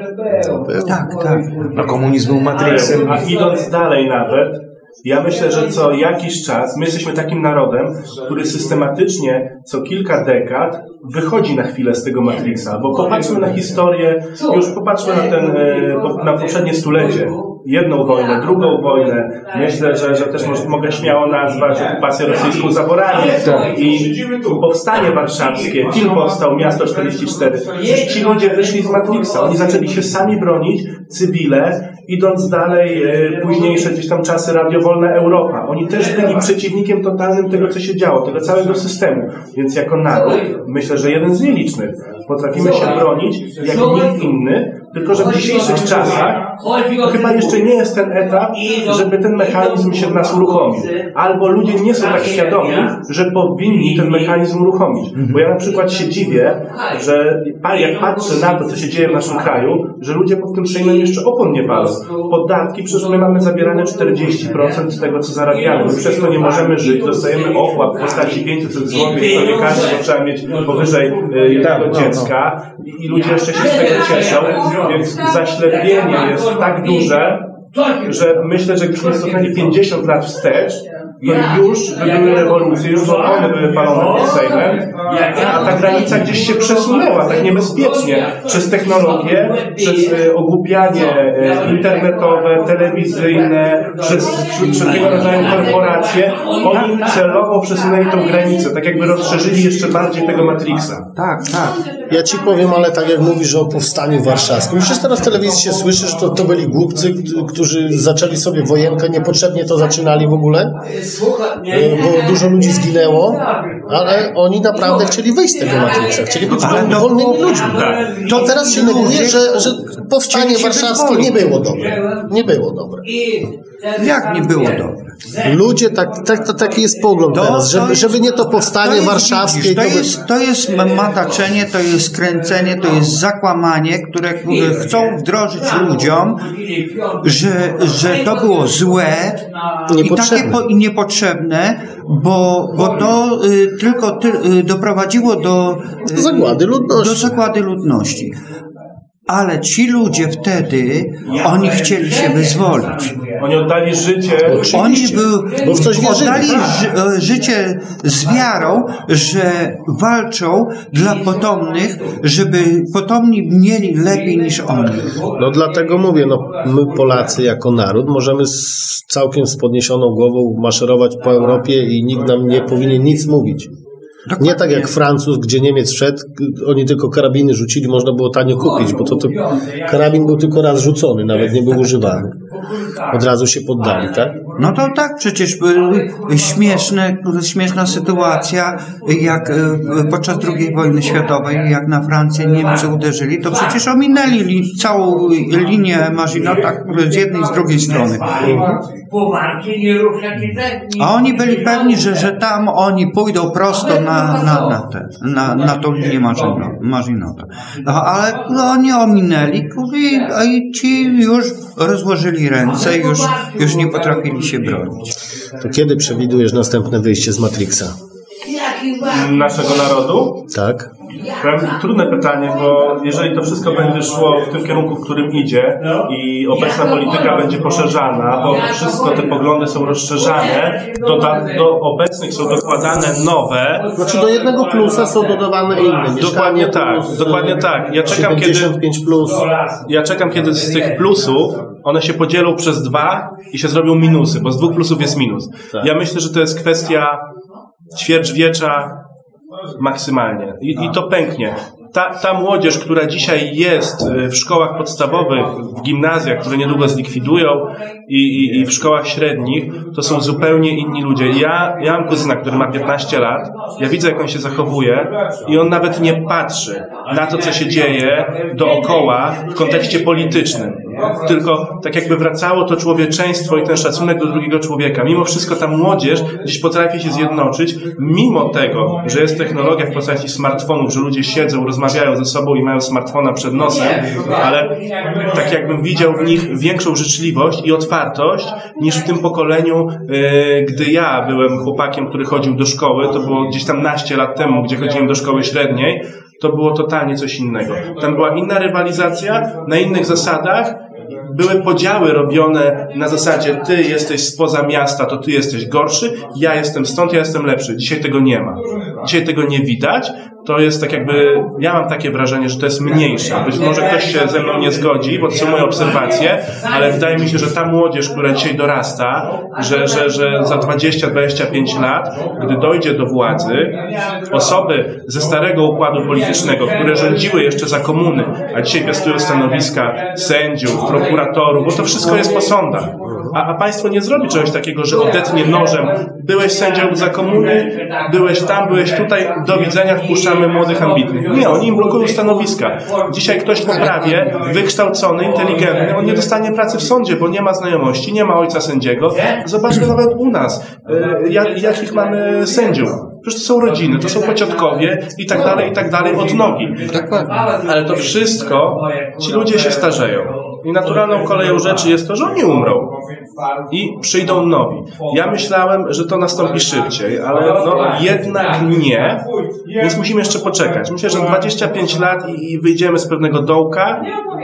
Tak, tak. No komunizm był Matrixem. A idąc dalej nawet, ja myślę, że co jakiś czas my jesteśmy takim narodem, który systematycznie co kilka dekad wychodzi na chwilę z tego Matrixa, bo popatrzmy na historię, już popatrzmy na ten, na poprzednie stulecie. Jedną wojnę, drugą wojnę. Myślę, że, że też może, mogę śmiało nazwać okupację rosyjską zaborami. I powstanie warszawskie, film powstał, Miasto czterdzieści cztery. Przecież ci ludzie wyszli z Matrixa. Oni zaczęli się sami bronić, cywile, idąc dalej, e, późniejsze gdzieś tam czasy Radio Wolna Europa. Oni też byli przeciwnikiem totalnym tego, co się działo, tego całego systemu. Więc jako naród, myślę, że jeden z nielicznych, potrafimy się bronić jak nikt inny, tylko że w dzisiejszych czasach to chyba jeszcze nie jest ten etap, żeby ten mechanizm się w nas uruchomił. Albo ludzie nie są tak świadomi, że powinni ten mechanizm uruchomić. Bo ja na przykład się dziwię, że jak patrzę na to, co się dzieje w naszym kraju, że ludzie pod tym przejmem jeszcze opon nie palą. Podatki, przecież my mamy zabierane czterdzieści procent tego, co zarabiamy. My przez to nie możemy żyć. Dostajemy okład w postaci pięćset złotych, prawie każdy, bo trzeba mieć powyżej jednego dziecka i ludzie jeszcze się z tego cieszą. Więc zaślepienie jest tak duże, że myślę, że gdybyśmy cofnęli pięćdziesiąt lat wstecz, to już by były rewolucje, już one były palone pod Sejmem, a ta granica gdzieś się przesunęła tak niebezpiecznie przez technologię, przez e, ogłupianie e, internetowe, telewizyjne, przez wszelkiego rodzaju korporacje. Oni celowo przesunęli tą granicę, tak jakby rozszerzyli jeszcze bardziej tego Matrixa. Tak, tak. Ja ci powiem, ale tak jak mówisz o powstaniu warszawskim, przecież teraz w telewizji się słyszy, że to, to byli głupcy, którzy zaczęli sobie wojenkę, niepotrzebnie to zaczynali w ogóle, bo dużo ludzi zginęło, ale oni naprawdę chcieli wyjść z tego Matrixa, chcieli być Ale wolnymi ludźmi. To teraz się neguje, że, że powstanie się warszawskie nie było dobre. Nie było dobre. Jak nie było dobre? Ludzie, tak, tak, tak, taki jest pogląd To- teraz, to żeby, jest- żeby nie to powstanie to jest, warszawskie. widzisz, to, to by- jest, to jest mataczenie, to jest kręcenie, to jest zakłamanie, które które chcą wdrożyć ludziom, że, że to było złe i Niepotrzebne. takie po, i niepotrzebne, bo, bo to y, tylko ty, y, doprowadziło do, y, Zagłady ludności. do zagłady ludności. Ale ci ludzie wtedy, oni chcieli się wyzwolić. Oni oddali życie. Oni był, Bo w coś wierzyli, oddali tak. ży, życie z wiarą, że walczą dla potomnych, żeby potomni mieli lepiej niż oni. No dlatego mówię, no my Polacy jako naród możemy z całkiem z podniesioną głową maszerować po Europie i nikt nam nie powinien nic mówić. Nie tak jak Francuz, gdzie Niemiec wszedł, oni tylko karabiny rzucili, można było tanio kupić, bo to, to karabin był tylko raz rzucony, nawet nie był używany. Od razu się poddali, tak? No to tak, przecież śmieszne, śmieszna sytuacja, jak podczas drugiej wojny światowej, jak na Francję Niemcy uderzyli, to przecież ominęli li, całą linię Maginot tak z jednej i z drugiej strony. A oni byli pewni, że, że tam oni pójdą prosto na, na, na, te, na, na tą linię Maginota. No, ale no, oni ominęli i, i ci już rozłożyli ręce, już, już nie potrafili się bronić. To kiedy przewidujesz następne wyjście z Matrixa? Naszego narodu? Tak. Trudne pytanie, bo jeżeli to wszystko będzie szło w tym kierunku, w którym idzie i obecna polityka będzie poszerzana, bo to wszystko, te poglądy są rozszerzane, do, do obecnych są dokładane nowe. Znaczy do jednego plusa są dodawane inne. Dokładnie tak, dokładnie tak. Ja czekam, kiedy, plus. ja czekam, kiedy z tych plusów one się podzielą przez dwa i się zrobią minusy, bo z dwóch plusów jest minus. Tak. Ja myślę, że to jest kwestia ćwierćwiecza maksymalnie. I, i to pęknie. Ta, ta młodzież, która dzisiaj jest w szkołach podstawowych, w gimnazjach, które niedługo zlikwidują i, i, i w szkołach średnich, to są zupełnie inni ludzie. Ja, ja mam kuzyna, który ma piętnaście lat, ja widzę, jak on się zachowuje i on nawet nie patrzy na to, co się dzieje dookoła w kontekście politycznym. Tylko tak jakby wracało to człowieczeństwo i ten szacunek do drugiego człowieka. Mimo wszystko ta młodzież gdzieś potrafi się zjednoczyć, mimo tego, że jest technologia w postaci smartfonów, że ludzie siedzą, rozmawiają ze sobą i mają smartfona przed nosem, ale tak jakbym widział w nich większą życzliwość i otwartość niż w tym pokoleniu, yy, gdy ja byłem chłopakiem, który chodził do szkoły, to było gdzieś tam naście lat temu, gdzie chodziłem do szkoły średniej, to było totalnie coś innego. Tam była inna rywalizacja, na innych zasadach, były podziały robione na zasadzie ty jesteś spoza miasta, to ty jesteś gorszy, ja jestem stąd, ja jestem lepszy. Dzisiaj tego nie ma. Dzisiaj tego nie widać. To jest tak jakby, ja mam takie wrażenie, że to jest mniejsze. Być może ktoś się ze mną nie zgodzi, bo to są moje obserwacje, ale wydaje mi się, że ta młodzież, która dzisiaj dorasta, że, że, że za dwadzieścia do dwudziestu pięciu lat, gdy dojdzie do władzy, osoby ze starego układu politycznego, które rządziły jeszcze za komuny, a dzisiaj piastują stanowiska sędziów, prokuratorów, bo to wszystko jest po sądach. A, a państwo nie zrobi czegoś takiego, że odetnie nożem. Byłeś sędzią za komuny, byłeś tam, byłeś tutaj, do widzenia, wpuszczamy młodych, ambitnych. Nie, oni im blokują stanowiska. Dzisiaj ktoś po prawie, wykształcony, inteligentny, on nie dostanie pracy w sądzie, bo nie ma znajomości, nie ma ojca sędziego. Zobaczmy nawet u nas, jak, jakich mamy sędziów. Przecież to są rodziny, to są pociotkowie i tak dalej, i tak dalej, od nogi. Ale to wszystko, ci ludzie się starzeją. I naturalną koleją rzeczy jest to, że oni umrą i przyjdą nowi. Ja myślałem, że to nastąpi szybciej, ale no jednak nie, więc musimy jeszcze poczekać. Myślę, że dwadzieścia pięć lat i, i wyjdziemy z pewnego dołka.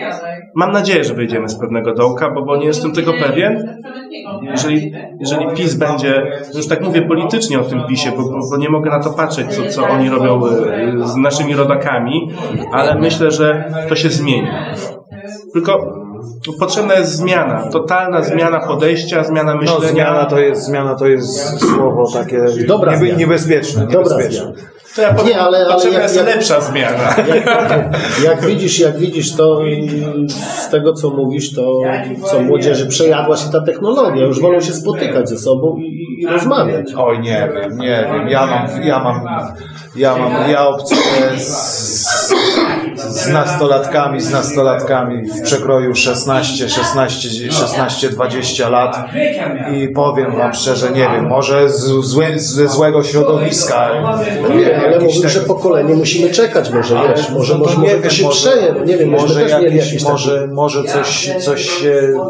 Mam nadzieję, że wyjdziemy z pewnego dołka, bo, bo nie jestem tego pewien. Jeżeli, jeżeli PiS będzie, już tak mówię politycznie o tym PiSie, bo, bo, bo nie mogę na to patrzeć, co, co oni robią z naszymi rodakami, ale myślę, że to się zmieni. Tylko potrzebna jest zmiana, totalna zmiana podejścia, zmiana myślenia. No, zmiana to jest, zmiana to jest słowo takie Dobra niebe, zmiana. niebezpieczne. Dobra niebezpieczne. To ja powiem, Nie, ale, ale potrzebna jak, jest jak, lepsza zmiana. Jak, jak widzisz, jak widzisz to z tego, co mówisz, to co młodzieży przejadła się ta technologia. Już wolą się spotykać ze sobą i, i rozmawiać. Oj, nie wiem, nie wiem. Ja mam, ja mam, ja mam, ja obcuję z, z nastolatkami, z nastolatkami w przekroju szesnaście, szesnaście, szesnaście, dwadzieścia lat i powiem wam szczerze, nie wiem, może z, złe, ze złego środowiska. Nie, ale mówię, że pokolenie musimy czekać, może wiesz, może, może, może to się przeje, no nie wiem, może też jakieś, jakieś może, takie... może coś, coś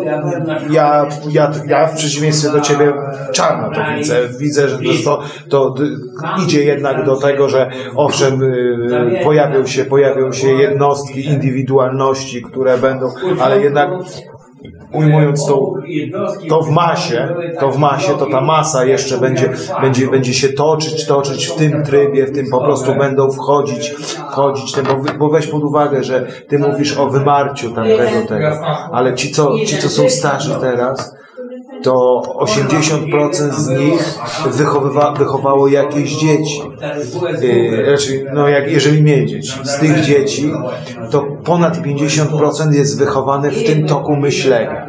ja, ja, ja w przeciwieństwie do ciebie czarno to widzę, widzę, że to, to, to idzie jednak do tego, że owszem, pojawią się, pojawią się jednostki, indywidualności, które będą, ale jednak ujmując to, to w masie, to w masie, to ta masa jeszcze będzie, będzie, będzie się toczyć, toczyć w tym trybie, w tym po prostu będą wchodzić, wchodzić, ten, bo, bo weź pod uwagę, że ty mówisz o wymarciu tamtego tego, ale ci co, ci, co są starzy teraz, to osiemdziesiąt procent z nich wychowywa, wychowało jakieś dzieci. Yy, raczej, no jak, jeżeli mieli dzieci. Z tych dzieci to ponad pięćdziesiąt procent jest wychowane w tym toku myślenia.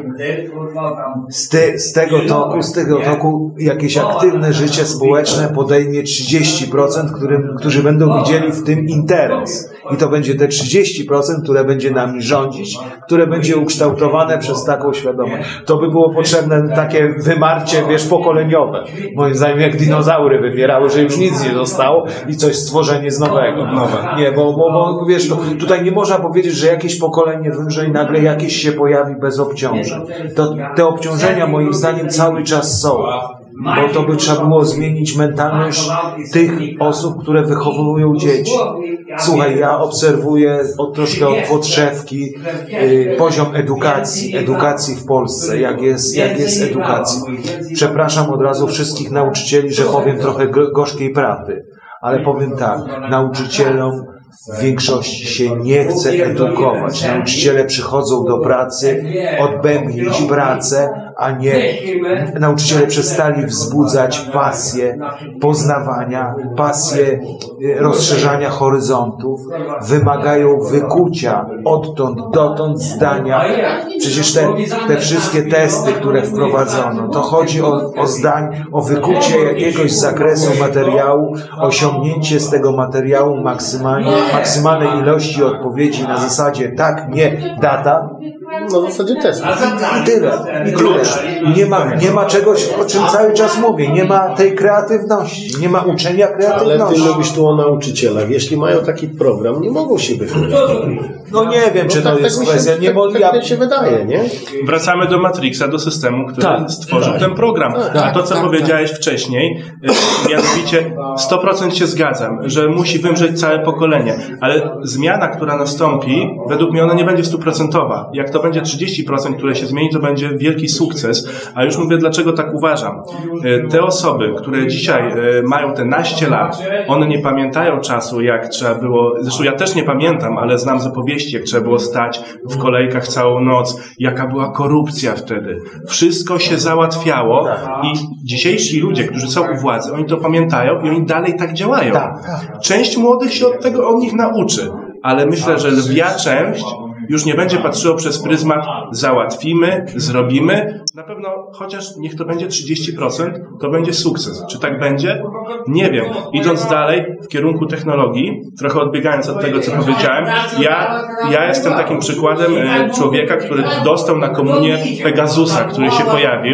Z, te, z tego toku, z tego toku jakieś aktywne życie społeczne podejmie trzydzieści procent, którym, którzy będą widzieli w tym interes. I to będzie te trzydzieści procent, które będzie nami rządzić, które będzie ukształtowane przez taką świadomość. To by było potrzebne takie wymarcie, wiesz, pokoleniowe. Moim zdaniem jak dinozaury wybierały, że już nic nie zostało i coś stworzenie z nowego. Nowe. Nie, bo, bo, bo wiesz, to, tutaj nie można powiedzieć, że jakieś pokolenie wymrze i nagle jakieś się pojawi bez obciążeń. To, te obciążenia moim zdaniem cały czas są. Bo to by trzeba było zmienić mentalność tych osób, które wychowują dzieci. Słuchaj, ja obserwuję od, troszkę od podszewki y, poziom edukacji, edukacji w Polsce, jak jest, jak jest edukacji. Przepraszam od razu wszystkich nauczycieli, że powiem trochę gorzkiej prawdy, ale powiem tak, nauczycielom w większości się nie chce edukować. Nauczyciele przychodzą do pracy odbębnić pracę, a nie nauczyciele przestali wzbudzać pasję poznawania, pasję rozszerzania horyzontów, wymagają wykucia odtąd dotąd zdania. Przecież te, te wszystkie testy, które wprowadzono, to chodzi o, o zdań, o wykucie jakiegoś zakresu materiału, osiągnięcie z tego materiału maksymalnie, maksymalnej ilości odpowiedzi na zasadzie tak, nie, data. Na zasadzie testu. I tyle. I tyle. Nie ma, nie ma czegoś, o czym cały czas mówię. Nie ma tej kreatywności. Nie ma uczenia kreatywności. Ale ty mówisz tu o nauczycielach. Jeśli mają taki program, nie mogą się wychylać. No nie wiem, no czy to tak, jest kwestia. Nie tak, tak, tak się wydaje, nie? Wracamy do Matrixa, do systemu, który tak, stworzył tak, ten program. Tak, A to, co tak, powiedziałeś tak. wcześniej, mianowicie sto procent się zgadzam, że musi wymrzeć całe pokolenie. Ale zmiana, która nastąpi, według mnie ona nie będzie stuprocentowa. Jak to będzie trzydzieści procent, które się zmieni, to będzie wielki sukces. A już mówię, dlaczego tak uważam. Te osoby, które dzisiaj mają te naście lat, one nie pamiętają czasu, jak trzeba było, zresztą ja też nie pamiętam, ale znam z opowieści, jak trzeba było stać w kolejkach całą noc, jaka była korupcja wtedy. Wszystko się załatwiało i dzisiejsi ludzie, którzy są u władzy, oni to pamiętają i oni dalej tak działają. Część młodych się od tego od nich nauczy, ale myślę, że lwia część już nie będzie patrzyło przez pryzmat załatwimy, zrobimy. Na pewno, chociaż niech to będzie trzydzieści procent, to będzie sukces. Czy tak będzie? Nie wiem. Idąc dalej w kierunku technologii, trochę odbiegając od tego, co powiedziałem, ja, ja jestem takim przykładem człowieka, który dostał na komunię Pegasusa, który się pojawił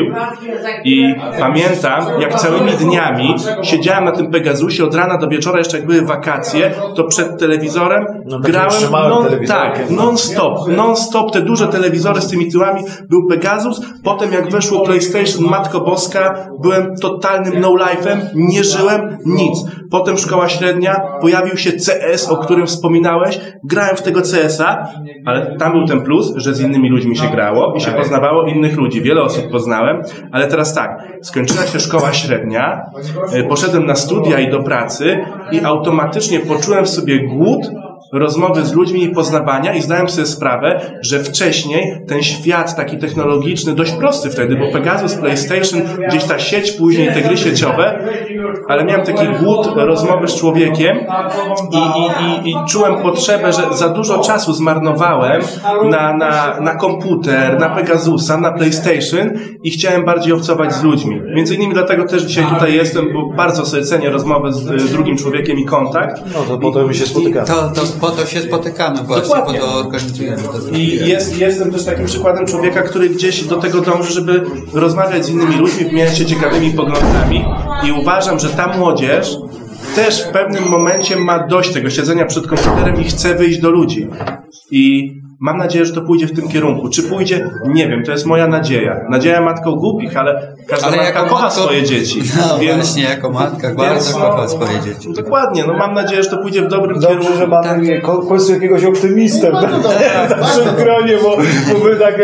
i pamiętam, jak całymi dniami siedziałem na tym Pegasusie od rana do wieczora, jeszcze jak były wakacje, to przed telewizorem no, grałem non, tak, non-stop. Non-stop, te duże telewizory z tymi tyłami, był Pegasus, potem jak weszło PlayStation, Matko Boska, byłem totalnym no-life'em, nie żyłem, nic. Potem szkoła średnia, pojawił się C S, o którym wspominałeś, grałem w tego C S a, ale tam był ten plus, że z innymi ludźmi się grało i się poznawało innych ludzi. Wiele osób poznałem, ale teraz tak, skończyła się szkoła średnia, poszedłem na studia i do pracy i automatycznie poczułem w sobie głód rozmowy z ludźmi i poznawania i zdałem sobie sprawę, że wcześniej ten świat taki technologiczny, dość prosty wtedy, bo Pegasus, PlayStation, gdzieś ta sieć, później te gry sieciowe, ale miałem taki głód rozmowy z człowiekiem i, i, i, i czułem potrzebę, że za dużo czasu zmarnowałem na, na, na komputer, na Pegasusa, na PlayStation i chciałem bardziej obcować z ludźmi. Między innymi dlatego też dzisiaj tutaj jestem, bo bardzo sobie cenię rozmowę z drugim człowiekiem i kontakt. No to po to my się spotykamy. To, to po to się spotykamy właśnie, Dokładnie. po to organizujemy. To I jest, jestem też takim przykładem człowieka, który gdzieś do tego dąży, żeby rozmawiać z innymi ludźmi, wymieniać się ciekawymi poglądami i uważam, że ta młodzież też w pewnym momencie ma dość tego siedzenia przed komputerem i chce wyjść do ludzi. I mam nadzieję, że to pójdzie w tym kierunku. Czy pójdzie? Nie wiem, to jest moja nadzieja. Nadzieja matką głupich, ale każda ale matka kocha matko... swoje dzieci. No więc, właśnie, jako matka bardzo no, kocha swoje dzieci. Dokładnie, no mam nadzieję, że to pójdzie w dobrym Dobrze, kierunku. że mamy tak. w końcu jakiegoś optymistę no, no, w naszym gronie, bo, bo my tak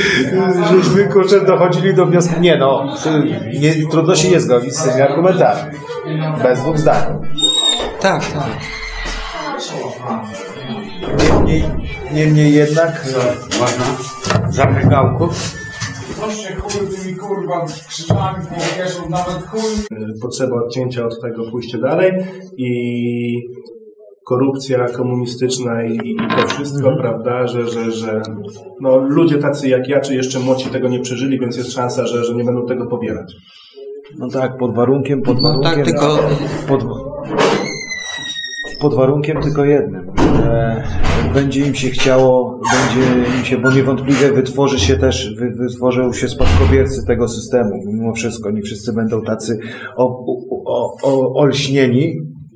żeśmy kurczę dochodzili do wniosku. Nie no, nie, trudno się nie zgodzić z tymi argumentami. Bez dwóch zdań. Tak, tak. Niemniej, niemniej jednak za regałków kurwa, krzyżami, nie wieszą, nawet chuj. Potrzeba odcięcia od tego, pójście dalej i korupcja komunistyczna i, i to wszystko, mm. prawda, że, że, że no, ludzie tacy jak ja, czy jeszcze młodsi tego nie przeżyli, więc jest szansa, że, że nie będą tego pobierać. No tak, pod warunkiem, pod warunkiem, no tak, tylko... pod, pod warunkiem tylko jednym, że będzie im się chciało, będzie im się, bo niewątpliwie wytworzy się też, wy, wytworzą się spadkobiercy tego systemu, mimo wszystko, nie wszyscy będą tacy o, o, o, olśnieni,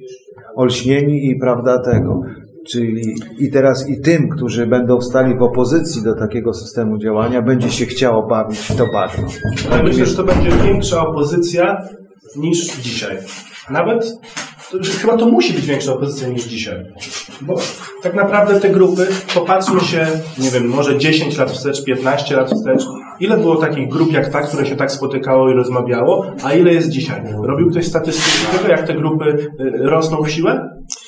olśnieni i prawda tego, czyli i teraz i tym, którzy będą stali w opozycji do takiego systemu działania, będzie się chciało bawić w to bagno. Ale myślę, że to będzie większa opozycja niż dzisiaj. Nawet to, chyba to musi być większa opozycja niż dzisiaj. Bo tak naprawdę te grupy, popatrzmy się, nie wiem, może dziesięć lat wstecz, piętnaście lat wstecz, ile było takich grup jak ta, które się tak spotykało i rozmawiało, a ile jest dzisiaj? Robił ktoś statystyki tego, jak te grupy rosną w siłę?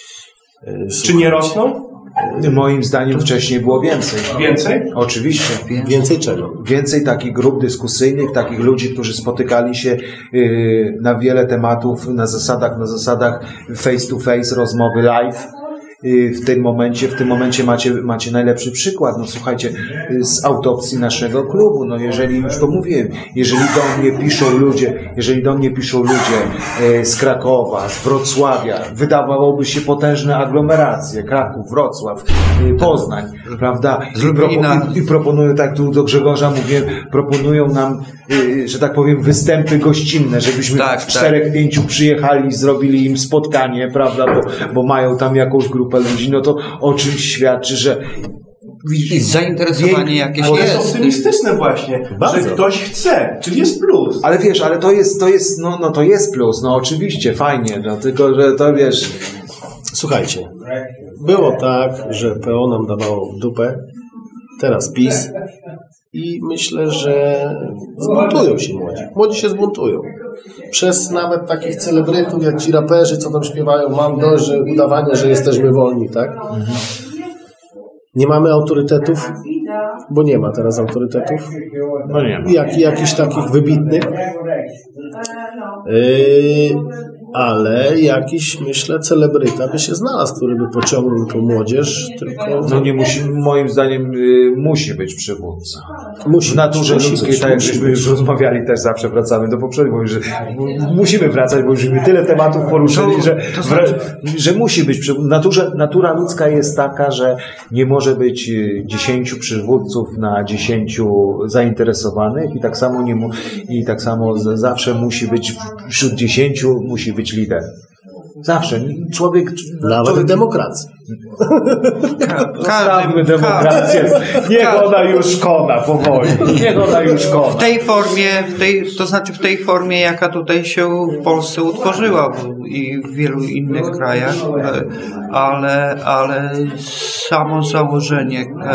Czy nie rosną? Moim zdaniem wcześniej było więcej. Więcej? Oczywiście. Więcej czego? Więcej takich grup dyskusyjnych, takich ludzi, którzy spotykali się yy, na wiele tematów, na zasadach, na zasadach face to face, rozmowy live. W tym momencie, w tym momencie macie, macie najlepszy przykład. No słuchajcie, z autopsji naszego klubu. No jeżeli, już to mówiłem, jeżeli do mnie piszą ludzie, jeżeli do mnie piszą ludzie z Krakowa, z Wrocławia, wydawałoby się potężne aglomeracje, Kraków, Wrocław, Poznań, prawda? I, propo, i proponują, tak tu do Grzegorza mówię, proponują nam, że tak powiem, występy gościnne, żebyśmy tak, w czterech, tak. pięciu przyjechali i zrobili im spotkanie, prawda? Bo, bo mają tam jakąś grupę ludzi, no to o czymś świadczy, że i zainteresowanie wie, jakieś jest. jest. To jest optymistyczne właśnie, Bardzo. że ktoś chce, czyli jest plus. Ale wiesz, ale to jest, to jest, no, no to jest plus, no oczywiście, fajnie, no tylko, że to wiesz... Słuchajcie, było tak, że P O nam dawało dupę, teraz PiS i myślę, że zbuntują się młodzi. Młodzi się zbuntują. Przez nawet takich celebrytów, jak ci raperzy, co tam śpiewają, mam dość, że udawanie, że jesteśmy wolni, tak? Mhm. Nie mamy autorytetów, bo nie ma teraz autorytetów. No nie ma. Jak, jakichś takich wybitnych. Yy, ale jakiś, myślę, celebryta by się znalazł, który by pociągnął tą młodzież, tylko... No nie musi, moim zdaniem y, musi być przywódca. Musi w naturze musi ludzkiej, być, tak jak musi żeśmy być. już rozmawiali, też zawsze wracamy do poprzedniego, że musimy wracać, bo już tyle tematów poruszyli, że, że musi być przywódca. Naturze, natura ludzka jest taka, że nie może być dziesięciu przywódców na dziesięciu zainteresowanych i tak samo nie mu, i tak samo z, zawsze musi być wśród dziesięciu musi być lider. Zawsze. Człowiek... Nawet człowiek... w demokracji. Zostawmy demokrację. Niech ona już kona powoli. Niech ona już kona. W tej formie, w tej, to znaczy w tej formie, jaka tutaj się w Polsce utworzyła i w wielu innych krajach, ale, ale samo założenie e,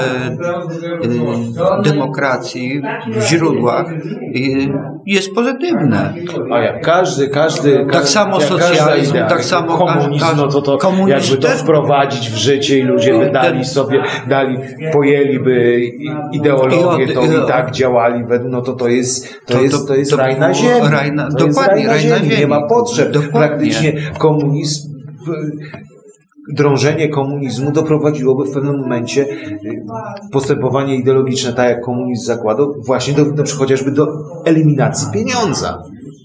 e, demokracji w źródłach e, jest pozytywne. A jak każdy, każdy... Tak każdy, samo jak socjalizm, idea, tak samo komunizm, no to, to jakby to wprowadzić w życie i ludzie by dali sobie, dali, pojęliby ideologię, to i tak działali, no to to jest, to jest, to jest raj na ziemi. To jest raj na ziemi, nie ma potrzeb. Praktycznie komunizm, drążenie komunizmu doprowadziłoby w pewnym momencie postępowanie ideologiczne, tak jak komunizm zakładał, właśnie do, do, chociażby do eliminacji pieniądza.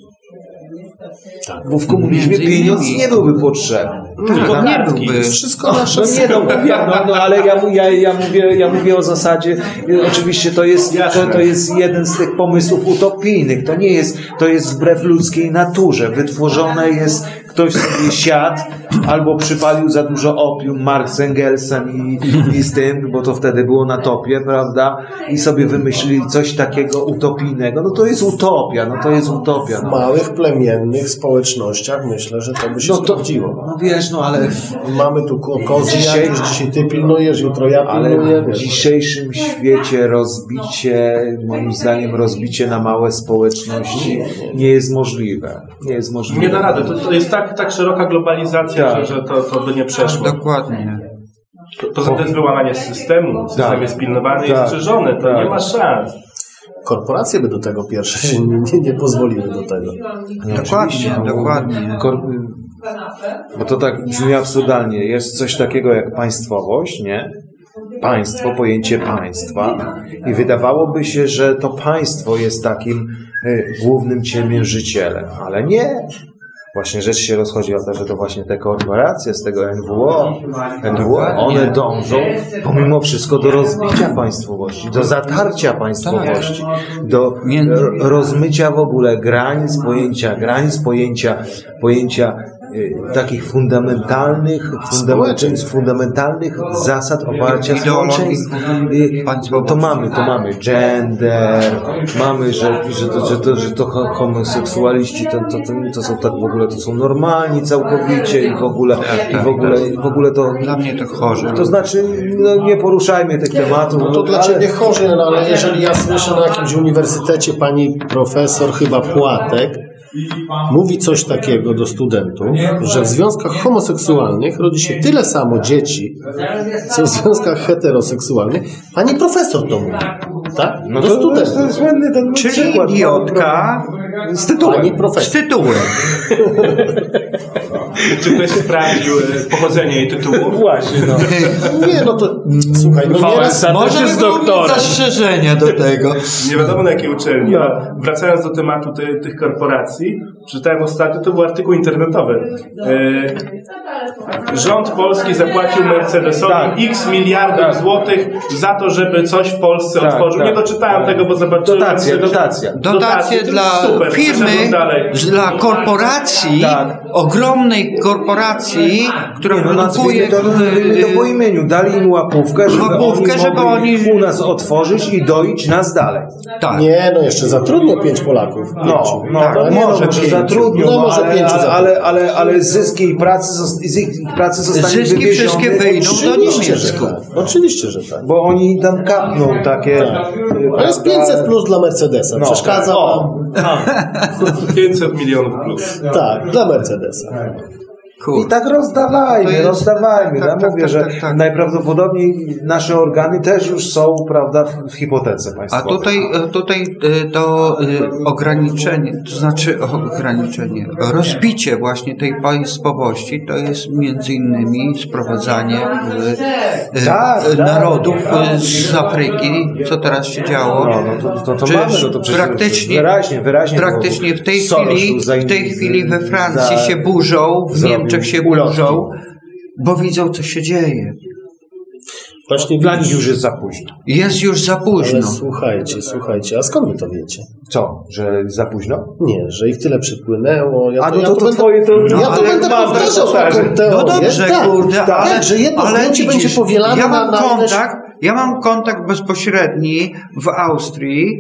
Tak. Bo w komunizmie pieniądz nie byłby potrzebny. Tak, nie byłby. Wszystko nasze. No nie, no, mówię, no, no ale ja, ja, ja, mówię, ja mówię o zasadzie, oczywiście to jest, to, to jest jeden z tych pomysłów utopijnych. To nie jest, to jest wbrew ludzkiej naturze. Wytworzone jest, ktoś sobie siadł albo przypalił za dużo opium Marx z Engelsem i, i z tym, bo to wtedy było na topie, prawda? I sobie wymyślili coś takiego utopijnego. No to jest utopia, no to jest utopia. No. W małych, plemiennych społecznościach myślę, że to by się no to, sprawdziło. No wiesz, no ale... Mamy tu kozy, dzisiaj, jakieś, dzisiaj ty pilnujesz, jutro ja pilnuję. Ale w dzisiejszym świecie rozbicie, moim zdaniem rozbicie na małe społeczności nie jest możliwe. Nie jest możliwe. Nie da rady. To, to jest tak, tak szeroka globalizacja, tak. że, że to, to by nie przeszło. Dokładnie. To, to jest wyłamanie systemu. System tak. jest pilnowany, tak. jest strzeżony. To tak. nie ma szans. korporacje by do tego pierwsze się nie, nie, nie pozwoliły do tego. No, Dokładnie, dokładnie. Kor- bo to tak brzmi absurdalnie. Jest coś takiego jak państwowość, nie? Państwo, pojęcie państwa i wydawałoby się, że to państwo jest takim y, głównym ciemiężycielem, ale nie. Właśnie rzecz się rozchodzi o to, że to właśnie te korporacje z tego N W O, N W O, one dążą pomimo wszystko do rozbicia państwowości, do zatarcia państwowości, do rozmycia w ogóle granic, pojęcia granic, pojęcia, pojęcia y, takich fundamentalnych, fundament, fundamentalnych zasad oparcia społeczeństwa. Y, to mamy, to mamy gender, mamy, że, że, to, że, to, że to homoseksualiści to, to, to, to są tak w ogóle, to są normalni całkowicie i w ogóle, i w ogóle, w ogóle to... Dla mnie to chorzy. To znaczy, no, nie poruszajmy tych tematów. No to dla ale... ciebie chorzy, no ale jeżeli ja słyszę na jakimś uniwersytecie pani profesor chyba Płatek mówi coś takiego do studentów, że w związkach homoseksualnych rodzi się tyle samo dzieci, co w związkach heteroseksualnych. Pani profesor to mówi, tak? No do to, studentów. to jest słynny ten Czyli przykład. idiotka z tytułem. Pani z profesor. tytułem. Czy ktoś sprawdził e, pochodzenie jej tytułów? Właśnie, no. Nie, no to słuchaj, no nieraz... Może by było zastrzeżenia do tego. Nie wiadomo na jakiej uczelni. No. Wracając do tematu ty, tych korporacji, przeczytałem ostatnio, to był artykuł internetowy. E, rząd polski zapłacił Mercedesowi tak. x miliardów tak. złotych za to, żeby coś w Polsce tak, otworzył. Tak, Nie doczytałem tak. tego, bo zobaczyłem... Dotacja, dotacja. Dotacje dla super, firmy, dla korporacji, tak. ogromnej korporacji, która no, produkuje... To, to po imieniu. Dali im łapówkę, żeby łapówkę, oni żeby mogli oni... u nas otworzyć i doić nas dalej. Tak. Nie, no jeszcze zatrudnią pięć Polaków. No, no, tak, no, nie może, może zatrudnią, no, może ale, pięciu ale, ale, ale, ale zyski ich pracy, z ich pracy zostanie Zyski wywiezione. wszystkie wyjdą do Niemiecku. Oczywiście, że tak. Bo oni tam kapną takie... Tak. To jest pięćset plus dla Mercedesa. No, Przeszkadza o, wam? pięćset milionów plus. Tak, dla Mercedesa. I tak rozdawajmy, jest, rozdawajmy. tak, Ja tak, mówię, tak, że tak, tak. najprawdopodobniej nasze organy też już są, prawda, w, w hipotece A państwowej. tutaj, tutaj to ograniczenie, to znaczy ograniczenie, rozbicie właśnie tej państwowości to jest między innymi sprowadzanie tak, narodów tak. z Afryki, co teraz się działo. No, no to, to, to Przecież mamy, no to przecież praktycznie, wyraźnie, wyraźnie. praktycznie w tej chwili, w tej chwili we Francji za, się burzą, w Niemczech się burzą, bo widzą, co się dzieje. Właśnie dla nich już jest za późno. Jest już za późno. Ale słuchajcie, słuchajcie, a skąd wy to wiecie? Co, że za późno? Nie, że ich tyle przypłynęło. Ja a to, no ja to, to, to będę, twoje to... No, ja to będę powtarzał taką teorię. No dobrze, tak, kurde, tak, ale... że jedno ale zdjęcie widzisz, będzie powielane ja mam na, na kontakt, ileś... Ja mam kontakt bezpośredni w Austrii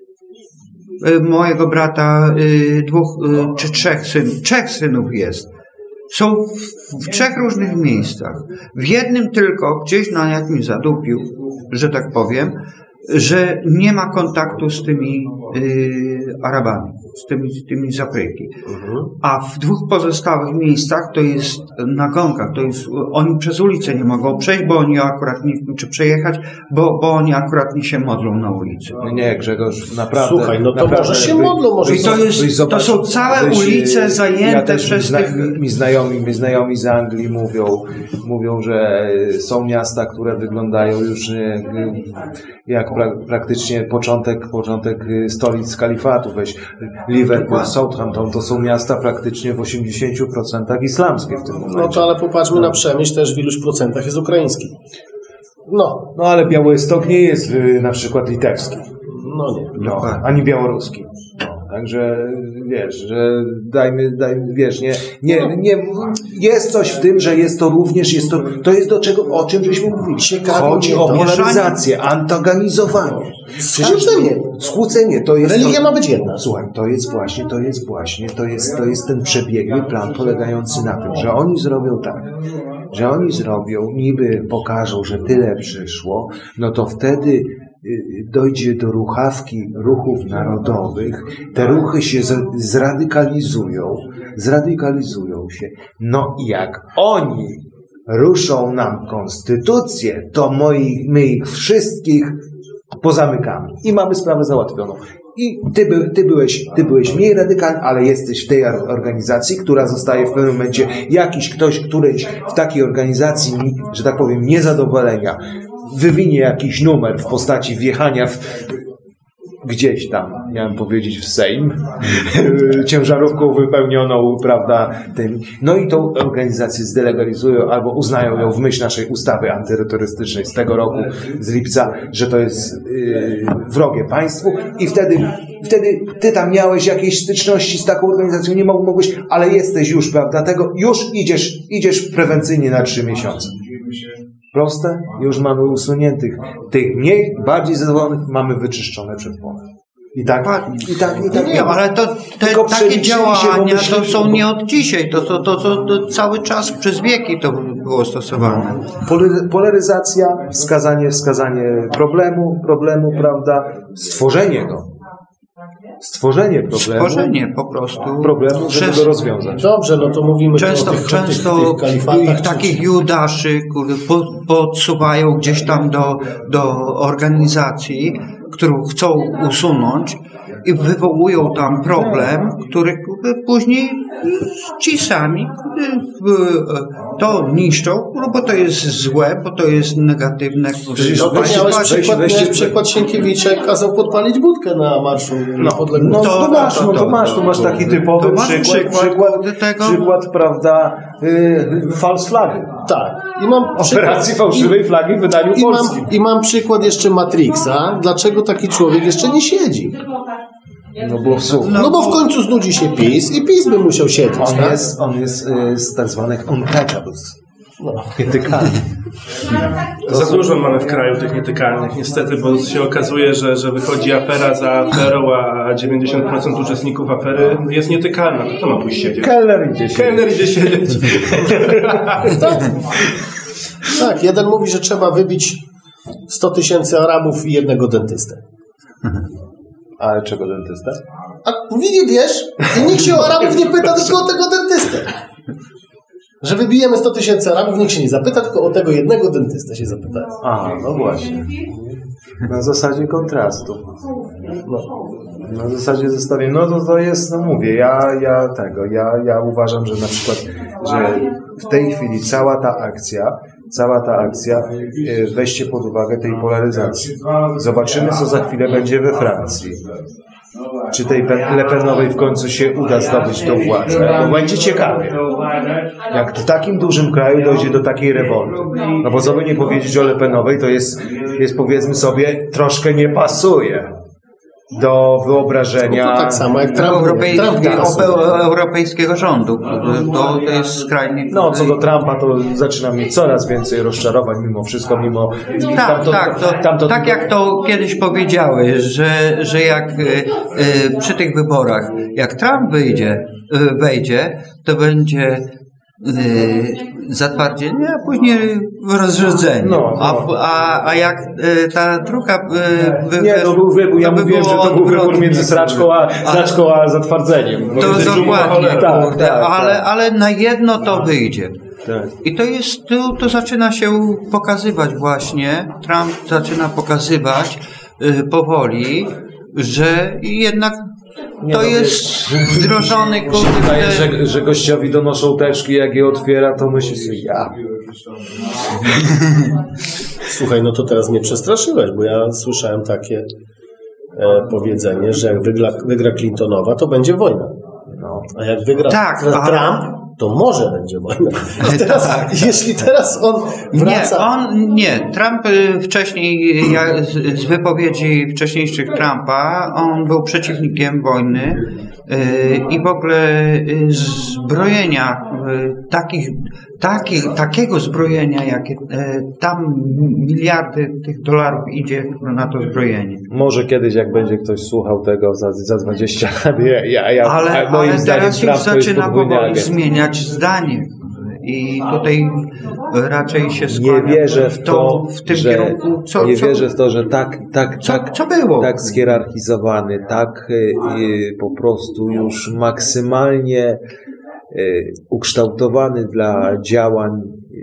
mojego brata, dwóch czy trzech synów, trzech synów jest. Są w, w trzech różnych miejscach. W jednym tylko, gdzieś na jakimś zadupiu, że tak powiem, że nie ma kontaktu z tymi y, Arabami, z tymi, z tymi z Afryki. Mhm. A w dwóch pozostałych miejscach to jest nagonka, to jest, oni przez ulicę nie mogą przejść, bo oni akurat nie, czy przejechać, bo, bo oni akurat nie się modlą na ulicy. No nie, Grzegorz, naprawdę. Słuchaj, no to naprawdę, może się modlą, może... I to, jest, to są całe weź, ulice zajęte ja przez zna, tych... Mi znajomi, mi znajomi z Anglii mówią, mówią, że są miasta, które wyglądają już jak pra, praktycznie początek, początek stolic kalifatu. Weź Liverpool, Southampton, to są miasta praktycznie w osiemdziesięciu procentach islamskie w tym momencie. No to ale popatrzmy na Przemyśl, też w iluś procentach jest ukraiński. No. No ale Białystok nie jest na przykład litewski. No nie. No, ani białoruski. No, także wiesz, że dajmy, dajmy wiesz, nie, nie, nie, jest coś w tym, że jest to również, jest to, to jest do czego, o czym żeśmy mówili. Chodzi o polaryzację, antagonizowanie. Skłócenie. Skłócenie, to jest... Religia to, ma być jedna. Słuchaj, to jest właśnie, to jest właśnie, to jest, to jest ten przebiegły plan polegający na tym, że oni zrobią tak, że oni zrobią, niby pokażą, że tyle przyszło, no to wtedy dojdzie do ruchawki ruchów narodowych, te ruchy się zradykalizują, zradykalizują się. No i jak oni ruszą nam konstytucję, to moi, my ich wszystkich pozamykamy i mamy sprawę załatwioną. I ty, by, ty, byłeś, ty byłeś mniej radykalny, ale jesteś w tej organizacji, która zostaje w pewnym momencie jakiś ktoś, któryś w takiej organizacji, że tak powiem, niezadowolenia, wywinie jakiś numer w postaci wjechania w gdzieś tam, miałem powiedzieć w Sejm, ciężarówką wypełnioną, prawda, tym. No i tą organizację zdelegalizują albo uznają ją w myśl naszej ustawy antyterrorystycznej z tego roku, z lipca, że to jest yy, wrogie państwu i wtedy, wtedy ty tam miałeś jakieś styczności z taką organizacją, nie mogłeś, ale jesteś już, prawda, tego, już idziesz, idziesz prewencyjnie na trzy miesiące. Proste, już mamy usuniętych. Tych mniej, bardziej zadowolonych mamy wyczyszczone przed pole. I tak, i tak, i tak. Nie, ale to te, takie działania to są nie od dzisiaj, to, to, to, to, to cały czas przez wieki to było stosowane. Polaryzacja, wskazanie, wskazanie problemu, problemu, prawda, stworzenie go. Stworzenie problemu. Stworzenie po prostu. Problemu, żeby przez... go rozwiązać. Dobrze, no to mówimy często, o tych, często tych, tych kalifatach. Takich czy... judaszy po, podsuwają gdzieś tam do, do organizacji, którą chcą usunąć i wywołują tam problem, który później ci sami to niszczą, no bo to jest złe, bo to jest negatywne. No to miałeś przykład, miałeś przykład Sienkiewicza, jak kazał podpalić budkę na Marszu Niepodległości. No to masz, no to masz, to masz taki typowy przykład, przykład, tego? przykład, prawda, yy, false flagi. Tak. I mam operacji fałszywej flagi w wydaniu i polskim. Mam, I mam przykład jeszcze Matrixa, dlaczego taki człowiek jeszcze nie siedzi. No bo, no, no bo w końcu znudzi się PiS i PiS by musiał siedzieć. On tak? jest, on jest y, z tak zwanych untouchables. No, nietykalny. Za dużo mamy w kraju tych nietykalnych, niestety, bo się okazuje, że, że wychodzi afera za aferą, a dziewięćdziesiąt procent uczestników afery jest nietykalna. To kto ma pójść siedzieć? Kelner idzie siedzieć. Kelner idzie siedzieć. tak. tak, jeden mówi, że trzeba wybić sto tysięcy Arabów i jednego dentystę. Ale czego dentystę? A widzi, wiesz, i nikt się o Arabów nie pyta, tylko o tego dentystę. Że wybijemy sto tysięcy Arabów, nikt się nie zapyta, tylko o tego jednego dentystę się zapyta. A, no właśnie. Na zasadzie kontrastu. No. Na zasadzie zestawienia. No to, to jest, no mówię, ja, ja tego, ja, ja uważam, że na przykład, że w tej chwili cała ta akcja, cała ta akcja, weźcie pod uwagę tej polaryzacji. Zobaczymy, co za chwilę będzie we Francji. Czy tej Le Penowej w końcu się uda zdobyć do władzy. Bo będzie ciekawie. Jak w takim dużym kraju dojdzie do takiej rewolty. No bo co by nie powiedzieć o Le Penowej, to jest, jest powiedzmy sobie, troszkę nie pasuje do wyobrażenia. No to tak samo jak Trump, europejskiego, Trump europejskiego rządu. To, to jest skrajnie. No, co do Trumpa, to zaczyna mieć coraz więcej rozczarowań mimo wszystko, mimo. Tak, tamto, tak, to, tamto... tak jak to kiedyś powiedziałeś, że, że jak y, y, przy tych wyborach, jak Trump wyjdzie, y, wejdzie, to będzie Yy, zatwardzienie, a później rozrzedzenie. No, no. A, a, a jak y, ta druga... Y, wy, nie, to był wybór, ja by mówiłem, że to był wybór między sraczką a, sraczką a zatwardzeniem. To dokładnie, tak, tak, tak, ale, tak. ale na jedno to wyjdzie. Tak. I to jest, to, to zaczyna się pokazywać właśnie, Trump zaczyna pokazywać y, powoli, że jednak Nie to no, jest wdrożony kurde. Wydaje, że, że gościowi donoszą teczki, jak je otwiera, to myśli sobie, ja. Słuchaj, no to teraz mnie przestraszyłeś, bo ja słyszałem takie e, powiedzenie, że jak wygra, wygra Clintonowa, to będzie wojna. No. A jak wygra tak, Trump, ale... to może będzie wojna. A teraz, tak. Jeśli teraz on wraca... Nie, on, nie. Trump wcześniej, ja, z, z wypowiedzi wcześniejszych Trumpa, on był przeciwnikiem wojny yy, i w ogóle zbrojenia, yy, takich, takich, takiego zbrojenia, jakie yy, tam miliardy tych dolarów idzie na to zbrojenie. Może kiedyś, jak będzie ktoś słuchał tego za, za dwadzieścia lat, ja, ja, ja, ale, moim ale zdaniem teraz Trump już zaczyna powoli zmieniać zdanie. I tutaj raczej się skłania nie wierzę w to, w tym że, kierunku. Co, nie co, wierzę w to, że tak, tak, co, tak, co było? tak schierarchizowany, tak y, po prostu już maksymalnie y, ukształtowany dla działań y,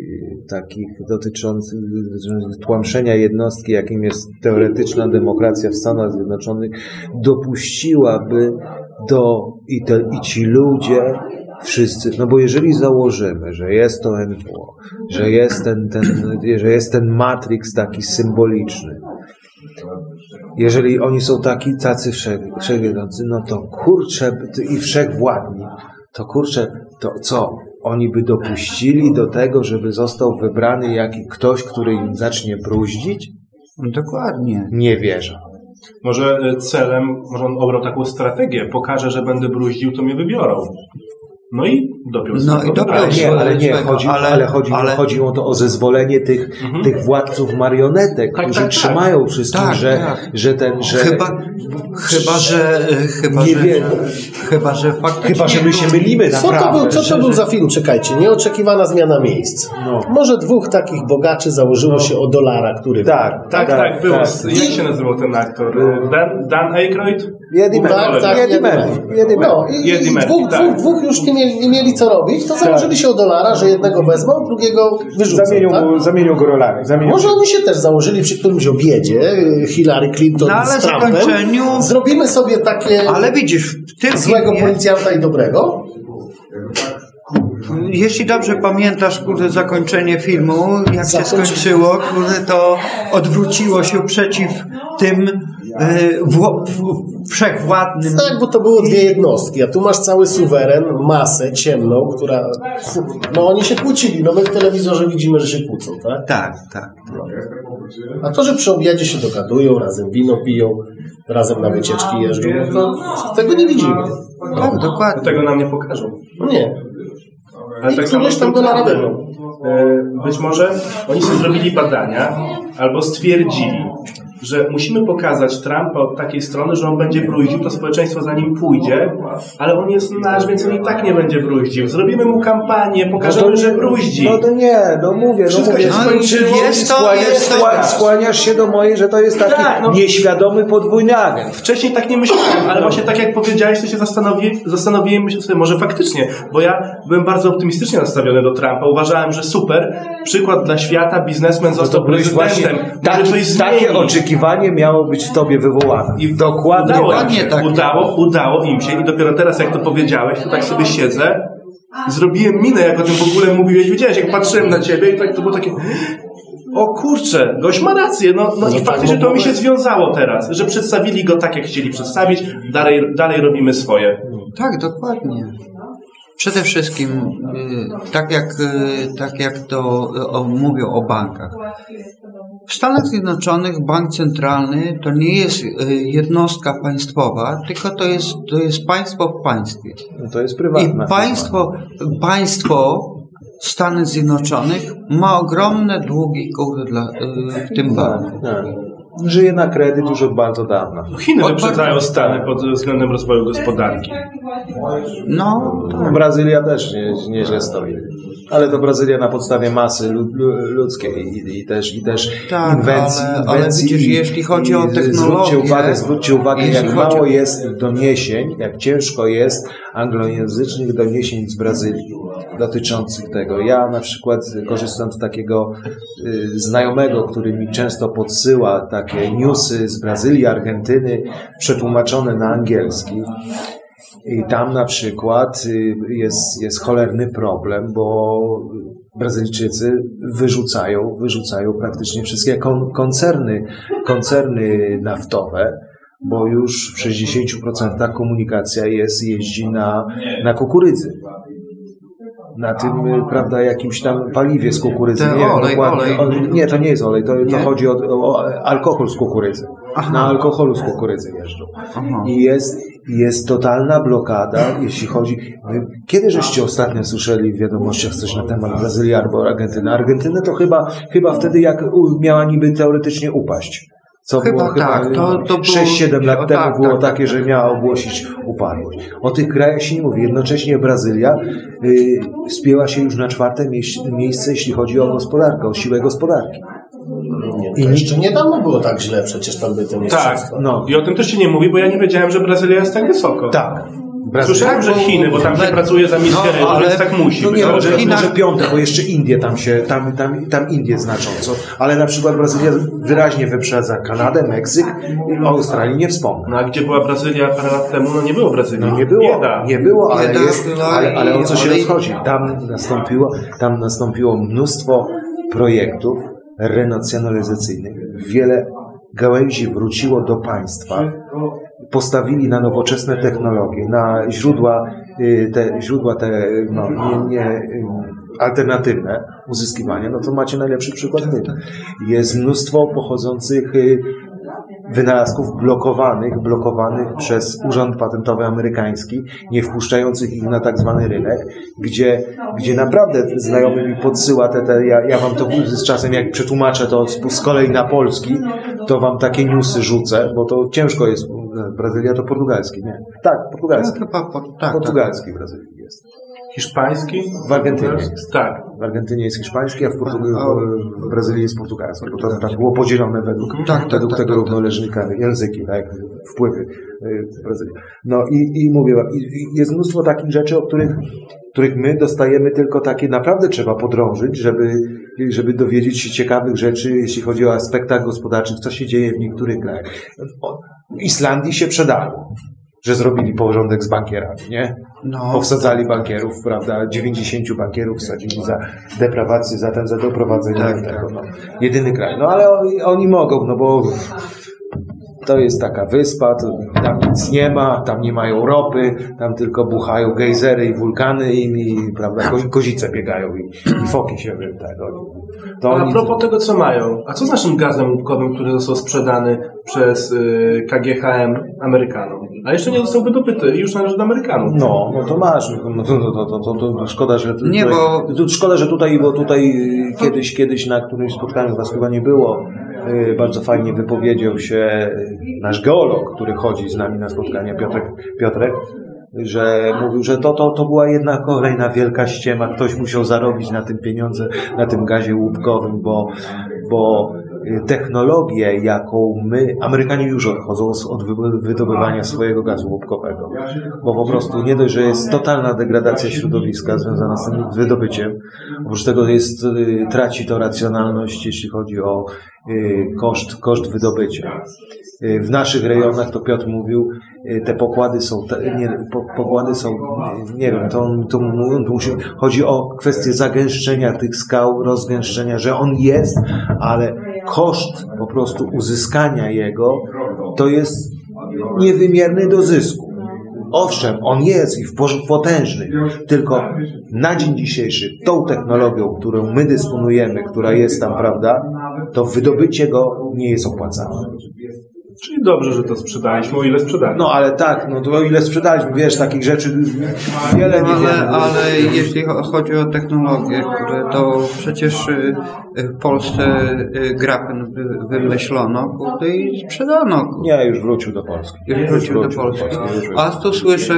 takich dotyczących tłamszenia jednostki, jakim jest teoretyczna demokracja w Stanach Zjednoczonych, dopuściłaby do, i, te, i ci ludzie wszyscy, no bo jeżeli założymy, że jest to N W O, że jest ten, ten, że jest ten Matrix taki symboliczny, jeżeli oni są taki, tacy wszechwiedzący, no to kurczę, i wszechwładni, to kurczę, to co? Oni by dopuścili do tego, żeby został wybrany jakiś ktoś, który im zacznie bruździć? Dokładnie. Nie wierzę. Może celem, może on obrał taką strategię, pokaże, że będę bruździł, to mnie wybiorą. No i dopiął no i dopiął nie, ale nie, chodzi, ale, ale chodzi, ale... chodzi o to o zezwolenie tych, mhm. tych władców marionetek, tak, którzy tak, trzymają tak. wszystkich, tak, że, tak. że ten, że... Chyba, chyba że... Chyba, nie że, wiem. Chyba, że faktycznie... Chyba, że my się mylimy co naprawdę. To był, co to że, był za film? Czekajcie, nieoczekiwana zmiana miejsc. No. Może dwóch takich bogaczy założyło no. się o dolara, który... Tak, tak, tak, tak, tak było. Tak. Jak się nazywał ten aktor? Dan, Dan Aykroyd? Eddie Murphy. Tak, Eddie Murphy. No, i, i, i dwóch, dwóch, dwóch już nie mieli, nie mieli co robić, to założyli się o dolara, że jednego wezmą, drugiego wyrzucą. Zamienią, tak? go, zamienią go rolami. Zamienią Może oni się też założyli przy którymś obiedzie, Hillary Clinton no, z Trumpem. Zakończeniu... Zrobimy sobie takie ale widzisz, w tym złego filmie... policjanta i dobrego. Jeśli dobrze pamiętasz, kurde, zakończenie filmu, jak się skończyło, kurde, to odwróciło się przeciw tym yy, w, w, wszechwładnym. Tak, bo to były dwie jednostki, a tu masz cały suweren, masę ciemną, która... No oni się kłócili, no my w telewizorze widzimy, że się kłócą, tak? Tak, tak. No. A to, że przy obiedzie się dogadują, razem wino piją, razem na wycieczki jeżdżą, to tego nie widzimy. Tak, dokładnie. Tego nam nie pokażą. Nie. Ale I tak samo tam dolara będą. Być może oni sobie zrobili badania albo stwierdzili, że musimy pokazać Trumpa od takiej strony, że on będzie bruździł, to społeczeństwo za nim pójdzie, ale on jest nasz, więc on i tak nie będzie bruździł. Zrobimy mu kampanię, pokażemy, no to, że bruździ. No to nie, no mówię, no Wszystko mówię, się skończyło. Jest to, skłaniasz, jest to, skłaniasz, skłaniasz się do mojej, że to jest taki tak, no, nieświadomy podwójny agent. Wcześniej tak nie myślałem, ale właśnie tak jak powiedziałeś, to się zastanowi, zastanowiłem, myślę sobie, może faktycznie, bo ja byłem bardzo optymistycznie nastawiony do Trumpa, uważałem, że super, przykład dla świata, biznesmen został no prezydentem. Taki, takie oczekiwanie miało być w tobie wywołane. I dokładnie udało, tak. Im tak. udało, udało im się i dopiero teraz, jak to powiedziałeś, to tak sobie siedzę i zrobiłem minę, jak o tym w ogóle mówiłeś. Widziałeś, jak patrzyłem na ciebie i tak to było takie... O kurczę, gość ma rację. No, no, no i faktycznie to mi się związało teraz, że przedstawili go tak, jak chcieli przedstawić, dalej, dalej robimy swoje. Tak, dokładnie. Przede wszystkim, tak jak, tak jak to mówią o bankach. W Stanach Zjednoczonych bank centralny to nie jest jednostka państwowa, tylko to jest, to jest państwo w państwie. No to jest prywatne. I państwo, państwo Stanów Zjednoczonych ma ogromne długi dla, w tym banku. Żyje na kredyt już od bardzo dawna. Chiny wyprzedzają Stany pod względem rozwoju gospodarki. No, tak. Brazylia też nie, nieźle stoi. Ale to Brazylia na podstawie masy ludzkiej i, i też, i też tak, inwencji. Ale, inwencji ale widzisz, i, jeśli chodzi o technologię... Zwróćcie uwagę, zwróćcie uwagę jak mało o... jest doniesień, jak ciężko jest anglojęzycznych doniesień z Brazylii dotyczących tego. Ja na przykład korzystam z takiego y, znajomego, który mi często podsyła takie newsy z Brazylii, Argentyny, przetłumaczone na angielski. I tam na przykład jest, jest cholerny problem, bo Brazylijczycy wyrzucają, wyrzucają praktycznie wszystkie kon, koncerny, koncerny naftowe, bo już w sześćdziesięciu procentach komunikacja jest, jeździ na, na kukurydzy. Na tym, prawda, jakimś tam paliwie z kukurydzy. Nie, olej, olej. olej. Nie, to nie jest olej, to, to chodzi o, o alkohol z kukurydzy. Aha. Na alkoholu z kukurydzy jeżdżą. Aha. I jest, jest totalna blokada, jeśli chodzi... Kiedy żeście ostatnio słyszeli w wiadomościach coś na temat Brazylii albo Argentyny? Argentynę to chyba, chyba wtedy, jak miała niby teoretycznie upaść. Co chyba było tak, chyba to, to sześć siedem lat temu tak, było tak, takie, że miała ogłosić upadłość. O tych krajach się nie mówi. Jednocześnie Brazylia y, spięła się już na czwarte mie- miejsce, jeśli chodzi o gospodarkę, o siłę gospodarki. Nie, to jeszcze niedawno było tak źle, przecież tam by to nie Tak, no. I o tym też się nie mówi, bo ja nie wiedziałem, że Brazylia jest tak wysoko. Tak. Słyszałem, że Chiny, bo tam się pracuje za miskę no, ryżu, więc tak musi. No nie, no, może, China... może piąte, bo jeszcze Indie tam się, tam, tam, tam Indie znacząco, ale na przykład Brazylia wyraźnie wyprzedza Kanadę, Meksyk, o Australii nie wspomnę. No a gdzie była Brazylia parę lat temu? No nie było Brazylii. No nie było, Bieda. nie było, ale, Bieda jest, była ale, ale o co się ale... rozchodzi? Tam nastąpiło, tam nastąpiło mnóstwo projektów renacjonalizacyjnych. Wiele gałęzi wróciło do państwa, postawili na nowoczesne technologie, na źródła te, źródła te no, nie, nie, alternatywne uzyskiwania, no to macie najlepszy przykład. Jest mnóstwo pochodzących wynalazków blokowanych, blokowanych przez Urząd Patentowy Amerykański, nie wpuszczających ich na tak zwany rynek, gdzie, gdzie naprawdę znajomy mi podsyła te, te ja, ja wam to z czasem, jak przetłumaczę to z, z kolei na polski, to wam takie newsy rzucę, bo to ciężko jest. Brazylia to portugalski, nie? Tak, portugalski. Tak, portugalski w Brazylii jest. Hiszpański? W Argentynie jest. Tak. W Argentynie jest hiszpański, a w, Portug- w Brazylii jest portugalski, bo to tak było podzielone według, tak, tak, według tak, tego tak, równoleżnika języki, tak, wpływy w Brazylii. No i, i mówię wam, jest mnóstwo takich rzeczy, o których, których my dostajemy tylko takie, naprawdę trzeba podrążyć, żeby, żeby dowiedzieć się ciekawych rzeczy, jeśli chodzi o aspektach gospodarczych, co się dzieje w niektórych krajach. W Islandii się przedało, że zrobili porządek z bankierami, nie? No. Powsadzali bankierów, prawda? dziewięćdziesięciu bankierów wsadzili za deprawację, zatem za doprowadzenie tak, do tego. tak. No. Jedyny kraj. No ale oni, oni mogą, no bo to jest taka wyspa, to tam nic nie ma, tam nie mają ropy, tam tylko buchają gejzery i wulkany i, prawda, ko- kozice biegają i, i foki się tego. To a propos tego, co mają, a co z naszym gazem łupkowym, który został sprzedany przez y, K G H M Amerykanom? A jeszcze nie został wydobyty i już należy do Amerykanów. No, no to masz. No to, to, to, to, to, to szkoda, że tutaj, nie, bo... to, szkoda, że tutaj, bo tutaj kiedyś, kiedyś na którymś spotkaniu was chyba nie było, yy, bardzo fajnie wypowiedział się nasz geolog, który chodzi z nami na spotkania, Piotrek, Piotrek że mówił, że to, to, to była jedna kolejna wielka ściema, ktoś musiał zarobić na tym pieniądze, na tym gazie łupkowym, bo, bo technologię, jaką my, Amerykanie już odchodzą od wydobywania swojego gazu łupkowego, bo po prostu nie dość, że jest totalna degradacja środowiska związana z tym wydobyciem, oprócz tego jest, traci to racjonalność, jeśli chodzi o koszt, koszt wydobycia. W naszych rejonach, to Piotr mówił, te pokłady są, nie, pokłady są, nie wiem, to, to, to musi, chodzi o kwestię zagęszczenia tych skał, rozgęszczenia, że on jest, ale koszt po prostu uzyskania jego to jest niewymierny do zysku. Owszem, on jest i potężny, tylko na dzień dzisiejszy tą technologią, którą my dysponujemy, która jest tam, prawda, to wydobycie go nie jest opłacalne. Czyli dobrze, że to sprzedaliśmy, o ile sprzedaliśmy. No ale tak, no to o ile sprzedaliśmy, wiesz, takich rzeczy wiele nie ale, wiemy. ale jeśli chodzi o technologię, to przecież w Polsce grafen wymyślono i sprzedano. Nie, już wrócił do Polski. Już wrócił, wrócił do Polski. Do Polski. A tu słyszę,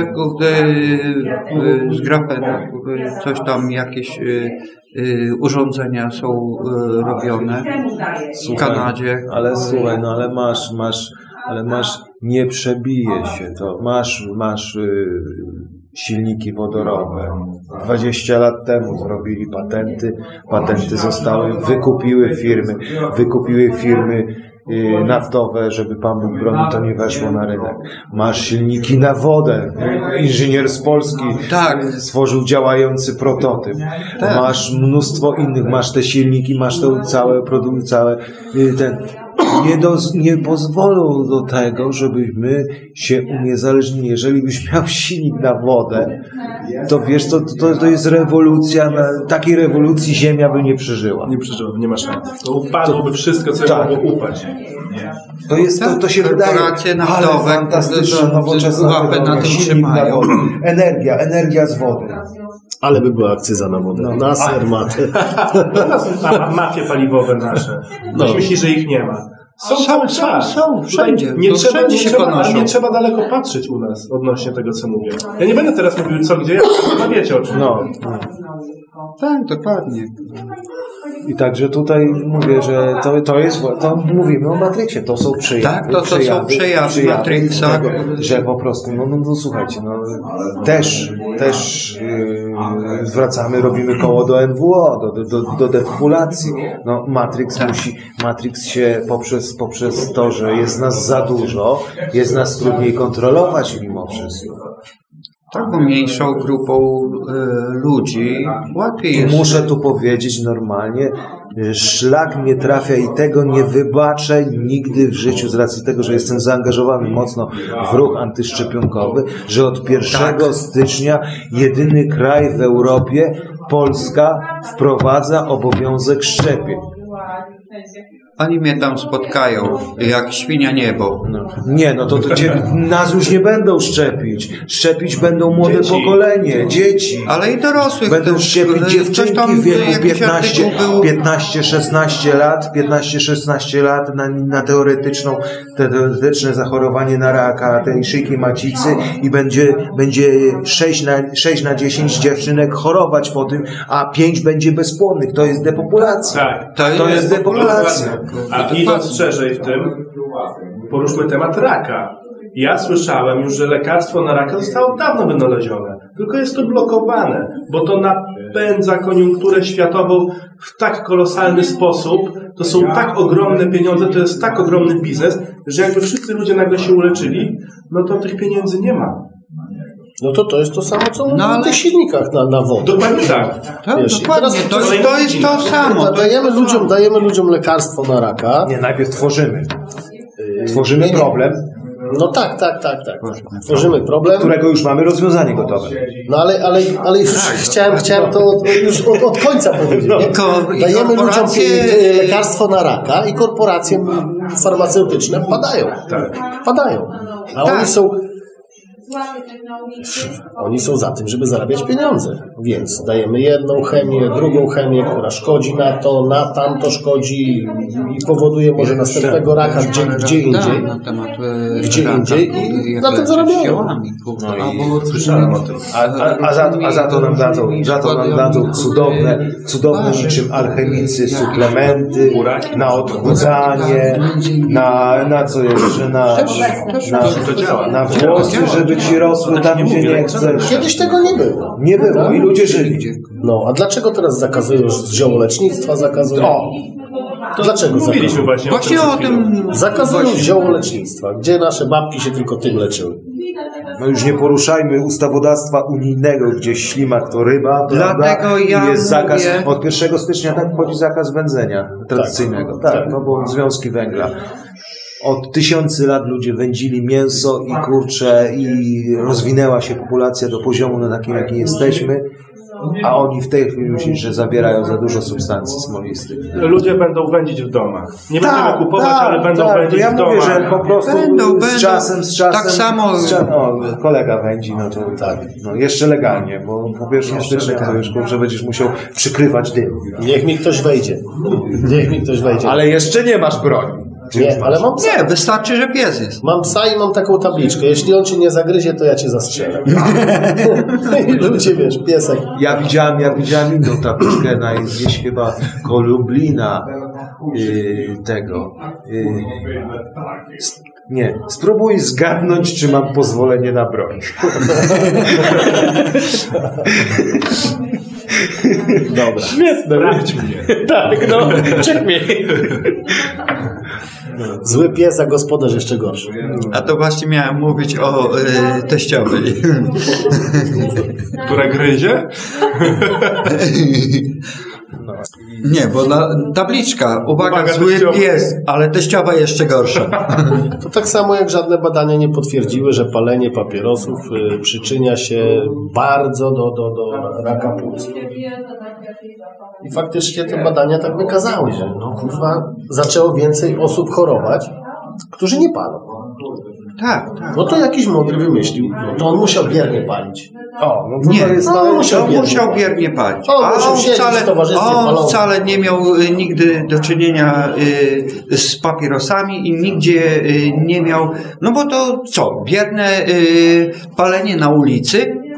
z grafenu coś tam, jakieś urządzenia są robione w Kanadzie. Ale słuchaj, no ale masz, masz, ale masz, nie przebije się to. Masz, masz yy, silniki wodorowe. dwadzieścia lat temu zrobili patenty, patenty zostały, wykupiły firmy, wykupiły firmy yy, naftowe, żeby Pan Bóg bronił, to nie weszło na rynek. Masz silniki na wodę. Inżynier z Polski tak. stworzył działający prototyp. Tak. Masz mnóstwo innych, masz te silniki, masz te całe produkty, całe yy, ten. Nie, do, nie pozwolą do tego, żebyśmy się uniezależnili. Jeżeli byś miał silnik na wodę, to wiesz co, to, to jest rewolucja. Na, takiej rewolucji Ziemia by nie przeżyła. Nie przeżyła, nie ma szans. To upadłoby to, wszystko, co tak. mogło upaść. To jest, to, to się wydaje, ale fantastyczna, nowoczesna technologia, silnik na wodę. Energia, energia z wody. Ale by była akcyza na wodę. No, na ser, matę. A mafie paliwowe nasze. No. Myślisz, że ich nie ma. Są, są, są, są wszędzie. Nie trzeba, wszędzie nie, się trzeba, ale nie trzeba daleko patrzeć u nas odnośnie tego, co mówię. Ja nie będę teraz mówił co, gdzie, ale wiecie o czym. No. Tak, dokładnie. I także tutaj mówię, że to, to jest, to mówimy o Matrixie, to są przejawy. Tak, to, to przejawy, są przejawy, przejawy Matrixa. tego, że po prostu, no, no, no słuchajcie, no, też, też yy, zwracamy, robimy koło do N W O, do, do, do depopulacji. No, Matrix tak. musi, Matrix się poprzez, poprzez to, że jest nas za dużo, jest nas trudniej kontrolować mimo wszystko. Tak, bo mniejszą grupą y, ludzi łatwiej jest. Muszę tu powiedzieć normalnie, szlak mnie trafia i tego nie wybaczę nigdy w życiu z racji tego, że jestem zaangażowany mocno w ruch antyszczepionkowy, że od pierwszego tak. stycznia jedyny kraj w Europie, Polska, wprowadza obowiązek szczepień. Oni mnie tam spotkają, jak świnia niebo. No. Nie, no to, to cię, nas już nie będą szczepić. Szczepić będą młode dzieci. Pokolenie, dzieci. Ale i dorosłych. Będą szczepić dziewczynki tam, w wieku był... piętnaście szesnaście lat, piętnaście szesnaście lat na, na teoretyczną, te teoretyczne zachorowanie na raka tej szyjki macicy i będzie, będzie sześć na dziesięć dziewczynek chorować po tym, a pięć będzie bezpłodnych. To jest depopulacja. Tak, to, to jest, jest depopulacja. A idąc szerzej w tym, poruszmy temat raka. Ja słyszałem już, że lekarstwo na raka zostało dawno wynalezione, tylko jest to blokowane, bo to napędza koniunkturę światową w tak kolosalny sposób, to są tak ogromne pieniądze, to jest tak ogromny biznes, że jakby wszyscy ludzie nagle się uleczyli, no to tych pieniędzy nie ma. No to to jest to samo, co no, ale... w tych silnikach na, na wodę. Dokładnie tak. tak Wiesz, dokładnie, teraz, to, jest, to jest to samo. Da, dajemy, to ludziom, samo. dajemy ludziom lekarstwo na raka. Nie, najpierw tworzymy. Tworzymy nie, problem. No tak, tak, tak, tak. Tworzymy problem. Którego już mamy rozwiązanie gotowe. No ale, ale, ale już tak, chciałem, chciałem to od, już od, od końca powiedzieć. No, i dajemy korporacje... ludziom lekarstwo na raka i korporacje farmaceutyczne wpadają. Tak. Wpadają. A tak. oni są... Oni są za tym, żeby zarabiać pieniądze. Więc dajemy jedną chemię, drugą chemię, która szkodzi na to, na tamto szkodzi i powoduje może następnego raka gdzie, gdzie indziej. Gdzie indziej i na tym zarabiają. No i słyszałem o tym. A, a, a, za, a za to nam dadzą, za to nam dadzą cudowne, cudowne niczym alchemicy suplementy, na odchudzanie, na, na co jeszcze, na, na, na włosy, żeby ci rosły tam, gdzie nie chcesz. Kiedyś tego nie było. Nie było i ludzie żyli. No, a dlaczego teraz zakazują ziołolecznictwa? Zakazują... O! To dlaczego Mówiliśmy właśnie, właśnie o tym. Zakazują ziołolecznictwa, gdzie nasze babki się tylko tym leczyły. No już nie poruszajmy ustawodawstwa unijnego, gdzie ślimak to ryba, dlatego ja jest zakaz, mówię... od pierwszego stycznia tak wchodzi zakaz wędzenia tradycyjnego. Tak, tak, tak, no bo związki węgla. Od tysiący lat ludzie wędzili mięso i kurcze i rozwinęła się populacja do poziomu na takim, jaki jesteśmy, a oni w tej chwili myślą, że zabierają za dużo substancji smolistych. Ludzie będą wędzić w domach. Nie tak, będziemy kupować, tak, ale będą tak, wędzić ja w domach. Ja mówię, że po prostu będą, z czasem, z czasem... Tak samo... Z czasem no, kolega wędzi, no to tak. No, jeszcze legalnie, bo po pierwszym stycznia to już kurczę będziesz musiał przykrywać dym. Niech mi ktoś wejdzie. Niech mi ktoś wejdzie. Ale jeszcze nie masz broni. Nie, ale mam psa. Nie, wystarczy, że pies jest. Mam psa i mam taką tabliczkę. Jeśli on cię nie zagryzie, to ja cię zastrzelę. I ludzie, wiesz, piesek. Ja widziałem, ja widziałem inną tabliczkę na gdzieś chyba koło Lublina yy, tego. Yy, nie, spróbuj zgadnąć, czy mam pozwolenie na broń. Dobra. Świetne. Sprawdź mnie. Tak, no, check me. Zły pies, a gospodarz jeszcze gorszy. A to właśnie miałem mówić o y, teściowej. Która gryzie? No. Nie, bo na, tabliczka, uwaga, uwaga zły teściowa. Pies, ale teściowa jeszcze gorsza. To tak samo jak żadne badania nie potwierdziły, że palenie papierosów y, przyczynia się bardzo do, do, do raka płuc. I faktycznie te badania tak wykazały, że no kurwa zaczęło więcej osób chorować, którzy nie palą. Tak, tak. No to jakiś mądry wymyślił, no to on musiał biernie palić. O, no to nie, to jest no, to, musiał, biernie. musiał biernie palić. O, a on wcale, on wcale nie miał nigdy do czynienia y, z papierosami i nigdzie y, nie miał, no bo to co, bierne y, palenie na ulicy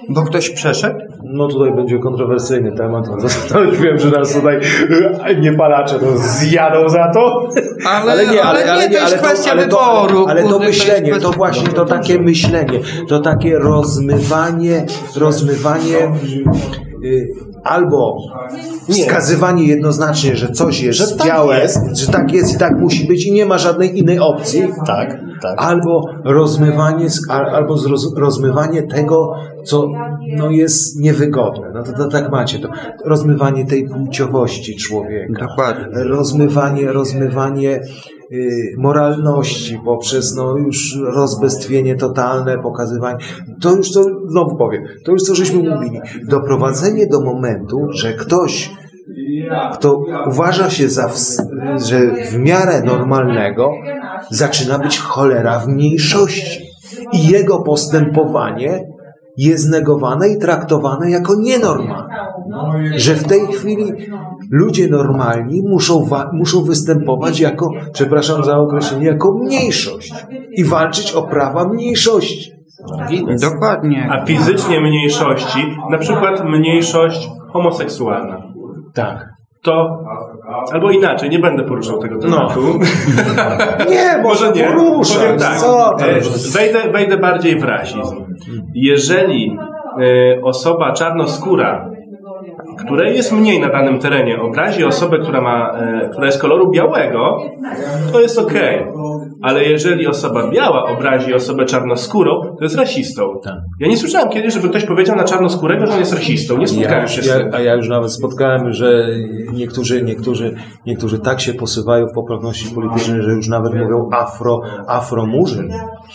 Bo ktoś przeszedł? No tutaj będzie kontrowersyjny temat, to już wiem, że nas tutaj nie palacze to zjadą za to. Ale, ale nie, ale, ale, nie, to jest kwestia ale to, wyboru. Ale to, ale to myślenie, to, to właśnie to takie myślenie, to takie rozmywanie, rozmywanie y, albo wskazywanie jednoznacznie, że coś jest że tak białe, jest. że tak jest i tak musi być i nie ma żadnej innej opcji. Tak, tak. Albo rozmywanie, albo zroz, rozmywanie tego, co no, jest niewygodne. No to, to tak macie to. Rozmywanie tej płciowości człowieka. Dokładnie. Rozmywanie, rozmywanie y, moralności poprzez no, już rozbestwienie totalne, pokazywanie. To już co, znowu powiem, to już co żeśmy mówili. Doprowadzenie do momentu, że ktoś, kto uważa się za, w, że w miarę normalnego, zaczyna być cholera w mniejszości. I jego postępowanie jest negowane i traktowane jako nienormalne. Że w tej chwili ludzie normalni muszą, wa- muszą występować jako, przepraszam za określenie, jako mniejszość i walczyć o prawa mniejszości. Dokładnie. A fizycznie mniejszości, na przykład mniejszość homoseksualna. Tak. To, albo inaczej, nie będę poruszał tego tematu. No. Nie, może nie. Poruszać. Powiem tak, Co to? wejdę, wejdę bardziej w rasizm. Jeżeli e, osoba czarnoskóra, której jest mniej na danym terenie, obrazi osobę, która ma, e, która jest koloru białego, to jest okej. Okay. Ale jeżeli osoba biała obrazi osobę czarnoskórą, to jest rasistą. Ja nie słyszałem kiedyś, żeby ktoś powiedział na czarnoskórego, że on jest rasistą. Nie spotkałem ja, się z tym. Ja, a ja już nawet spotkałem, że niektórzy, niektórzy, niektórzy tak się posywają w poprawności politycznej, że już nawet mówią afro, afromurzyn.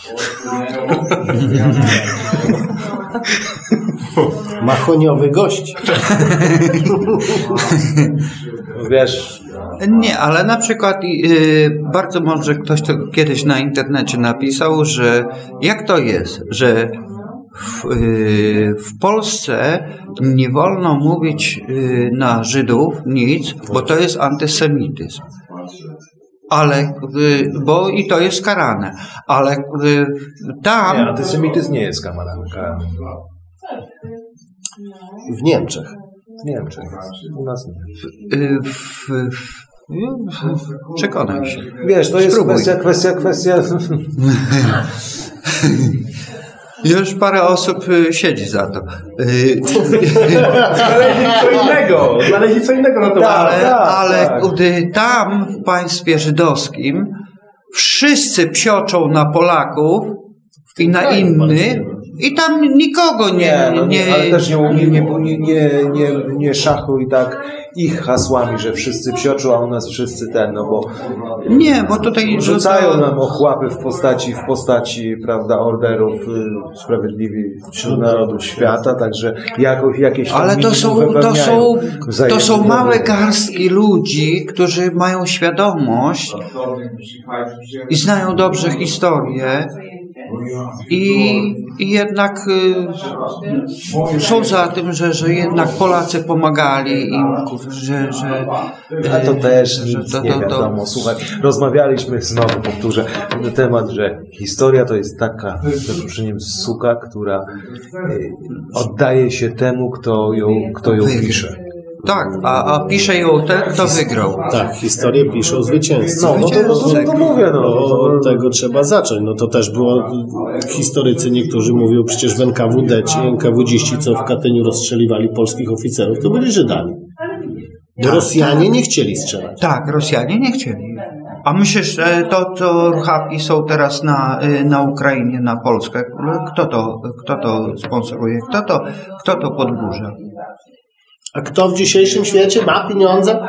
Machoniowy gość. Wiesz... Nie, ale na przykład yy, bardzo mądrze ktoś to kiedyś na internecie napisał, że jak to jest, że w, yy, w Polsce nie wolno mówić yy, na Żydów nic, bo to jest antysemityzm. Ale, yy, bo i to jest karane. Ale yy, tam... Nie, antysemityzm nie jest karany. W Niemczech. W Niemczech. U nas nie. W, w, w, przekonaj się. Wiesz, to jest Spróbuj. kwestia, kwestia, kwestia... Już parę osób siedzi za to. Znaleźli co innego. Znaleźli co innego na to. Ale, tak, ale tak. tam w państwie żydowskim wszyscy psioczą na Polaków i na innych i tam nikogo nie... Nie, no nie, nie ale też nie, nie, nie, nie, nie, nie, nie szachuj tak ich hasłami, że wszyscy psioczą, a u nas wszyscy ten, no bo nie, bo tutaj rzucają nam ochłapy w postaci, w postaci, prawda, orderów y, sprawiedliwi wśród narodów świata, także jakoś, jakieś tam ale to są, to wypełniają są, to są wzajemne małe dobre. garstki ludzi, którzy mają świadomość i znają dobrze historię. I, I jednak y, są za tym, że, że jednak Polacy pomagali im, że, że A to też że nic to, nie to, to, wiadomo. Słuchaj, rozmawialiśmy, znowu powtórzę, na temat, że historia to jest taka, za przeproszeniem, suka, która y, oddaje się temu, kto ją, kto ją pisze. Tak, a, a pisze ją ten, kto wygrał. Tak, historię piszą zwycięzcy. No, no to, no, to, to mówię, no. No, od tego trzeba zacząć. No to też było, historycy niektórzy mówią, przecież w N K W D ci N K W dziści, co w Katyniu rozstrzeliwali polskich oficerów, to byli Żydami. Bo Rosjanie nie chcieli strzelać. Tak, Rosjanie nie chcieli. A myślisz, że to, co ruchawki są teraz na, na Ukrainie, na Polskę, kto to, kto to sponsoruje? Kto to, kto to podburza? A kto w dzisiejszym świecie ma pieniądze?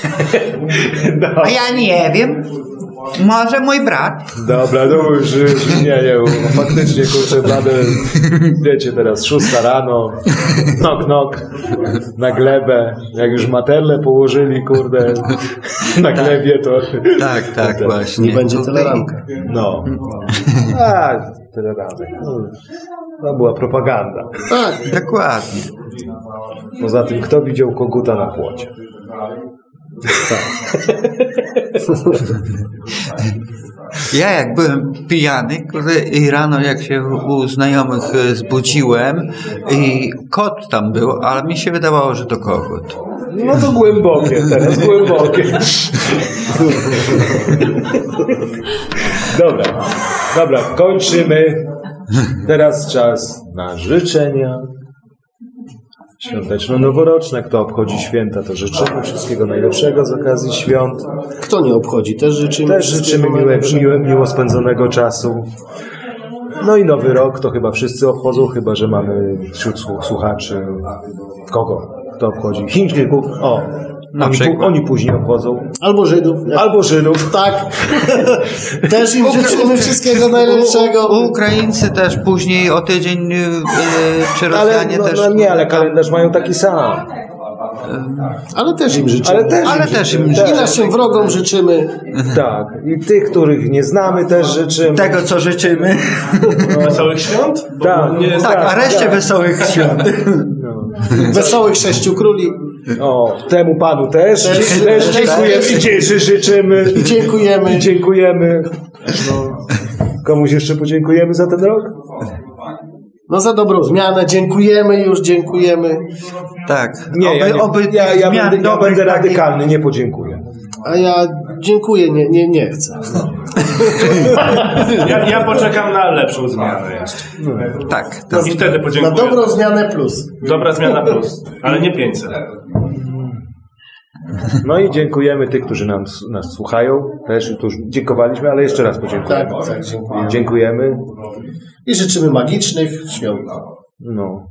No. A ja nie wiem. Może mój brat. Dobra, no już, już nie, nie, bo faktycznie, kurczę, blady, wiecie, teraz szósta rano, knock, knock, na glebę, jak już materle położyli, kurde, na glebie, to... Tak, tak, właśnie. Nie będzie toleranka. No. A, toleranka. To była propaganda. Tak. Dokładnie. Poza tym, kto widział koguta na płocie? Tak. Ja jak byłem pijany kurde, i rano jak się u znajomych zbudziłem i kot tam był, ale mi się wydawało, że to kogut. No to głębokie teraz, głębokie. Dobra, dobra, kończymy. Teraz czas na życzenia świąteczno-noworoczne. Kto obchodzi święta, to życzymy wszystkiego najlepszego z okazji świąt. Kto nie obchodzi, też życzymy. Też życzymy miłe, miłe, miło spędzonego czasu. No i nowy rok to chyba wszyscy obchodzą, chyba że mamy wśród słuchaczy kogo? Kto obchodzi? Chińczyków? O, oni, pu- oni później obchodzą. Albo Żydów. Nie? Albo Żydów. Tak. Też im życzymy wszystkiego najlepszego. U, u, Ukraińcy też później o tydzień yy, czy Rosjanie ale, no, też. No nie, ale kalendarz mają taki sam. Ale też im życzymy. Ale też, ale im, też im życzymy. I naszym wrogom życzymy. Tak. I tych, których nie znamy, też życzymy. Tego, co życzymy. No. Wesołych świąt? Tak, nie tak, a reszcie tak. wesołych świąt. No. Wesołych sześciu króli. O, temu panu też, też, też, też dziękujemy i dzie- życzymy. I dziękujemy. I dziękujemy. No. Komuś jeszcze podziękujemy za ten rok? No za dobrą zmianę, dziękujemy już, dziękujemy. Tak. Nie, oby, ja, nie, oby ja, ja, zmian będę, ja dobrych będę takich- radykalny, nie podziękuję. A ja dziękuję, nie, nie, nie chcę. No. Ja, ja poczekam na lepszą zmianę jeszcze. Tak. I wtedy Na podziękuję. dobrą zmianę plus. Dobra zmiana plus, ale nie pięćset. No i dziękujemy tych, którzy nam, nas słuchają. Też już dziękowaliśmy, ale jeszcze raz podziękujemy. Tak, tak, dziękujemy. Dziękujemy. I życzymy magicznych świąt. No.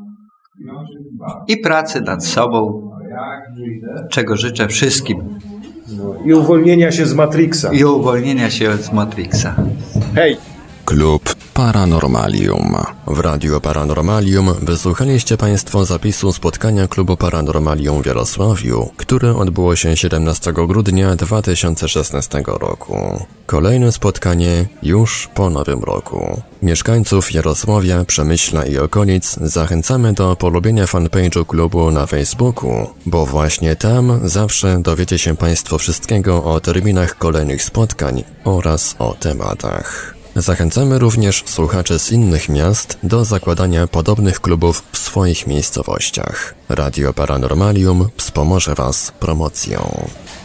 I pracy nad sobą, czego życzę wszystkim. No. I uwolnienia się z Matrixa. I uwolnienia się z Matrixa. Hej! Klub Paranormalium. W Radiu Paranormalium wysłuchaliście Państwo zapisu spotkania Klubu Paranormalium w Jarosławiu, które odbyło się siedemnastego grudnia dwa tysiące szesnastego roku. Kolejne spotkanie już po nowym roku. Mieszkańców Jarosławia, Przemyśla i okolic zachęcamy do polubienia fanpage'u klubu na Facebooku, bo właśnie tam zawsze dowiecie się Państwo wszystkiego o terminach kolejnych spotkań oraz o tematach. Zachęcamy również słuchaczy z innych miast do zakładania podobnych klubów w swoich miejscowościach. Radio Paranormalium wspomoże Was promocją.